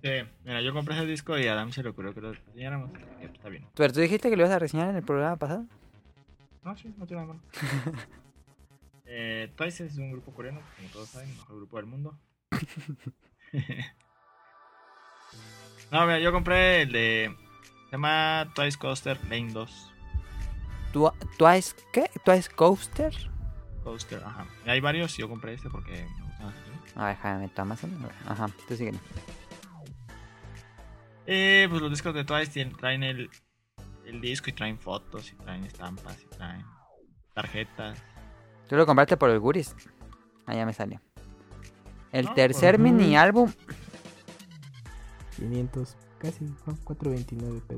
Sí, mira, yo compré ese disco y a Adam se le ocurrió que lo reseñáramos. Que está bien. Pero tú dijiste que lo ibas a reseñar en el programa pasado. No, sí, no tiene nada malo. Twice es un grupo coreano, como todos saben, el mejor grupo del mundo. No, mira, yo compré el de... Se llama Twice Coaster Lane 2. ¿Twice qué? ¿Twice Coaster? Coaster, ajá. Y hay varios, yo compré este porque me gusta. A ver, déjame meter Amazon. Ajá, tú sigue. Pues los discos de Twice traen el disco y traen fotos y traen estampas y traen tarjetas. Tú lo compraste por el Guris. Ah, ya me salió. El No, tercer por- mini álbum. 500, casi, ¿no? 4.29 pesos.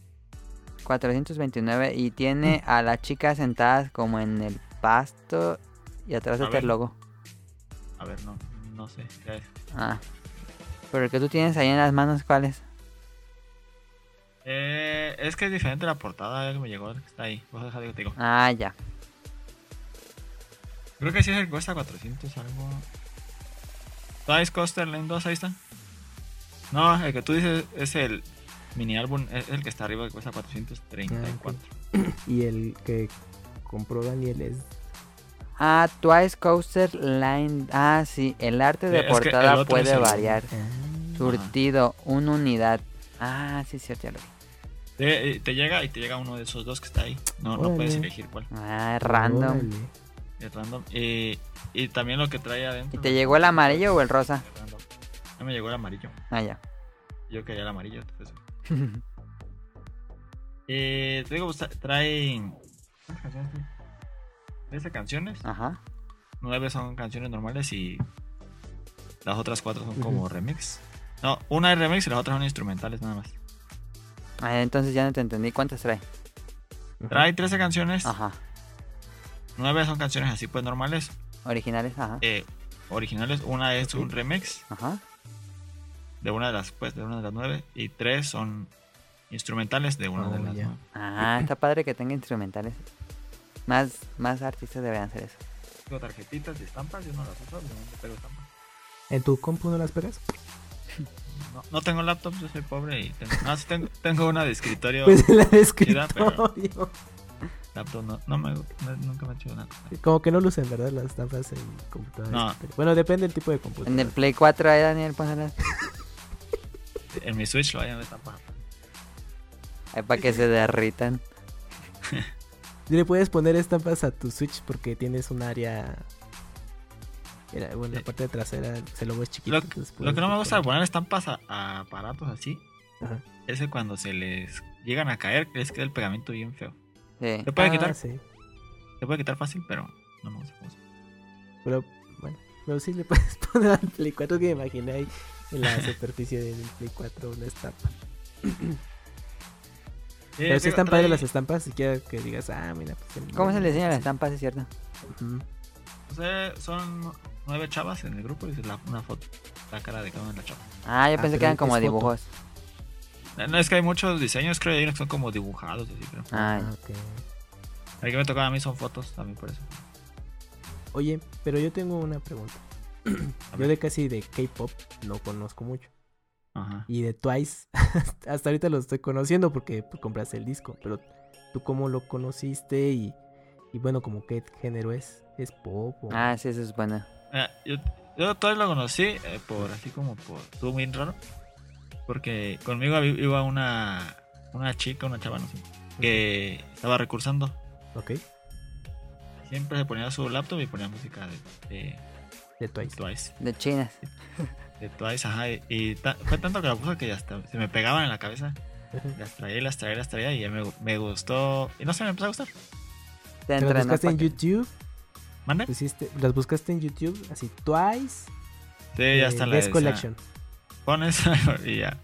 429 y tiene a las chicas sentadas como en el pasto y atrás A está el ver. logo. A ver, no sé. Ya es. Ah. Pero el que tú tienes ahí en las manos, ¿cuál es? Es que es diferente la portada, ya que me llegó, que está ahí. Vos deja de digo. Ah, ya. Creo que sí es el que cuesta 400 algo. Twice Coaster Lane 2, ahí está. No, el que tú dices es el mini álbum, es el que está arriba que cuesta 434. Y el que compró Daniel es... Ah, Twice Coaster Line. Ah, sí, el arte de Sí, es que portada el otro puede es el- variar. Ah, Surtido, una unidad. Ah, sí, cierto, ya lo vi. Te llega uno de esos dos que está ahí. No Órale. puedes elegir cuál. Ah, es random. órale. Es random. Y también lo que trae adentro. ¿Y te llegó el amarillo o el rosa? Es random. A mí me llegó el amarillo. Ah, ya. Yo quería el amarillo. Entonces. Te digo, pues, trae. ¿Cuántas canciones trae? 13 canciones. Ajá. 9 son canciones normales y las otras 4 son como Ujú. remix. No, una es remix y las otras son instrumentales nada más. Ah, entonces ya no te entendí. ¿Cuántas trae? Trae 13 canciones. Ajá. 9 son canciones así pues normales. Originales, ajá. Originales. Una es un remix Ajá. de una de las 9 y 3 son instrumentales de una de Oh, las ya. 9. Ah, está padre que tenga instrumentales. Más artistas deberían hacer eso. Tengo tarjetitas de estampas, yo no las uso, no pego estampas. ¿En tu compu no las pegas? No tengo laptop, yo soy pobre y sí tengo una de escritorio. Pues en la de chida, pero escritorio. laptop nunca me ha hecho nada. Como que no lucen, ¿verdad? Las estampas en computadora. de No. escritorio. Bueno, depende del tipo de computadora. En el Play 4 ahí, Daniel, póngalas. En mi Switch lo vayan de estampas. Ahí para que se derritan. Y le puedes poner estampas a tu Switch porque tienes un área... Bueno, la parte de trasera, el logo es chiquito. entonces Lo que no me puedes gusta de poner- poner estampas a aparatos así Ajá. es que cuando se les llegan a caer, les queda el pegamento bien feo. Sí. Se puede Ah, quitar, sí. se puede quitar fácil, pero no me gusta cómo se. Pero, bueno, pero sí le puedes poner al Play 4 que me imaginé ahí en la superficie del Play 4 una estampa. Pero sí están padres las estampas, si quieres que digas, ah, mira, pues... ¿Cómo se le enseña la sí. estampa? Sí, es cierto. Ujú. Son 9 chavas en el grupo y es una foto, la cara de cada una de las chavas. Ah, yo pensé pero que eran es como foto. dibujos. No, es que hay muchos diseños, creo, y hay unos que son como dibujados, así creo. Ah, Ah, ok. El que me tocaba a mí son fotos también por eso. Oye, pero yo tengo una pregunta. Yo de casi de K-pop no conozco mucho. Ajá. Y de Twice, hasta ahorita lo estoy conociendo porque pues, compraste el disco. Pero tú cómo lo conociste y bueno, como qué género es. ¿Es pop o...? ah, sí, eso es bueno. Yo todavía lo conocí estuvo muy raro. Porque conmigo iba una chica, una chava, no sé, que estaba recursando. Ok, Siempre se ponía su laptop y ponía música de de Twice. Twice. De chinas. De Twice, ajá. Fue tanto que la puso que ya se me pegaban en la cabeza. Las traía y ya me gustó. Y no sé, me empezó a gustar. Te ¿Te las entrenó buscaste en pa' que- YouTube? ¿Mande? ¿Las buscaste en YouTube? Así, Twice. Sí, ya está la Best esa. Collection. Pones y ya.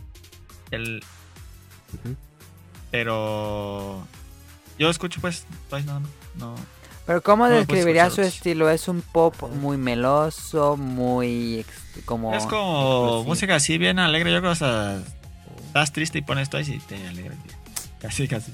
Ujú. Pero yo escucho pues Twice, no. Pero ¿cómo No, pues, describiría su escucharlos. estilo? ¿Es un pop muy meloso, muy como... Es como explosivo. música así bien alegre. Yo creo que hasta estás triste y pones Twice y te alegra. Casi. Ya.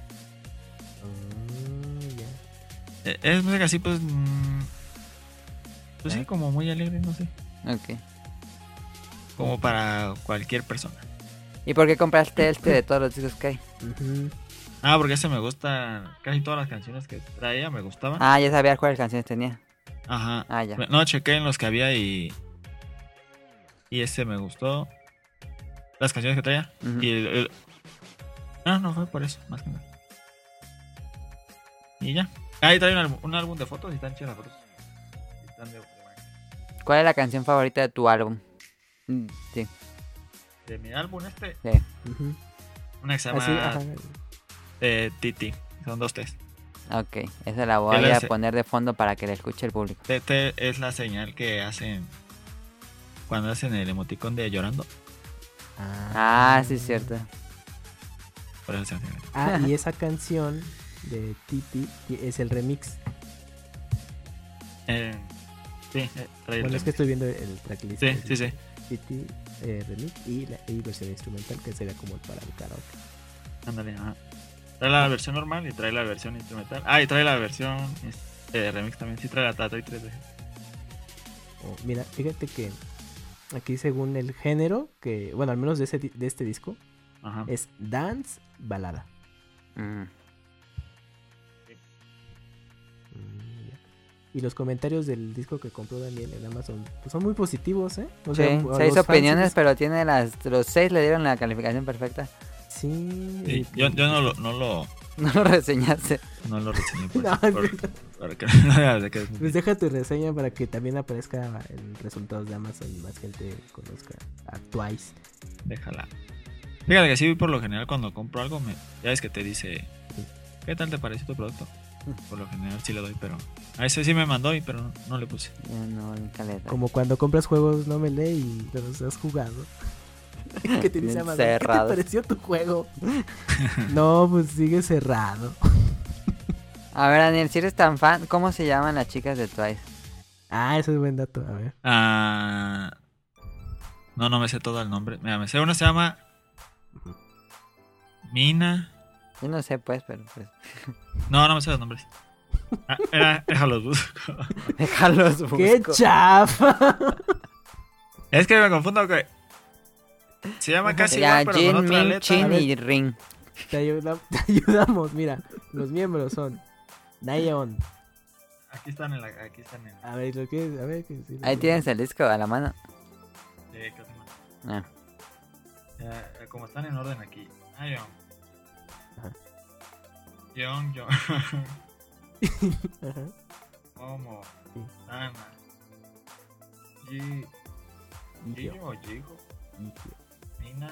Es música así pues... Pues sí, Ah. como muy alegre, no sé. Ok. como para cualquier persona. ¿Y por qué compraste este de todos los discos que hay? Porque ese me gusta, casi todas las canciones que traía me gustaban. Ah, ya sabía cuáles canciones tenía. Ajá. Ah, ya. No, chequé en los que había y ese me gustó. Las canciones que traía. Ujú. Y no fue por eso, más que nada. Y ya. Ahí trae un álbum de fotos y están chidas las fotos. Están de ¿Cuál es la canción favorita de tu álbum? Sí. de mi álbum Sí. una que se llama Así, ajá. Titi. Son 2 T's. Ok, esa la voy ¿Qué le a hace? poner de fondo para que la escuche el público. TT es la señal que hacen cuando hacen el emoticón de llorando. Ah, sí, es cierto. Por eso se hace. Y esa canción de Titi es el remix. Sí, trae el Bueno, es que remix. estoy viendo el tracklist. Sí. Titi remix y versión instrumental que sería como para el karaoke. Ándale, ajá. Trae la versión normal y trae la versión instrumental. Y trae la versión remix también. Sí, trae 3 veces. Mira, fíjate que aquí según el género, que bueno, al menos de este disco, Ajá. es dance balada. Mm. Ya. Y los comentarios del disco que compró Daniel en Amazon pues son muy positivos, ¿eh? O Sí, sea, 6 los fans opiniones, sí- pero tiene los 6 le dieron la calificación perfecta. Sí. Sí, yo no lo No lo reseñaste. reseñé por, No, para que no veas de qué es. Pues deja tu reseña para que también aparezca en resultados de Amazon y más gente conozca a Twice. Déjala. Fíjate que sí, por lo general cuando compro algo, ya ves que te dice, ¿qué tal te pareció tu producto? Por lo general sí le doy, pero a ese sí me mandó, pero no le puse. Ya no, nunca le doy. Como cuando compras juegos no me lee y los has jugado. Que te dice Bien Amazon, ¿qué te cerrados. pareció tu juego? No, pues sigue cerrado. A ver, Daniel, si eres tan fan, ¿cómo se llaman las chicas de Twice? Eso es buen dato, a ver. No me sé todo el nombre. Mira, me sé una se llama Mina. Yo no sé, pues, pero pues. No me sé los nombres. Déjalos busco. Déjalos busco. ¡Qué chafa! Es que me confundo que se llama casi Ya, igual, pero Jin, con otra Min, letra. Chin y Ring. Te ayudamos, mira. Los miembros son Nayeon. Aquí están en A ver, ¿lo quieres? A ver, ¿qué? Ahí tienes el disco a la mano. ¿qué tengo? Ah. Como están en orden aquí. Nayeon. Ajá. Young. Ajá. Momo. Sí. Ana. Jiyo o Jiho. Mina.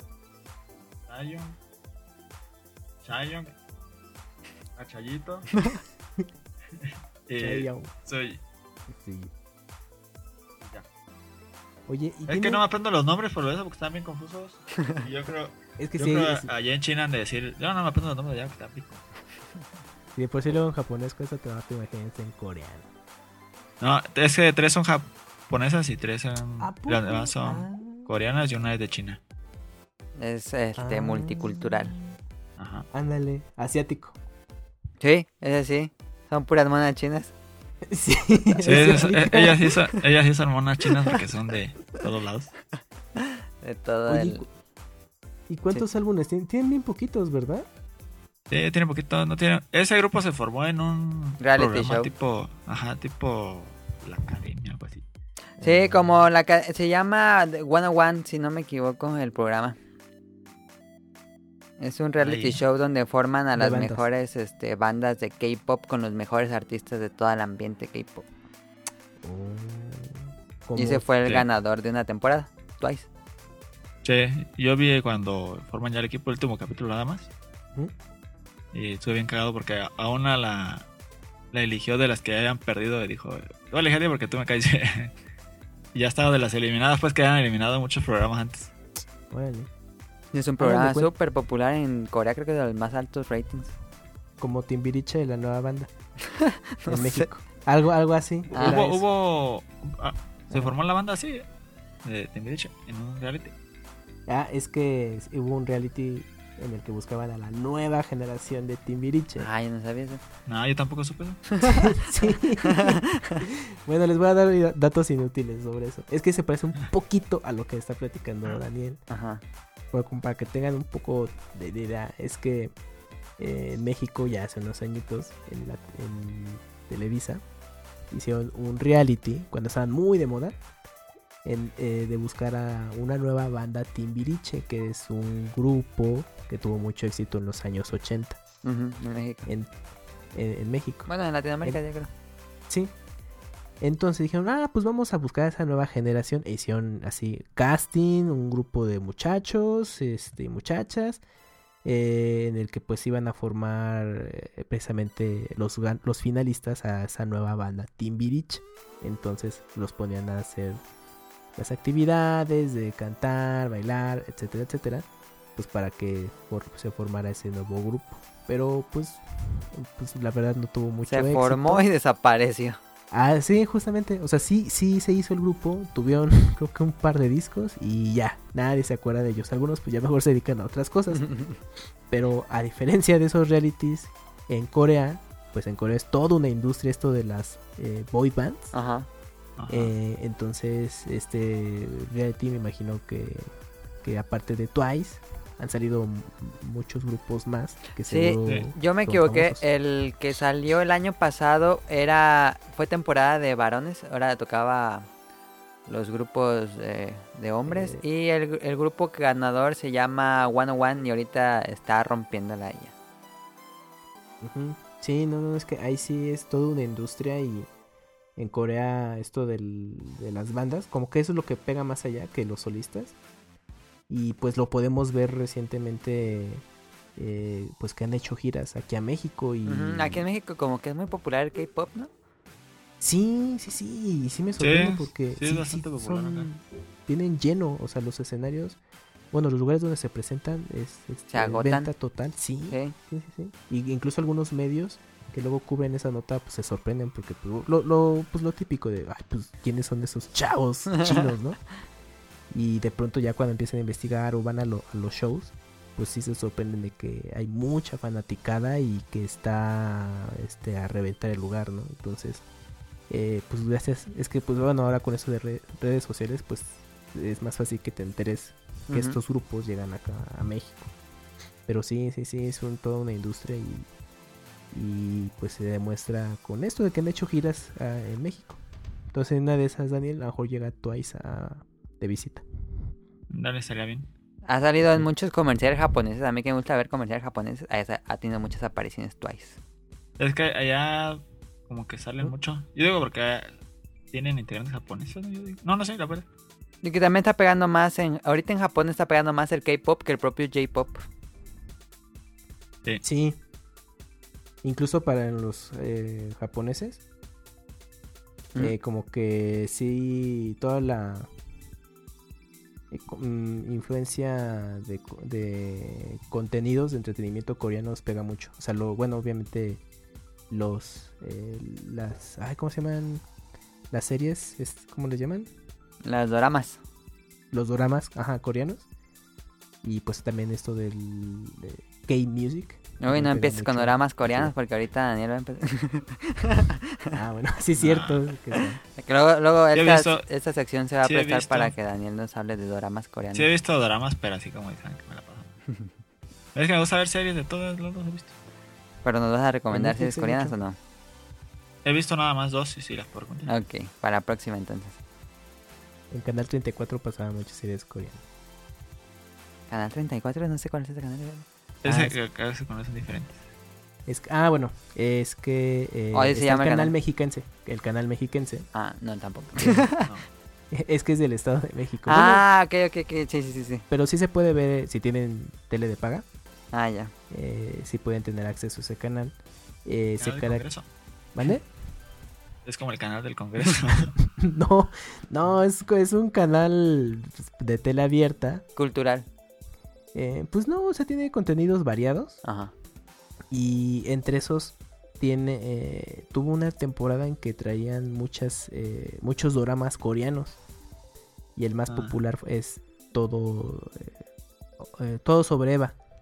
Chayon. Achayito. Chaeyoung. Soy. Sí. Ya. Oye, ¿y Es tiene- que no me aprendo los nombres por eso porque están bien confusos. Y yo creo. Es que Yo sí, creo sí, allá en China han de decir, yo no me aprendo los nombres de allá porque están bien confusos. si de por sí luego en japonés cuesta trabajo, imagínense en coreano. No, es que 3 son japonesas y 3 son, ¿A poco? las demás son coreanas y una es de China. Es Ah. multicultural. Ajá. Ándale, asiático. Sí, es así. Son puras monas chinas. Sí, Sí, ellas sí son monas chinas porque son de todos lados. De todo Oye, el... ¿y cuántos álbumes tienen? Tienen bien poquitos, ¿verdad? Sí, tiene poquito, no tiene. Ese grupo se formó en un Reality programa show. tipo La Academia, algo así. Sí, como se llama 101, si no me equivoco, el programa. Es un reality Ahí. show donde forman a De las bandas. mejores bandas de K-pop con los mejores artistas de todo el ambiente K-pop. Como- Y ese fue el Sí. ganador de una temporada, Twice. Sí, yo vi cuando forman ya el equipo el último capítulo nada más. Ujú. Y estuve bien cagado porque a una la eligió de las que hayan perdido y dijo, te voy a elegir a ti porque tú me caes. Y ya estaba de las eliminadas, pues que habían eliminado muchos programas antes. Órale. Es un programa cuenta. súper popular en Corea, creo que de los más altos ratings. Como Timbiriche de la nueva banda. No en sé. México. Algo así. Ah. era eso. Se formó la banda así, de Timbiriche, en un reality. Es que hubo un reality en el que buscaban a la nueva generación de Timbiriche. Ay, no sabía eso. No, yo tampoco supe. Sí. Bueno, les voy a dar datos inútiles sobre eso. Es que se parece un poquito a lo que está platicando Daniel. Ajá. Para que tengan un poco de idea, es que en México ya hace unos añitos en Televisa hicieron un reality cuando estaban muy de moda de buscar a una nueva banda Timbiriche, que es un grupo que tuvo mucho éxito en los años 80 En México. en México. Bueno, en Latinoamérica ya creo. Sí. Entonces dijeron, pues vamos a buscar a esa nueva generación. E hicieron así casting, un grupo de muchachos, muchachas, en el que pues iban a formar precisamente los finalistas a esa nueva banda Timbiriche. Entonces los ponían a hacer las actividades de cantar, bailar, etcétera, etcétera, pues para que se formara ese nuevo grupo. Pero pues la verdad no tuvo mucho éxito. Se formó y desapareció. Ah, sí, justamente, o sea, sí se hizo el grupo, tuvieron creo que un par de discos y ya, nadie se acuerda de ellos. Algunos pues ya mejor se dedican a otras cosas. Pero a diferencia de esos realities, en Corea, pues en Corea es toda una industria esto de las boy bands. Ajá. Entonces, este reality me imagino que aparte de Twice, han salido muchos grupos más que Sí, yo me equivoqué. El que salió el año pasado fue temporada de varones. Ahora tocaba los grupos de hombres. Y el grupo ganador se llama 101 y ahorita está rompiéndola ella. Sí, no, es que ahí sí es toda una industria. Y en Corea esto de las bandas, como que eso es lo que pega más allá que los solistas. Y pues lo podemos ver recientemente, pues que han hecho giras aquí a México. Y Aquí en México como que es muy popular el K-pop, ¿no? Sí me sorprende porque sí, es bastante popular acá. Tienen lleno, o sea, los escenarios, bueno, los lugares donde se presentan se agotan. Venta total, sí. Y incluso algunos medios que luego cubren esa nota, pues se sorprenden porque pues, lo típico de, pues quiénes son esos chavos chinos, ¿no? Y de pronto ya cuando empiezan a investigar o van a los shows, pues sí se sorprenden de que hay mucha fanaticada y que está a reventar el lugar, ¿no? Entonces, pues gracias, es que pues bueno, ahora con eso de redes sociales, pues es más fácil que te enteres que estos grupos llegan acá a México. Pero sí, es toda una industria y pues se demuestra con esto de que han hecho giras en México. Entonces en una de esas, Daniel, a lo mejor llega Twice de visita. Dale, estaría bien. Ha salido en muchos comerciales japoneses. A mí que me gusta ver comerciales japoneses. Ha tenido muchas apariciones Twice. Es que allá como que salen mucho. Yo digo porque tienen integrantes japoneses, ¿no? Yo digo. No sé, la verdad. Y que también está pegando más ahorita en Japón está pegando más el K-pop que el propio J-pop. Sí. Incluso para los japoneses. Como que sí, toda la influencia de contenidos de entretenimiento coreanos pega mucho. O sea, obviamente ¿cómo se llaman? Las series, ¿cómo les llaman? Las doramas. Los doramas, coreanos. Y pues también esto de K-music. Uy, no empieces con doramas coreanos porque ahorita Daniel va a empezar. Bueno, sí es cierto. Luego esta sección se va a prestar para que Daniel nos hable de doramas coreanos. Sí he visto doramas, pero así como dicen que me la paso. Es que me gusta ver series de todos los he visto. ¿Pero nos vas a recomendar series coreanas o no? He visto nada más 2 y sí las puedo contar. Ok, para la próxima entonces. En Canal 34 pasaban muchas series coreanas. Canal 34, no sé cuál es ese canal. Que cada vez se conocen diferentes. Bueno, es que se llama el canal mexiquense. El canal mexiquense. No, tampoco. No. Es que es del Estado de México. Ok. Sí. Pero sí se puede ver si tienen tele de paga. Ya. Sí pueden tener acceso a ese canal. ¿Canal del Congreso? ¿Vale? Es como el canal del Congreso. No, es un canal de tele abierta. Cultural. Pues no, o sea, tiene contenidos variados. Ajá. Y entre esos tuvo una temporada en que traían muchos doramas coreanos. Y el más popular es todo sobre Eva.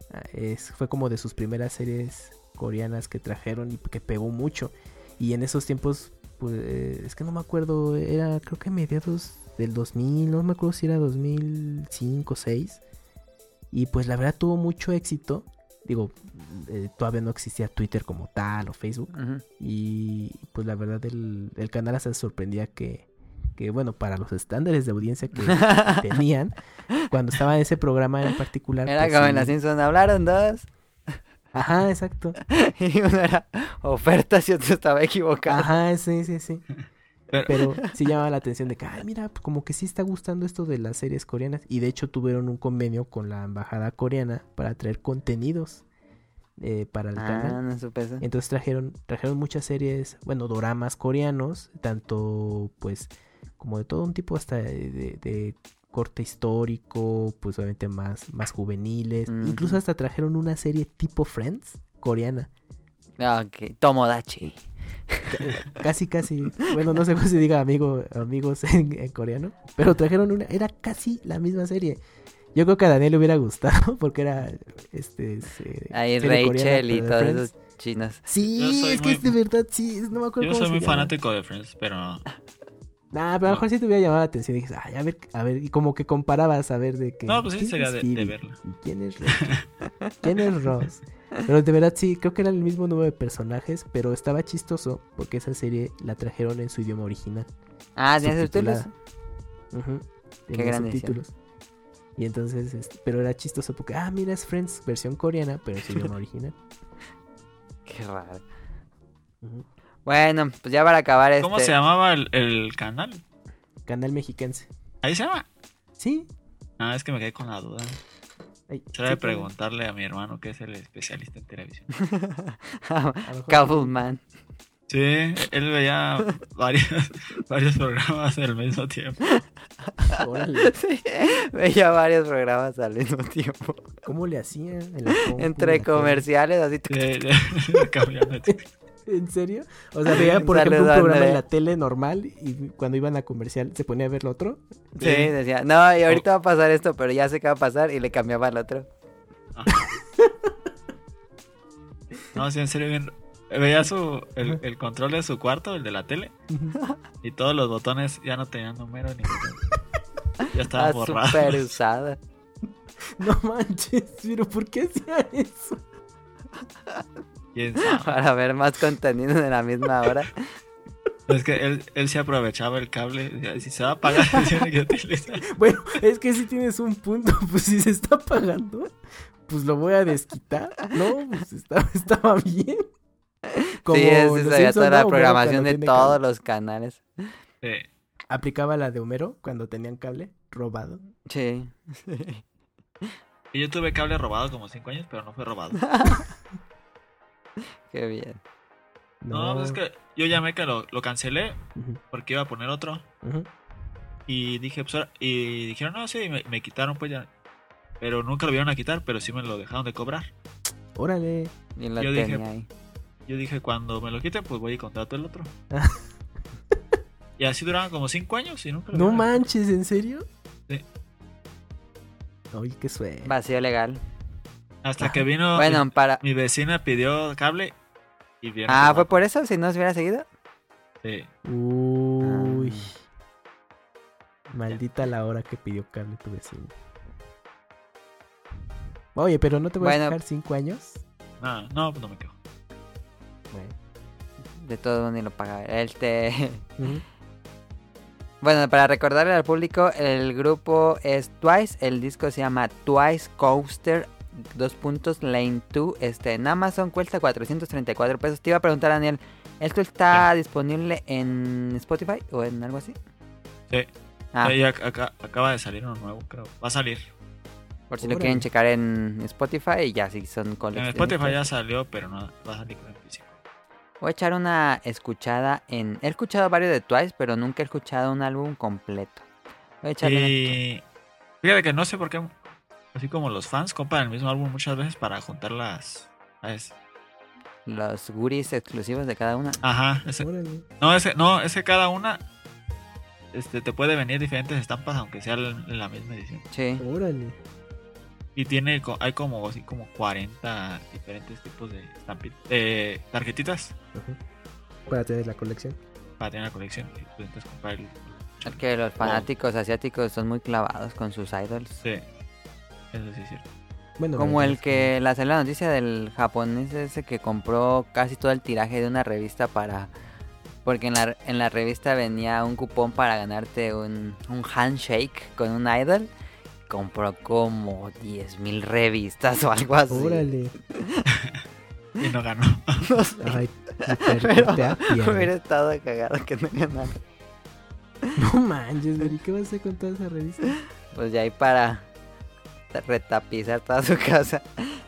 Fue como de sus primeras series coreanas que trajeron y que pegó mucho. Y en esos tiempos, pues, es que no me acuerdo, era creo que mediados del 2000, no me acuerdo si era 2005 o 2006. Y pues la verdad tuvo mucho éxito. Digo, todavía no existía Twitter como tal o Facebook. Ujú. Y pues la verdad el canal hasta se sorprendía que bueno, para los estándares de audiencia que tenían, cuando estaba ese programa en particular. Era pues, como sí. en Las Simpsons, hablaron dos. Ajá, exacto. Y uno era ofertas y otro estaba equivocado. Ajá, sí. Pero, Pero sí llamaba la atención de que, ay, mira, pues, como que sí está gustando esto de las series coreanas. Y de hecho tuvieron un convenio con la embajada coreana para traer contenidos para el canal. No supe eso. Entonces trajeron muchas series, bueno, doramas coreanos, tanto pues como de todo un tipo, hasta de corte histórico, pues obviamente más juveniles. Ujú. Incluso hasta trajeron una serie tipo Friends coreana. Ok, Tomodachi. Casi. Bueno, no sé cómo se diga amigos en coreano. Pero trajeron era casi la misma serie. Yo creo que a Daniel le hubiera gustado porque era Ahí serie coreana, Rachel y pero de todos Friends. esos chinos. Sí, Yo soy es que muy- es de verdad, sí, no me acuerdo yo cómo soy se muy llama. fanático de Friends, pero no. Nah, pero a lo mejor sí te hubiera llamado la atención y dices, ay, a ver, y como que comparabas a ver de que... No, pues sí, ¿quién sería es de Phoebe? verla. ¿Y quién es Rachel? ¿Quién es Ross? Pero de verdad sí, creo que era el mismo número de personajes, pero estaba chistoso porque esa serie la trajeron en su idioma original. Ah, ¿tienes subtítulos? Subtitulada. Ujú, Qué tenía gran subtítulos. Y entonces, pero era chistoso porque, mira, es Friends versión coreana, pero en su idioma original. Qué raro. Ujú. Bueno, pues ya para acabar ¿Cómo se llamaba el canal? Canal mexiquense. ¿Ahí se llama? Sí. Ah, es que me quedé con la duda. Ay, Será sí, de preguntarle a mi hermano, que es el especialista en televisión. a lo mejor- Kabulman. Sí, él veía varios programas al mismo tiempo. Órale, Sí, veía varios programas al mismo tiempo. ¿cómo le hacía? En la compu, en Entre la tele? comerciales, así. Cambiando de- ¿En serio? O sea, veía, por Un ejemplo, un saludo, programa Andrea. en la tele normal y cuando iban a comercial se ponía a ver lo otro. Sí, decía, no, y ahorita va a pasar esto, pero ya sé qué va a pasar, y le cambiaba al otro. Ajá. No, sí, en serio, bien. Veía el control de su cuarto, el de la tele, y todos los botones ya no tenían número ni nada. Ya estaban borrados. Súper usada. No manches, pero ¿por qué hacía eso? ¿Quién sabe? Para ver más contenido en la misma hora. Es que él se aprovechaba el cable. Decía, si se va a apagar, tiene que utilizar. Bueno, es que si tienes un punto, pues si se está pagando, pues lo voy a desquitar. No, pues estaba bien. Como Sí, los sabía Simpsons, toda ¿no? la Homero programación cuando de tiene todos cable. los canales. Sí. Aplicaba la de Homero cuando tenían cable robado. Sí. Y yo tuve cable robado como 5 años, pero no fue robado. Qué bien. No, pues es que yo llamé que lo cancelé Ujú, porque iba a poner otro. ujú. Y dije, pues ahora- y dijeron, no, sí, me quitaron, pues ya. Pero nunca lo vieron a quitar, pero sí me lo dejaron de cobrar. Órale. Y lo Yo tenía dije, ahí. Yo dije, cuando me lo quiten, pues voy y contrato el otro. Ah. Y así duraban como 5 años y nunca lo No vieron a quitar. manches, ¿en serio? Sí. Ay, qué suerte. Vacío legal. Hasta que vino Bueno, para... mi vecina pidió cable y vieron. Ah, que ¿fue no. por eso? Si no se hubiera seguido. Sí. Uy. Maldita la hora que pidió cable tu vecino. Oye, pero no te voy Bueno. a dejar 5 años. No, pues no me quejo. Bueno. De todo ni lo pagaba. Ujú. Bueno, para recordarle al público, el grupo es Twice. El disco se llama Twice Coaster. Lane 2. En Amazon cuesta 434 pesos. Te iba a preguntar, Daniel, ¿esto está disponible en Spotify o en algo así? Sí. Ah, Y acaba de salir uno nuevo, creo. Va a salir. por si lo Órale. quieren checar en Spotify y ya si son En coleccionistas. Spotify ya salió, pero no va a salir con el físico. Voy a echar una escuchada en... He escuchado varios de Twice, pero nunca he escuchado un álbum completo. Voy a echarle una escuchada. Y fíjate que no sé por qué, así como los fans compran el mismo álbum muchas veces para juntar las... ¿sabes? Los goodies exclusivos de cada una. Ajá, ese, Órale. ese cada una te puede venir diferentes estampas aunque sea en la misma edición. Sí. Órale. Y hay como así como 40 diferentes tipos de tarjetitas. Para tener la colección. Para tener la colección. Y pues entonces comprar Es que los fanáticos asiáticos son muy clavados con sus idols. Sí, eso sí es cierto. Bueno, Como el que la noticia del japonés ese que compró casi todo el tiraje de una revista porque en la revista venía un cupón para ganarte un handshake con un idol. Compró como 10,000 revistas o algo así. Órale. Y no ganó. Ay, Pero hiperterapia. hubiera estado cagado que no ganara. No manches, Mari, ¿qué vas a hacer con toda esa revista? Pues ya hay para retapizar toda su casa.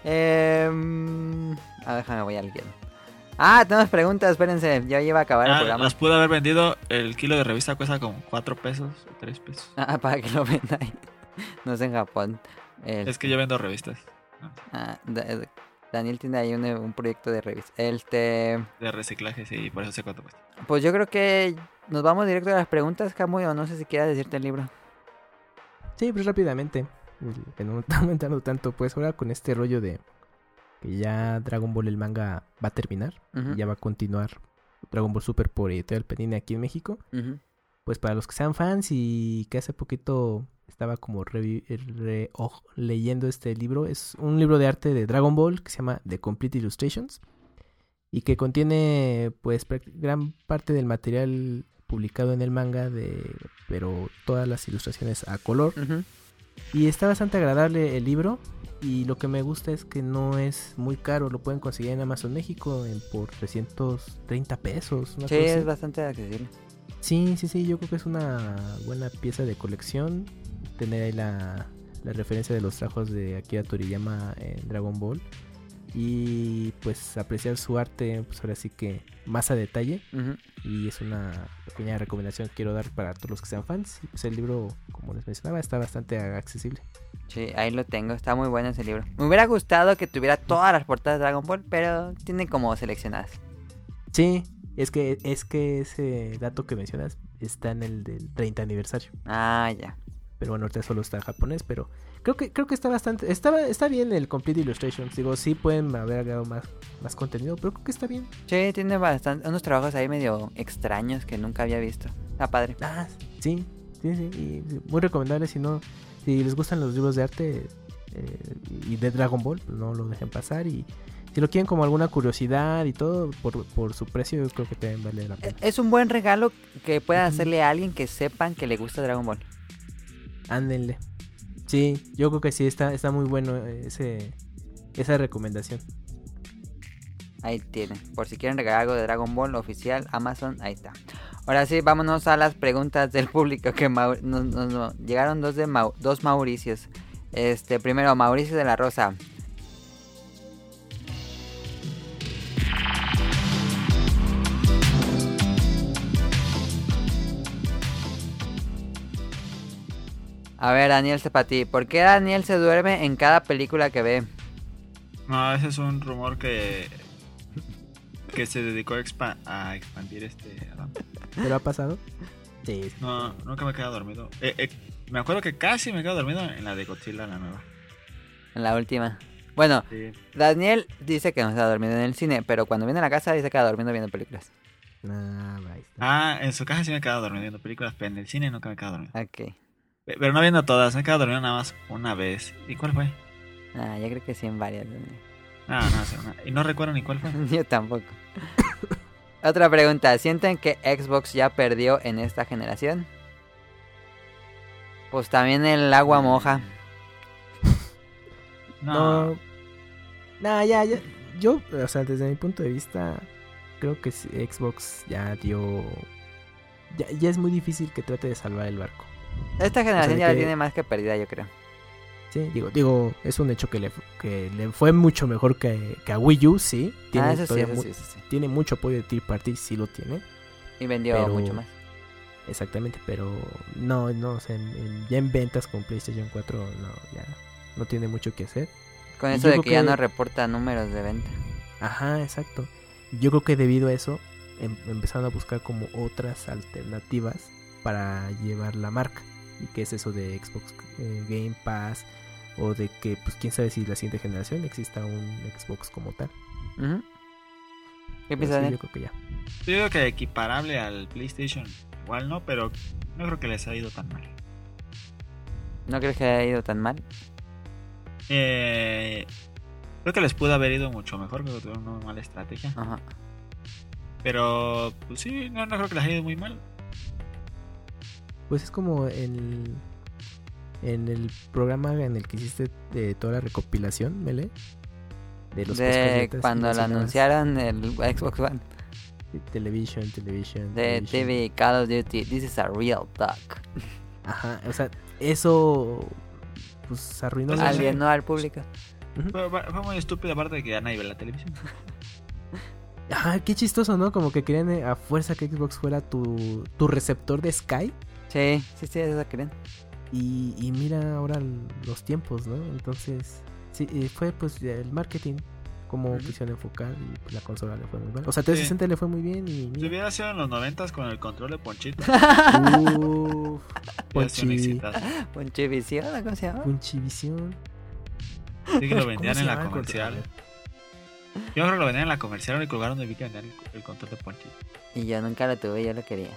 Déjame, voy al guión. Tenemos preguntas, espérense. Ya iba a acabar el programa. Las pude haber vendido. El kilo de revista cuesta como 4 pesos o 3 pesos. Para que lo venda ahí. No es en Japón. Es que yo vendo revistas. Daniel tiene ahí un proyecto de revista. De reciclaje, sí, por eso sé cuánto cuesta. Pues yo creo que nos vamos directo a las preguntas, Camuy, o no sé si quieras decirte el libro. Sí, pues rápidamente. Que no está aumentando tanto, pues ahora con este rollo de que ya Dragon Ball el manga va a terminar. Uh-huh. Ya va a continuar Dragon Ball Super por Editorial Panini aquí en México. Uh-huh. Pues para los que sean fans y que hace poquito estaba como leyendo este libro. Es un libro de arte de Dragon Ball que se llama The Complete Illustrations y que contiene pues gran parte del material publicado en el manga, pero todas las ilustraciones a color. Uh-huh. Y está bastante agradable el libro y lo que me gusta es que no es muy caro. Lo pueden conseguir en Amazon México por 330 pesos. Sí, es bastante accesible. Sí, yo creo que es una buena pieza de colección. Tener ahí la referencia de los trabajos de Akira Toriyama en Dragon Ball. Y pues apreciar su arte, pues ahora sí que más a detalle. Uh-huh. Y es una pequeña recomendación que quiero dar para todos los que sean fans. Y pues el libro, como les mencionaba, está bastante accesible. Sí, ahí lo tengo, está muy bueno ese libro. Me hubiera gustado que tuviera todas las portadas de Dragon Ball, pero tiene como seleccionadas. Sí, es que ese dato que mencionas está en el del 30 aniversario. Ya. Pero bueno, ahorita solo está en japonés, pero creo que está bastante, está bien el Complete Illustrations. Digo, sí pueden haber agregado más contenido, pero creo que está bien. Sí, tiene unos trabajos ahí medio extraños que nunca había visto. Está padre. Sí, y muy recomendable. Si les gustan los libros de arte y de Dragon Ball, no lo dejen pasar. Y si lo quieren como alguna curiosidad y todo, por su precio, yo creo que también vale la pena. Es un buen regalo que puedan hacerle a alguien que sepan que le gusta Dragon Ball. Ándenle. Sí, yo creo que sí, está muy bueno esa recomendación. Ahí tienen. Por si quieren regalar algo de Dragon Ball oficial, Amazon, ahí está. Ahora sí, vámonos a las preguntas del público que llegaron dos Mauricios. Primero, Mauricio de la Rosa. A ver, Daniel Cepatí, ¿por qué Daniel se duerme en cada película que ve? No, ese es un rumor que se dedicó a expandir Adam. ¿Pero ha pasado? Sí. No, nunca me he quedado dormido. Me acuerdo que casi me quedo dormido en la de Godzilla, la nueva. En la última. Bueno, sí. Daniel dice que no se queda dormido en el cine, pero cuando viene a la casa dice que queda dormido viendo películas. En su casa sí me he quedado dormido viendo películas, pero en el cine nunca me he quedado dormido. Ok. Pero no viendo todas, me he quedado dormido nada más una vez. ¿Y cuál fue? Yo creo que sí en varias. No, y no recuerdo ni cuál fue. Yo tampoco. Otra pregunta, ¿sienten que Xbox ya perdió en esta generación? Pues también el agua moja. No, ya. Yo, o sea, desde mi punto de vista, creo que Xbox ya dio... Ya es muy difícil que trate de salvar el barco. Esta generación ya la tiene más que perdida, yo creo. Sí, digo, es un hecho que le fue mucho mejor que a Wii U, sí. Eso sí. Tiene mucho apoyo de Third Party, sí lo tiene. Y vendió mucho más. Exactamente, pero no, o sea, ya en ventas con PlayStation 4 ya no tiene mucho que hacer. Con eso de que ya no reporta números de venta. Ajá, exacto. Yo creo que debido a eso empezaron a buscar como otras alternativas para llevar la marca. Y que es eso de Xbox Game Pass, o de que, pues quién sabe si la siguiente generación exista un Xbox como tal. Ujú. ¿Qué Pero piensas, sí, Daniel? yo creo que ya. Yo digo que equiparable al PlayStation, igual no, pero no creo que les ha ido tan mal. ¿No crees que haya ido tan mal? Creo que les pudo haber ido mucho mejor, creo que tuvieron una mala estrategia. Ajá. Pero, pues sí, no creo que les haya ido muy mal. Pues es como en el programa en el que hiciste de toda la recopilación, Mele, de los De pescadietas, cuando y lo mencionabas anunciaron el Xbox One. Television. De TV Call of Duty. This is a real duck. Ajá, o sea, eso pues arruinó Pues, la- Alienó al público. Fue muy estúpido, aparte de que ya nadie ve la televisión. Ajá, qué chistoso, ¿no? Como que querían a fuerza que Xbox fuera tu receptor de Sky. Sí, eso creen. Y mira ahora los tiempos, ¿no? Entonces, sí, fue pues el marketing, como quisieron enfocar, y pues, la consola le fue muy mal. O sea, 360 le fue muy bien y Si mira. hubiera sido en los 90s con el control de Ponchito, Uf, hubiera sido un Ponchi, exitazo. Ponchivisión, ¿cómo se llama? Ponchivisión. Sí que lo ¿Cómo vendían se en la llama el comercial. control? Yo creo que lo vendían en la comercial en el lugar donde vi que vendían el control de Ponchito. Y yo nunca lo tuve, yo lo quería.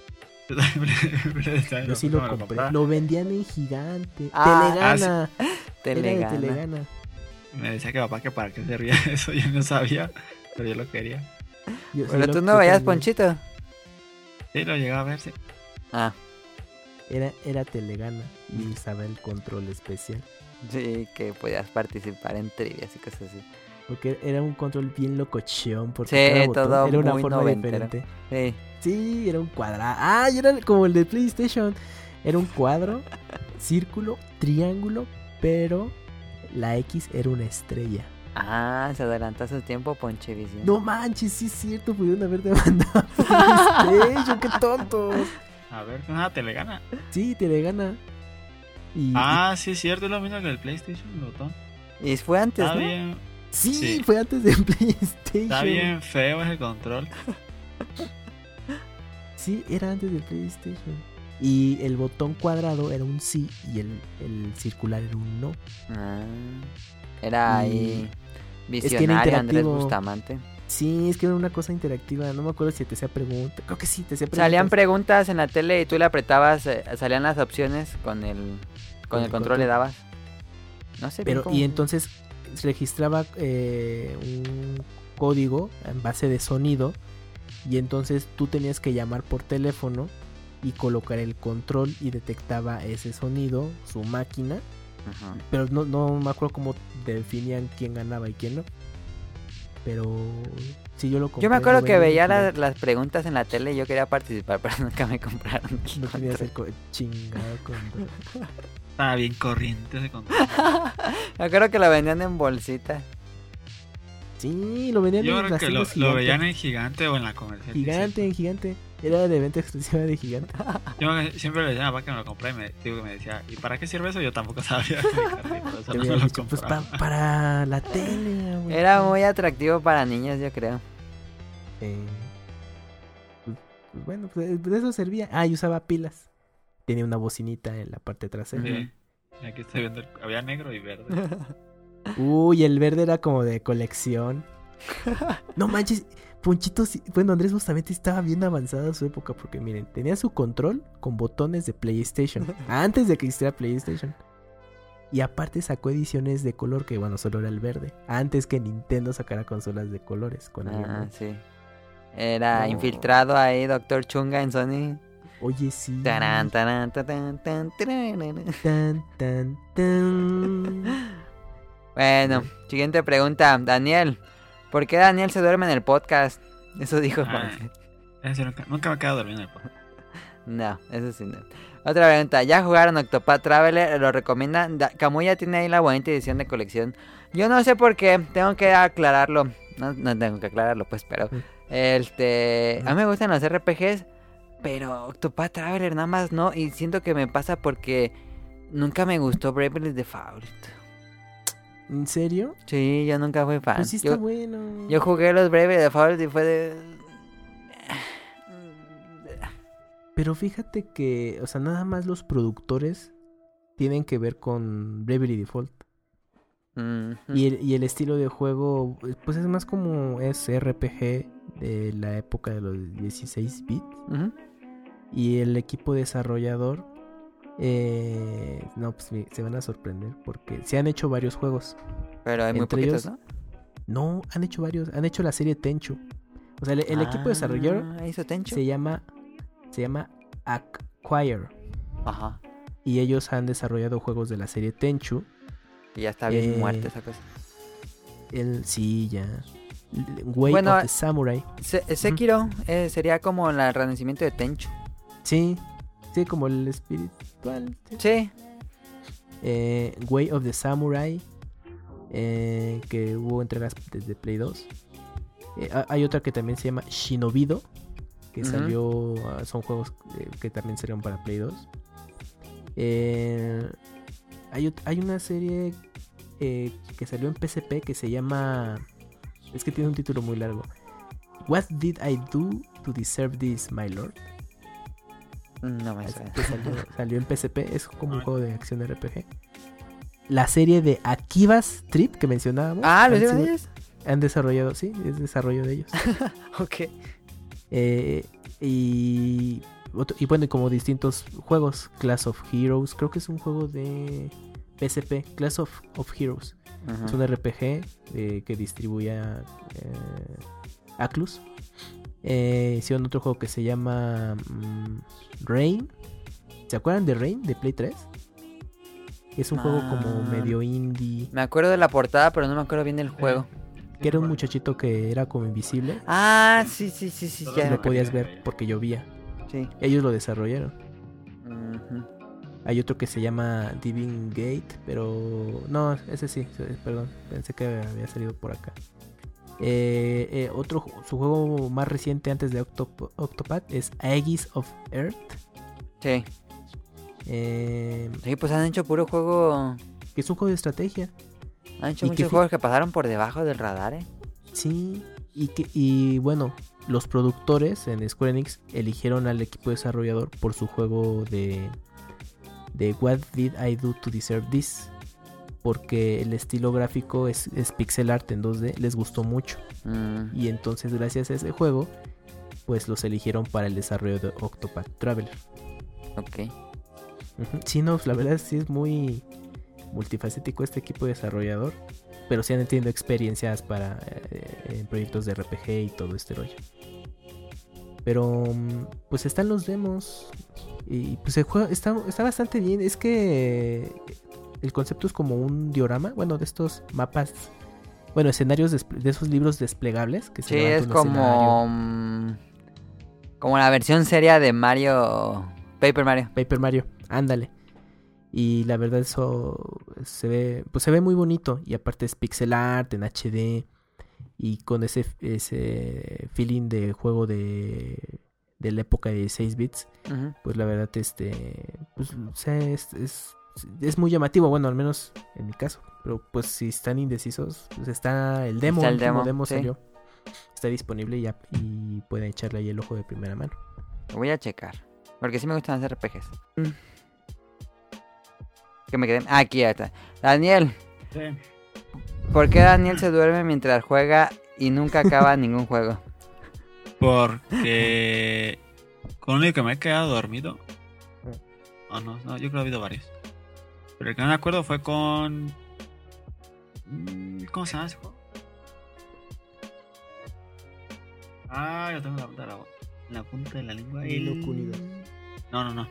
Yo sí lo compré. Lo vendían en Gigante. Ah, Telegana. Era Telegana. de Telegana. Me decía que papá que para qué se ría de eso, yo no sabía, pero yo lo quería. Pero tú no veías Ponchito. Sí, lo llegaba a ver, sí. Ah, Era Telegana y usaba el control especial. sí, que podías participar en trivias y cosas así. Porque era un control bien locochón. Porque Sí, cada botón todo era una muy forma noventero. diferente. Sí. Sí, era un cuadrado. Ah, y era como el de PlayStation. Era un cuadro, círculo, triángulo, pero la X era una estrella. Ah, se adelantó a su tiempo Ponchivisión. No manches, sí es cierto, pudieron haber demandado a PlayStation, qué tontos. A ver, nada, Telegana. Sí, Telegana. Y, Sí, es cierto, es lo mismo que el PlayStation, el botón. Y fue antes, Está ¿no? bien, sí, sí. fue antes de PlayStation. está bien feo ese control. Sí, era antes del PlayStation. Y el botón cuadrado era un sí y el circular era un no. Ah, era ahí Es que era visionario Andrés interactivo. Bustamante. Sí, es que era una cosa interactiva. No me acuerdo si te hacía preguntas. Creo que sí, te hacía preguntas. Salían preguntas en la tele y tú le apretabas, salían las opciones con el control le dabas. No sé bien Pero, cómo. y entonces se registraba un código en base de sonido. Y entonces tú tenías que llamar por teléfono y colocar el control y detectaba ese sonido, su máquina. Ajá. Pero no me acuerdo cómo definían quién ganaba y quién no. Pero sí, yo lo compré. Yo me acuerdo lo que vendí en veía Gigante. las preguntas en la tele y yo quería participar, pero nunca me compraron. el No tenías control. el chingado control. Estaba bien corriente ese control. Me acuerdo que lo vendían en bolsita. Sí, lo vendían Yo en creo las que tiendas lo veían Gigante. en Gigante o en la comercial. sí, Gigante, en Gigante. Era de venta exclusiva de Gigante. Yo siempre le decía a papá que me lo compré y me decía, ¿y para qué sirve eso? Yo tampoco sabía. Por eso Te no había me lo dicho, pues compraba. para la tele. güey. Era muy atractivo para niños, yo creo. Pues bueno, pues de eso servía. Ah, y usaba pilas. Tenía una bocinita en la parte trasera. Sí. Aquí estoy viendo, había negro y verde. Uy, el verde era como de colección. No manches, Ponchito, bueno, Andrés Bustamante estaba bien avanzado a su época porque miren, tenía su control con botones de PlayStation, antes de que existiera PlayStation. Y aparte sacó ediciones de color que bueno, solo era el verde, antes que Nintendo sacara consolas de colores con el Game Boy. Sí. Era No. infiltrado ahí, Doctor Chunga en Sony. Oye, sí. Tarán, tarán, tarán, tarán, tarán. Tan, tan. Bueno, siguiente pregunta. Daniel, ¿por qué Daniel se duerme en el podcast? Eso dijo Juan. Ese nunca me he quedado dormido en el podcast. No, eso sí no. Otra pregunta, ¿ya jugaron Octopath Traveler? ¿Lo recomiendan? Camuya tiene ahí la bonita edición de colección. Yo no sé por qué, tengo que aclararlo. No tengo que aclararlo, pues, pero... A mí me gustan los RPGs, pero Octopath Traveler nada más no. Y siento que me pasa porque nunca me gustó Bravely Default. ¿En serio? Sí, yo nunca fui fan. Pues sí está bueno. Yo jugué los Bravely Default y fue de... Pero fíjate que, o sea, nada más los productores tienen que ver con Bravely Default. Ujú. Y el estilo de juego, pues es más como es RPG de la época de los 16 bits. Ujú. Y el equipo desarrollador, no, pues se van a sorprender porque se han hecho varios juegos. Pero hay muy Entre poquitos, ellos- ¿no? No, han hecho varios, han hecho la serie Tenchu. O sea, el equipo desarrollador ¿Hizo Tenchu? se llama Acquire. Ajá. Y ellos han desarrollado juegos de la serie Tenchu. Y ya está bien Eh, muerta esa cosa. Sí, ya. Way Bueno, of the Samurai. Sekiro sería como el renacimiento de Tenchu. Sí, sí, como el espiritual. Sí. Sí. Way of the Samurai. Que hubo entregas desde Play 2. Hay otra que también se llama Shinobido. Que Ujú. salió. Son juegos que también salieron para Play 2. Hay una serie que salió en PSP que se llama. Es que tiene un título muy largo. What did I do to deserve this, my lord? No me Así suena. que salió en PSP. Es como un juego de acción RPG. La serie de Akiba's Trip que mencionábamos. Ah, ¿lo han hicieron sido- ellos? Han desarrollado, sí, es desarrollo de ellos. Ok. Y bueno, y como distintos juegos. Class of Heroes, creo que es un juego de PSP. Class of Heroes. Es un RPG que distribuye Atlus. Hicieron otro juego que se llama Rain. ¿Se acuerdan de Rain de Play 3? Es un juego como medio indie. Me acuerdo de la portada, pero no me acuerdo bien del juego. Que era un muchachito que era como invisible. Ah, sí, ya. Lo podías ver porque llovía. Sí. Ellos lo desarrollaron. Ujú. Hay otro que se llama Divine Gate, pero no, ese sí, perdón, pensé que había salido por acá. Su juego más reciente antes de Octopath es Aegis of Earth. Sí. Que Sí, pues han hecho puro juego. es un juego de estrategia. Han hecho Y que muchos juegos que pasaron por debajo del radar, ¿eh? Sí, y bueno, los productores en Square Enix eligieron al equipo desarrollador por su juego de What Did I Do to Deserve This, porque el estilo gráfico es pixel art en 2D, les gustó mucho. Y entonces gracias a ese juego pues los eligieron para el desarrollo de Octopath Traveler. Ok. Ujú. Sí, no, la verdad sí es muy multifacético este equipo desarrollador, pero sí han tenido experiencias para en proyectos de RPG y todo este rollo. Pero pues están los demos y pues el juego está bastante bien. Es que el concepto es como un diorama, bueno, de estos mapas, bueno, escenarios de esos libros desplegables que se Sí, levantan es un como. escenario. Como la versión seria de Mario. Paper Mario. Paper Mario, ándale. Y la verdad eso se ve muy bonito. Y aparte es pixel art en HD. Y con ese feeling de juego de la época de 6 bits. Ujú. Pues la verdad pues, o sea, es muy llamativo. Bueno, al menos en mi caso. Pero pues si están indecisos, pues está el demo. Está el último demo, demo sí. salió. Está disponible ya y pueden echarle ahí el ojo de primera mano. Lo voy a checar. Porque sí me gustan hacer RPGs. Que me queden. Ah, aquí ya está. Daniel, Sí. ¿por qué Daniel se duerme mientras juega y nunca acaba ningún juego? Porque con lo único que me he quedado dormido. Oh, no, yo creo que ha habido varios. Pero el que no me acuerdo fue con. ¿Cómo se llama ese juego? Ah, yo tengo la punta de la lengua. Ni no Kunidos. No.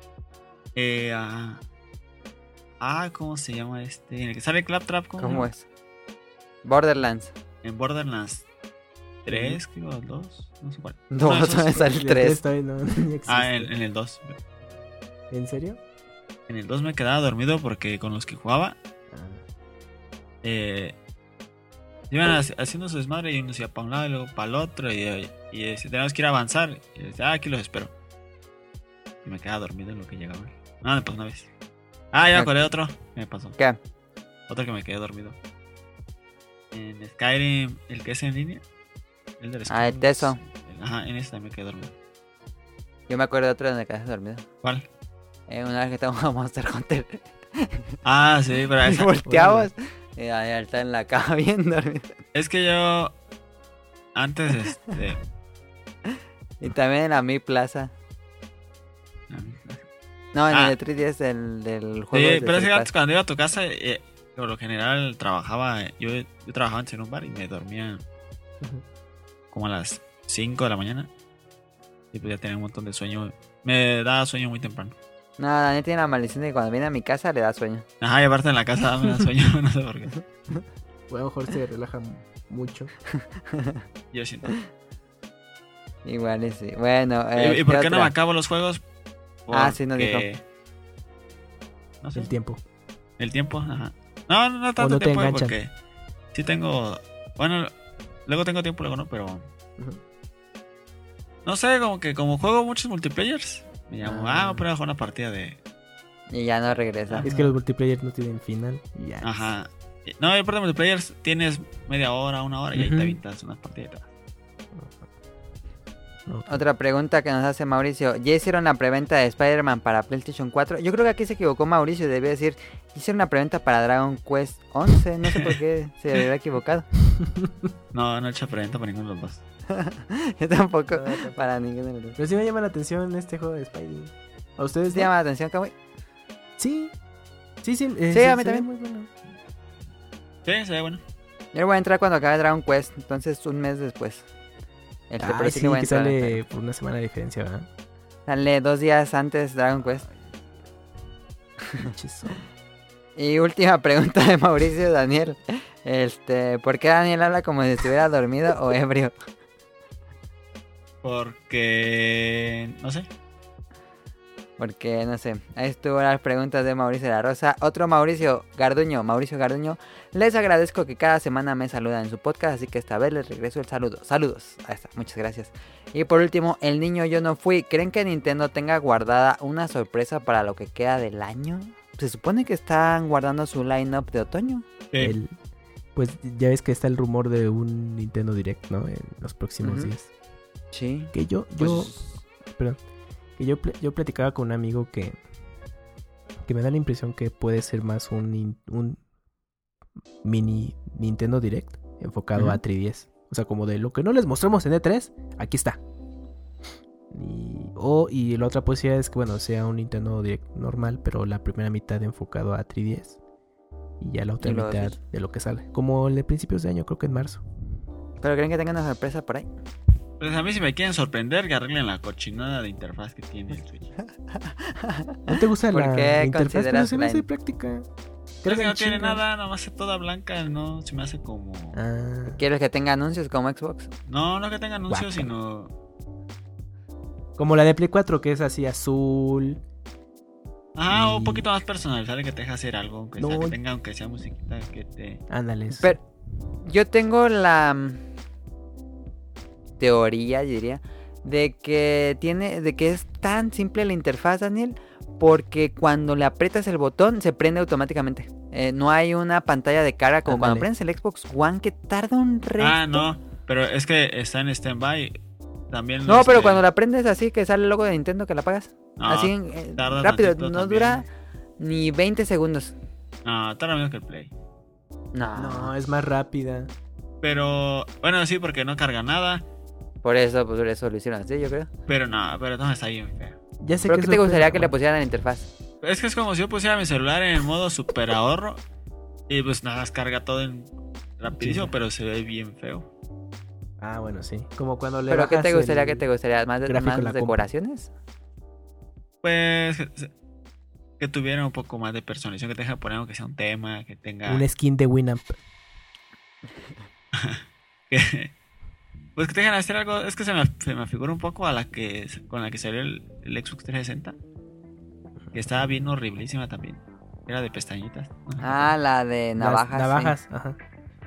¿Cómo se llama este? En el que sale Claptrap. ¿Cómo es? Borderlands. En Borderlands 3, creo, 2, no sé cuál. No, Uno de esos. no es el 3. No existe. En el 2. ¿En serio? En el 2 me quedaba dormido porque con los que jugaba iban haciendo su desmadre y uno se iba para un lado y luego para el otro y teníamos que ir a avanzar y decía, aquí los espero. Y me quedaba dormido en lo que llegaba. Me pasó una vez. Ya me acordé de otro. Me pasó. ¿Qué? Otro que me quedé dormido. En Skyrim, el que es en línea. El del Skyrim. El Teso. Ajá, en ese también me quedé dormido. Yo me acuerdo de otro donde quedaste dormido. ¿Cuál? Una vez que estábamos a Monster Hunter. Ah, sí, pero Y volteamos y ahí está en la cama bien dormido. es que yo antes, Y también en la Mi Plaza. No, en Ah. el de 3DS del juego. Sí, de pero es que Surpass. antes cuando iba a tu casa, por lo general trabajaba, yo trabajaba antes en un bar y me dormía como a las 5 de la mañana. Y pues ya tenía un montón de sueño. Me daba sueño muy temprano. No, Daniel tiene la maldición de que cuando viene a mi casa le da sueño. Ajá, y aparte en la casa me da sueño, no sé por qué. O a lo mejor se relaja mucho. Yo siento. Igual y sí. Bueno, ¿Y por qué no me otra? acabo los juegos? Ah, sí, nos dijo. Porque- No sé. El tiempo. El tiempo, ajá. No tanto no te tiempo, enganchan. porque sí tengo. Bueno, luego tengo tiempo, luego no, pero. Ujú. No sé, como juego muchos multiplayers, me llamo, Ah. voy a jugar una partida de. Y ya no regresa. Es que los multiplayer no tienen final. Y ya. Ajá. No, y aparte de multiplayers tienes media hora, una hora y ahí Ujú. te avientas unas partidas. No. Otra pregunta que nos hace Mauricio. ¿Ya hicieron la preventa de Spider-Man para PlayStation 4? Yo creo que aquí se equivocó Mauricio. Debía decir, hicieron una preventa para Dragon Quest 11. No sé por qué se hubiera equivocado. No he hecho preventa para ninguno de los dos. Yo tampoco. Para ninguno de los dos. Pero sí me llama la atención este juego de Spidey. ¿A ustedes ¿Te no? llama la atención, Kamui? Sí. Sí, Sí, a mí se ve también. muy bueno. Sí, se ve bueno. Yo voy a entrar cuando acabe Dragon Quest. Entonces, un mes después. Pero Ay, sí sí, que voy a que entrar. sale por una semana de diferencia, ¿verdad? Sale 2 días antes Dragon Quest. Pinches. Y última pregunta de Mauricio Daniel. ¿Por qué Daniel habla como si estuviera dormido o ebrio? Porque. No sé. Porque, no sé, ahí estuvo las preguntas de Mauricio de la Rosa. Otro Mauricio Garduño. Les agradezco que cada semana me saludan en su podcast, así que esta vez les regreso el saludo. Saludos. Ahí está, muchas gracias. Y por último, el niño yo no fui. ¿Creen que Nintendo tenga guardada una sorpresa para lo que queda del año? Se supone que están guardando su line-up de otoño. Sí. Pues ya ves que está el rumor de un Nintendo Direct, ¿no? En los próximos Ujú. días. Sí. Que yo platicaba con un amigo que me da la impresión que puede ser más un mini Nintendo Direct enfocado Ujú. a 3DS. O sea, como de lo que no les mostramos en E3, aquí está. Y la otra posibilidad es que, bueno, sea un Nintendo Direct normal, pero la primera mitad enfocado a 3DS. Y ya la otra Y luego mitad Switch. de lo que sale. Como el de principios de año, creo que en marzo. ¿Pero creen que tengan una sorpresa por ahí? Pues a mí si me quieren sorprender, que arreglen la cochinada de interfaz que tiene el Switch. ¿No te gusta ¿Por la qué interfaz? Pero consideras se me la hace in- práctica. Creo que no Cargan tiene chingo. nada, nomás es toda blanca, no se me hace como. Ah, ¿Quieres que tenga anuncios como Xbox? No que tenga anuncios, Guácala. sino. como la de Play 4, que es así azul. Ajá, o un Y- poquito más personalizable que te deja hacer algo, aunque sea, No. que tenga, aunque sea musiquita, que te. Ándale. Pero yo tengo la teoría, yo diría, de que es tan simple la interfaz, Daniel, porque cuando le aprietas el botón se prende automáticamente. No hay una pantalla de carga como cuando Ándale. prendes el Xbox One que tarda un resto. Ah, no, pero es que está en standby. También. No, pero cuando la prendes así que sale el logo de Nintendo que la apagas. No, así tarda rápido, tantito no también. dura ni 20 segundos. No, tarda menos que el Play. No, es más rápida. Pero, bueno, sí, porque no carga nada. Por eso lo hicieron así, yo creo. Pero no, está bien feo. Ya sé ¿Pero que qué eso te es gustaría que le bueno. pusieran a la interfaz? Es que es como si yo pusiera mi celular en el modo super ahorro. Y pues nada más carga todo en rapidísimo, Sí. pero se ve bien feo. Ah, bueno, sí. Como cuando le ¿Pero qué bajas te gustaría? el ¿Qué te gustaría? ¿Más, gráfico más en la compu. decoraciones? Pues que tuviera un poco más de personalización, que te deje poner aunque sea un tema, que tenga. Un skin de Winamp. Pues que te dejen hacer algo. Es que se me figura un poco a la que con la que salió el Xbox 360. Que estaba bien horriblísima también. Era de pestañitas. ¿no? Ah, la de Las navajas. navajas, ajá.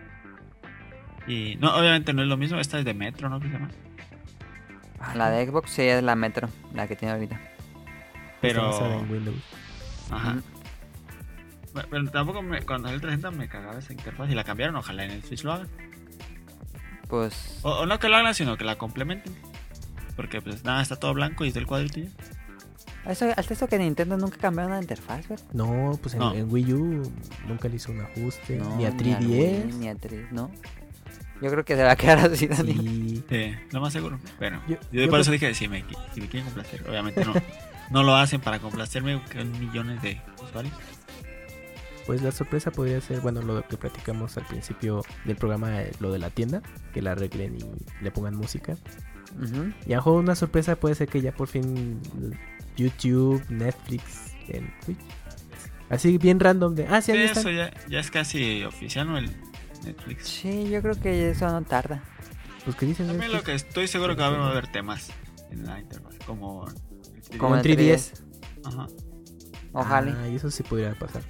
Y no, obviamente no es lo mismo. Esta es de Metro, ¿no? ¿Qué se llama? Sí. La de Xbox sí es la Metro, la que tiene ahorita. Pero. Está basada en Windows. Ajá. Ujú. Pero tampoco cuando salió el 360 me cagaba esa interfaz y la cambiaron. Ojalá en el Switch lo hagan. Pues O no que lo hagan, sino que la complementen. Porque pues nada, está todo blanco y está el cuadrito ya. Hasta eso que Nintendo nunca cambiaron la interfaz, ¿verdad? No, pues No. en Wii U nunca le hizo un ajuste. No, ni a al 3DS. Wii, ni a 3, no. Yo creo que se va a quedar así, Dani. Sí. Lo más seguro. Bueno, Yo yo por creo- eso dije, si me quieren complacer, obviamente no lo hacen para complacerme, que son millones de usuarios. Pues la sorpresa podría ser, bueno, lo que platicamos al principio del programa, lo de la tienda, que la arreglen y le pongan música. Ujú. Y a lo mejor una sorpresa puede ser que ya por fin YouTube, Netflix, en Twitch. Así bien random de, sí, ahí están. Eso ya es casi oficial, ¿no? El Netflix. Sí, yo creo que eso no tarda. Pues que dicen También lo Netflix. que estoy seguro que va a haber temas en la interfaz, como Como en en 3DS. Ajá. Ojalá. Y eso sí podría pasar.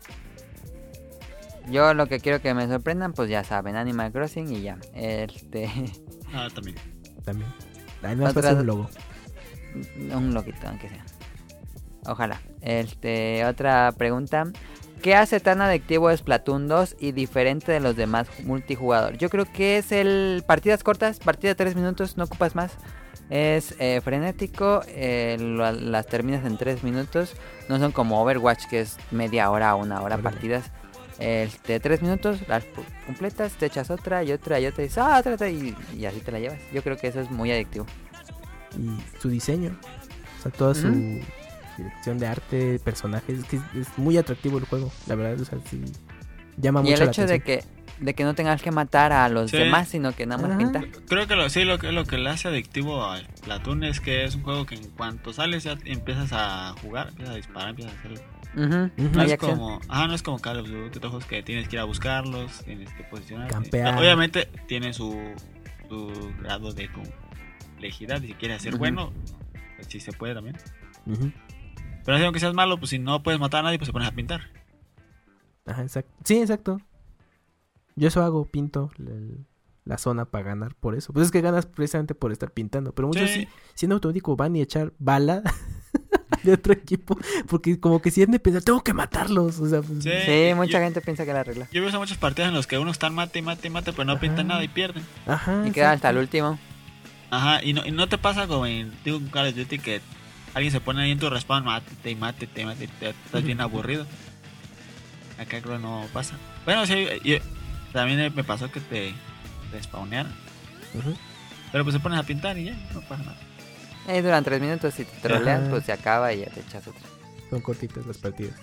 Yo lo que quiero que me sorprendan, pues ya saben, Animal Crossing y ya. También. También. Además va a ser un logo. Un loquito, aunque sea. Ojalá. Otra pregunta. ¿Qué hace tan adictivo Splatoon 2 y diferente de los demás multijugador? Yo creo que es el partidas cortas, partida de 3 minutos, no ocupas más. Es frenético, las terminas en 3 minutos. No son como Overwatch, que es media hora o una hora Órale. partidas. 3 minutos, las completas, te echas otra y otra y otra y dices, otra, y así te la llevas. Yo creo que eso es muy adictivo. Y su diseño. O sea, toda su Ujú. dirección de arte, personajes. Es que es muy atractivo el juego. La verdad, o sea, sí. Llama Y mucho el la hecho atención. de que no tengas que matar a los Sí. demás, sino que nada más Ajá. pintar. Creo que lo que le hace adictivo a Splatoon es que es un juego que en cuanto sales ya empiezas a jugar, empiezas a disparar, empiezas a hacerlo. Ujú, Ujú. No hay es acción. como, no es como Call of Duty, otros juegos que tienes que ir a buscarlos, tienes que posicionarte. Campear. Obviamente tiene su grado de complejidad y si quieres ser Ujú. bueno, pues sí se puede también. Ujú. Pero así aunque seas malo, pues si no puedes matar a nadie, pues te pones a pintar. Ajá, exacto. Sí, exacto. Yo eso hago, pinto la zona para ganar por eso. Pues es que ganas precisamente por estar pintando. Pero muchos Sí. siendo automático van y echar bala de otro equipo. Porque como que sienten pensar, tengo que matarlos. O sea, pues, Sí. Sí, mucha yo- gente piensa que la arregla. Yo he visto muchas partidas en las que uno están mate y mate y mate, pero no pintan Ajá. nada y pierden. Ajá. Y queda exacto. hasta el último. Ajá, y no te pasa como en Call of Duty que alguien se pone ahí en tu respawn, mate y mate, estás bien aburrido. Acá creo que no pasa. Bueno, sí, también me pasó que te spawnearon, Ujú. pero pues se pones a pintar y ya, no pasa nada. Ahí duran 3 minutos. Si te trolean, Ajá. pues se acaba y ya te echas otra. Son cortitas las partidas.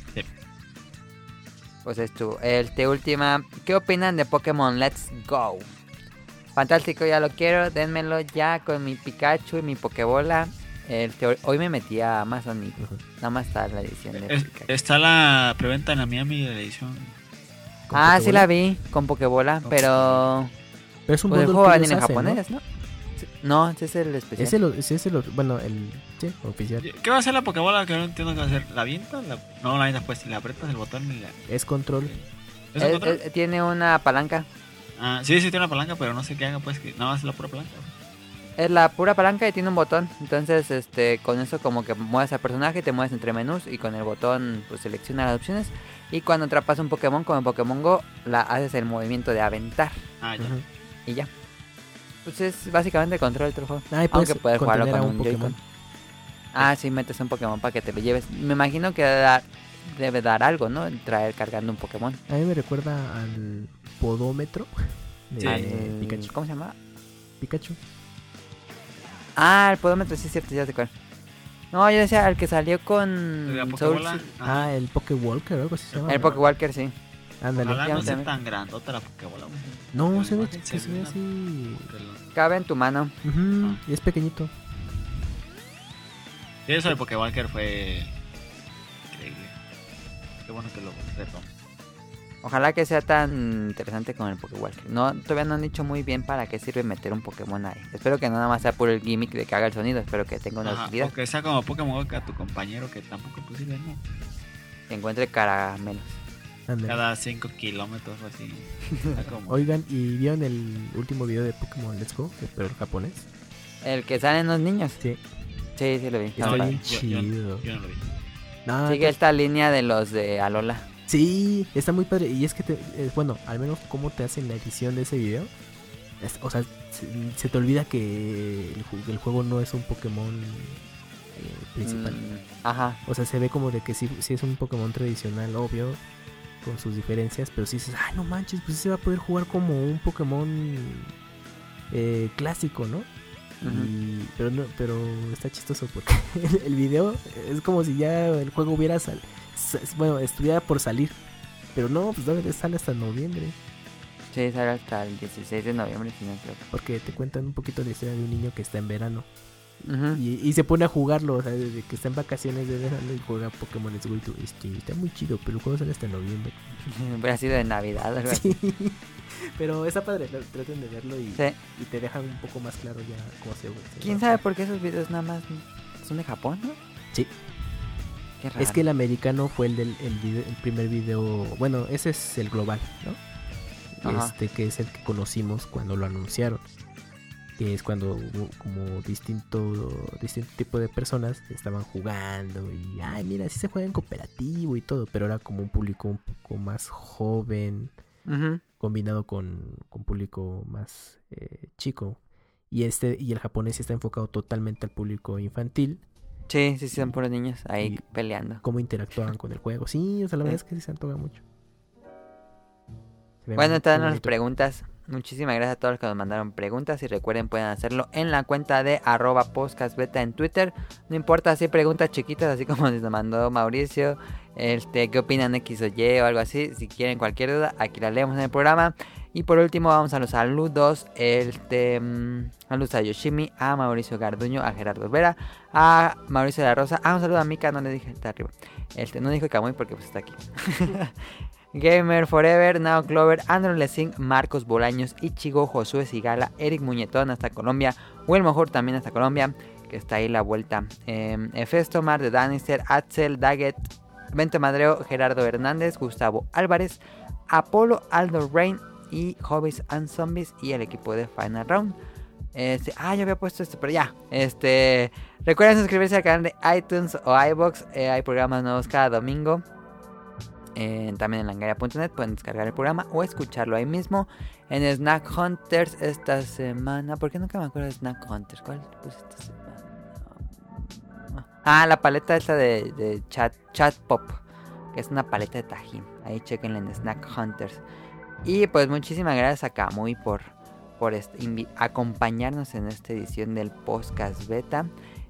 Pues es tu última. ¿Qué opinan de Pokémon Let's Go? Fantástico, ya lo quiero. Dénmelo ya con mi Pikachu y mi Pokébola. Hoy me metí a Amazon y Ujú. nada más está la edición de Pikachu. Está la preventa en la Miami de la edición. ¿Con Ah, sí Pokébola? la vi con Pokébola, pero Pero es un pues el bundle juego va a que venir en ellos hacen, japonés, ¿no? Sí. No, ese es el especial. Ese es el, bueno, el sí, oficial. ¿Qué va a hacer la Pokébola? Que no entiendo qué va a hacer. ¿La avientas? No, la avientas, pues si le aprietas el botón y la... Es control. ¿Es un control? Tiene una palanca. Sí, tiene una palanca, pero no sé qué haga, pues que nada más es la pura palanca. Es la pura palanca y tiene un botón. Entonces, con eso como que mueves al personaje, te mueves entre menús y con el botón pues selecciona las opciones. Y cuando atrapas un Pokémon como en Pokémon Go, haces el movimiento de aventar Ya. Ujú. y ya. Pues es básicamente control del juego. Ah, y puedes Aunque puedes jugarlo contener con a un un Joy-Con. Pokémon. Ah, sí, metes un Pokémon para que te lo lleves. Me imagino que debe dar algo, ¿no? Traer cargando un Pokémon. A mí me recuerda al podómetro de Al- Pikachu. ¿Cómo se llama? Pikachu. Ah, el podómetro, sí es cierto, ya sé cuál. No, yo decía el que salió con La Soul Pokébola. Silver. Ah, el Pokewalker o algo así se llama. El ¿no? Pokewalker, sí. Ándale. Ojalá Ya no me sea también. tan grandota la Pokébola. güey. No, La se ve imagen que se ve una- así. porque lo- Cabe en tu mano. Ujú, y es pequeñito. Sí, eso de Pokewalker fue increíble. Qué bueno que lo retomó. Ojalá que sea tan interesante con el Pokewalker. No, todavía no han dicho muy bien para qué sirve meter un Pokémon ahí. Espero que no nada más sea por el gimmick de que haga el sonido. Espero que tenga una Ajá, utilidad. o que sea como Pokémon Go, que a tu compañero que tampoco pues sirve, ¿no? Que encuentre caramelos. Ándale. Cada 5 kilómetros o así. Está como... Oigan, ¿y vieron el último video de Pokémon Let's Go? Pero en japonés. El que salen los niños. Sí. Sí, sí lo vi. Está Está bien padre. chido. Yo no lo vi. No, Sigue esta línea de los de Alola. sí, está muy padre. Y es que, bueno, al menos cómo te hacen la edición de ese video. O sea, se te olvida que el juego no es un Pokémon principal. Ajá. O sea, se ve como de que sí es un Pokémon tradicional, obvio, con sus diferencias, pero sí dices, ay, no manches, pues sí se va a poder jugar como un Pokémon clásico, ¿no? Pero está chistoso porque el video es como si ya el juego hubiera estuviera por salir, pero no, pues todavía sale hasta noviembre. Sí, sale hasta el 16 de noviembre, si no creo. Porque te cuentan un poquito la historia de un niño que está en verano. Uh-huh. Y se pone a jugarlo, o sea, desde que está en vacaciones de verano y juega Pokémon Let's Go. Está muy chido, pero el juego sale hasta noviembre. Hubiera sido de Navidad o algo así. Sí. Pero está padre, traten de verlo y te dejan un poco más claro ya cómo se ¿Quién sabe por qué esos videos nada más son de Japón, no? Sí. Qué raro. Es que el americano fue el primer video. Bueno, ese es el global, ¿no? Ajá. Que es el que conocimos cuando lo anunciaron. Que es cuando hubo como distinto tipo de personas estaban jugando y ay, mira, sí se juega en cooperativo y todo, pero era como un público un poco más joven, combinado con público más chico. Y el japonés está enfocado totalmente al público infantil. Sí, son puros niños ahí peleando. Cómo interactuaban con el juego. Sí, o sea, la verdad es que sí se antoja mucho. Bueno, todas las preguntas. Muchísimas gracias a todos los que nos mandaron preguntas. Y recuerden, pueden hacerlo en la cuenta de @podcastbeta en Twitter. No importa si hay preguntas chiquitas, así como nos mandó Mauricio. ¿Qué opinan X o Y o algo así? Si quieren cualquier duda, aquí la leemos en el programa. Y por último vamos a los saludos. Saludos a Yoshimi, a Mauricio Garduño, a Gerardo Vera, a Mauricio de la Rosa. Un saludo a Mika, no le dije, está arriba. No dijo Camuy porque pues está aquí. Gamer Forever, Nao Clover, Andrew Lessing, Marcos Bolaños, Ichigo, Josué Sigala, Eric Muñetón hasta Colombia, Will Mejor también hasta Colombia, que está ahí la vuelta. Festomar de Danister, Axel, Daggett, Vente Madreo, Gerardo Hernández, Gustavo Álvarez, Apolo, Aldo Rain y Hobbies and Zombies y el equipo de Final Round. Yo había puesto pero ya. Recuerden suscribirse al canal de iTunes o iVoox. Hay programas nuevos cada domingo. También en langaria.net pueden descargar el programa o escucharlo ahí mismo. En Snack Hunters esta semana. ¿Por qué nunca me acuerdo de Snack Hunters? ¿Cuál puse esta semana? La paleta esta de chat pop, que es una paleta de tajín. Ahí chequenla en Snack Hunters. Y pues muchísimas gracias a Kamui por acompañarnos en esta edición del podcast beta.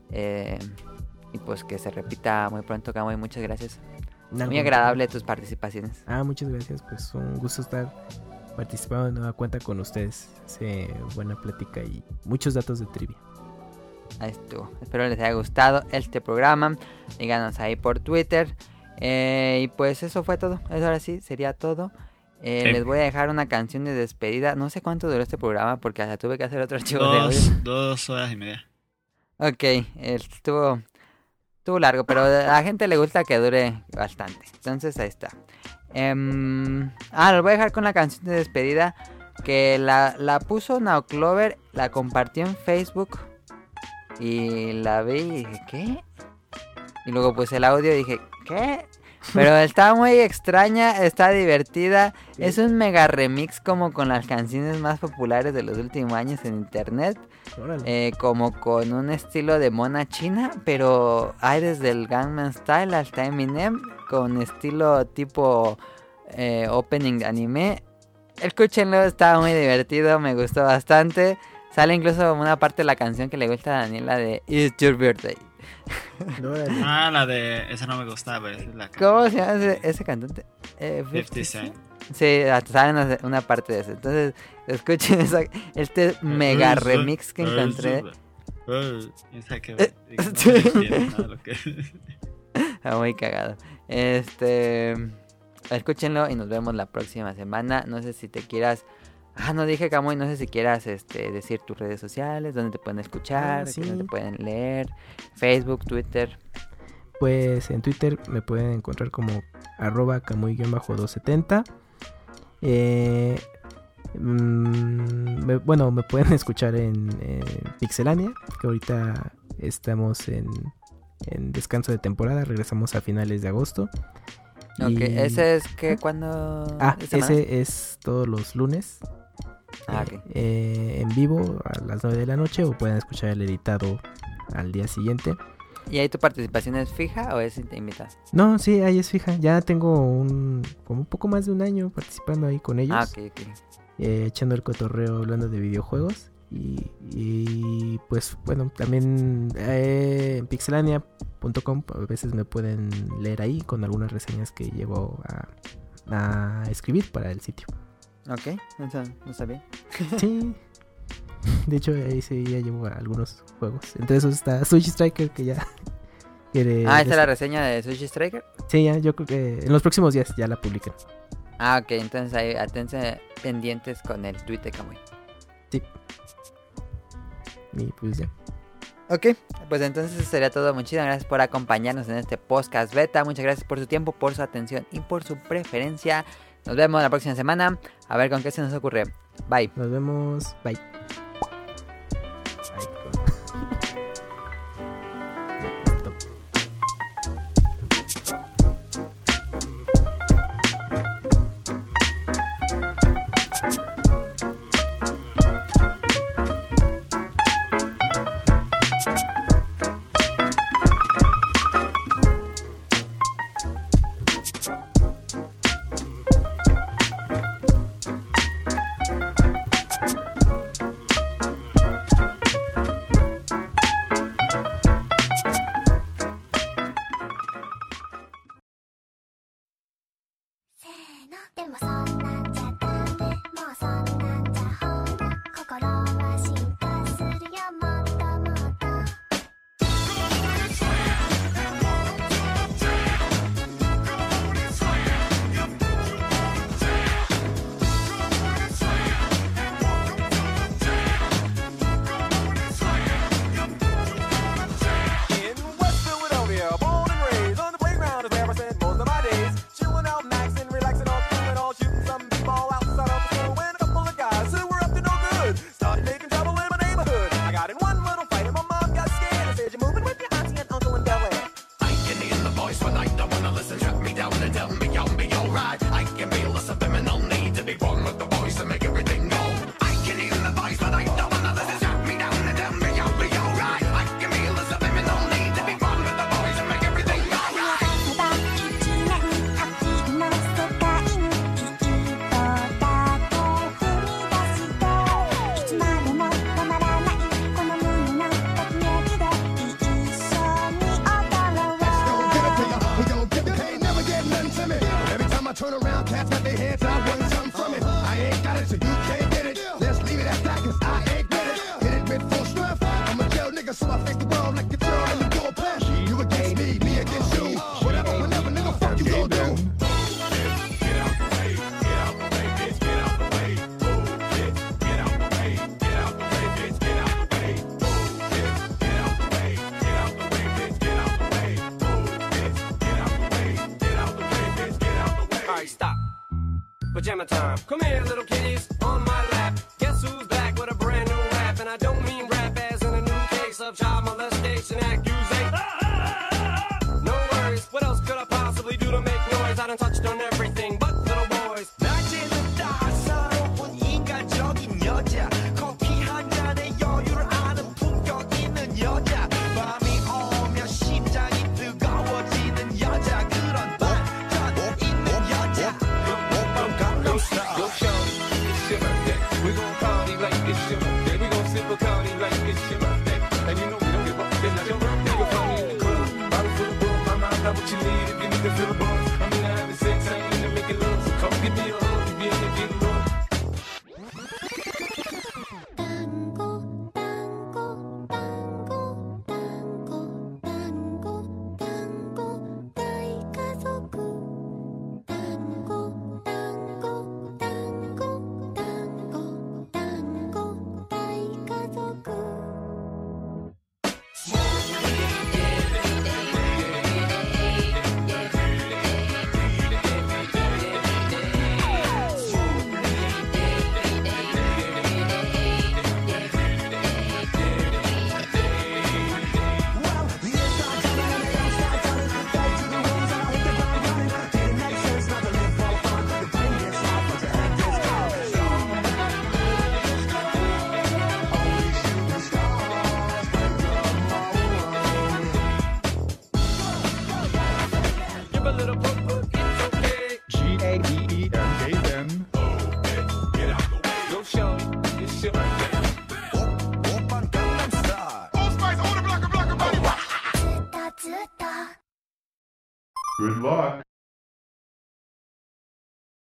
Y pues que se repita muy pronto, Kamui. Muchas gracias. Muy agradable tus participaciones. Muchas gracias, pues un gusto estar participando de nueva cuenta con ustedes. Buena plática y muchos datos de trivia. Ahí estuvo. Espero les haya gustado este programa. Díganos ahí por Twitter. Y pues eso fue todo. Eso ahora sí sería todo. Les voy a dejar una canción de despedida. No sé cuánto duró este programa porque hasta tuve que hacer otro archivo de audio. 2 horas y media. Ok, estuvo largo, pero a la gente le gusta que dure bastante. Entonces ahí está. Los voy a dejar con la canción de despedida que la puso Nao Clover, la compartió en Facebook y la vi y dije, ¿qué? Y luego puse el audio y dije, ¿qué? Pero está muy extraña, está divertida. Sí. Es un mega remix como con las canciones más populares de los últimos años en internet. Como con un estilo de mona china, pero hay desde el Gangnam Style hasta Eminem, con estilo tipo opening de anime. Escúchenlo, está muy divertido, me gustó bastante. Sale incluso una parte de la canción que le gusta a Daniela de It's Your Birthday. La de... Esa no me gustaba. ¿Cómo se llama ese cantante? 50 Cent. Sí, hasta saben una parte de eso. Entonces, escuchen este mega remix que encontré. Esa que... Está muy cagado. Escúchenlo y nos vemos la próxima semana. No sé si te quieras... no dije, Camuy, no sé si quieras decir tus redes sociales, donde te pueden escuchar, sí. donde te pueden leer, Facebook, Twitter. Pues en Twitter me pueden encontrar como @camuy_270. Me pueden escuchar en Pixelania, que ahorita estamos en descanso de temporada, regresamos a finales de agosto. Ok, ese es que cuando... ese es todos los lunes. Okay. En vivo a las 9 de la noche, o pueden escuchar el editado al día siguiente. ¿Y ahí tu participación es fija o es invitada? No, sí, ahí es fija. Ya tengo como un poco más de un año participando ahí con ellos. Ah, ok. Echando el cotorreo, hablando de videojuegos. Y pues bueno, también en pixelania.com a veces me pueden leer ahí con algunas reseñas que llevo a escribir para el sitio. Ok, eso no sabía. Sí. De hecho, ahí sí ya llevo algunos juegos. Entre esos está Sushi Striker, que ya... ¿Esta es la reseña de Sushi Striker? Sí, ya, yo creo que en los próximos días ya la publican. Ah, ok, entonces ahí atense pendientes con el tweet de Kamui. Sí. Y pues ya. Ok, pues entonces eso sería todo. Muchísimas gracias por acompañarnos en este podcast beta. Muchas gracias por su tiempo, por su atención y por su preferencia. Nos vemos la próxima semana. A ver con qué se nos ocurre. Bye. Nos vemos. Bye. Turn around, cats got their hands, I want something from it. I ain't got it, so you can't get it. Let's leave it at that, cause I ain't with it. Hit it with full strength. I'm a jail nigga, so I face the world like a girl and you go past. You against me against you. Whatever, whenever, nigga, fuck you gon' do. Stop. Pajama time. Come here, little kitties, on my lap. Guess who's back with a brand new rap? And I don't mean rap as in a new case of child molestation accusation. No worries, what else could I possibly do to make noise? I done touched on everything but little boys. 낮에는 따사로운 인간적인 여자. 커피 한 잔에 여유를 아는 품격 있는 여자. 밤이 오면 심장이 뜨거워지는 여자. 그런 반전 있는 여자. Go shorty, it's your birthday. We gon' party like it's your birthday. We gon' sip Bacardi like it's your birthday. And you know we don't give up, it's not your birthday. We'll party in the club, bottle full of booze. My mind got what you need if you need to feel the buzz. I'm in the having sex, I ain't Good luck.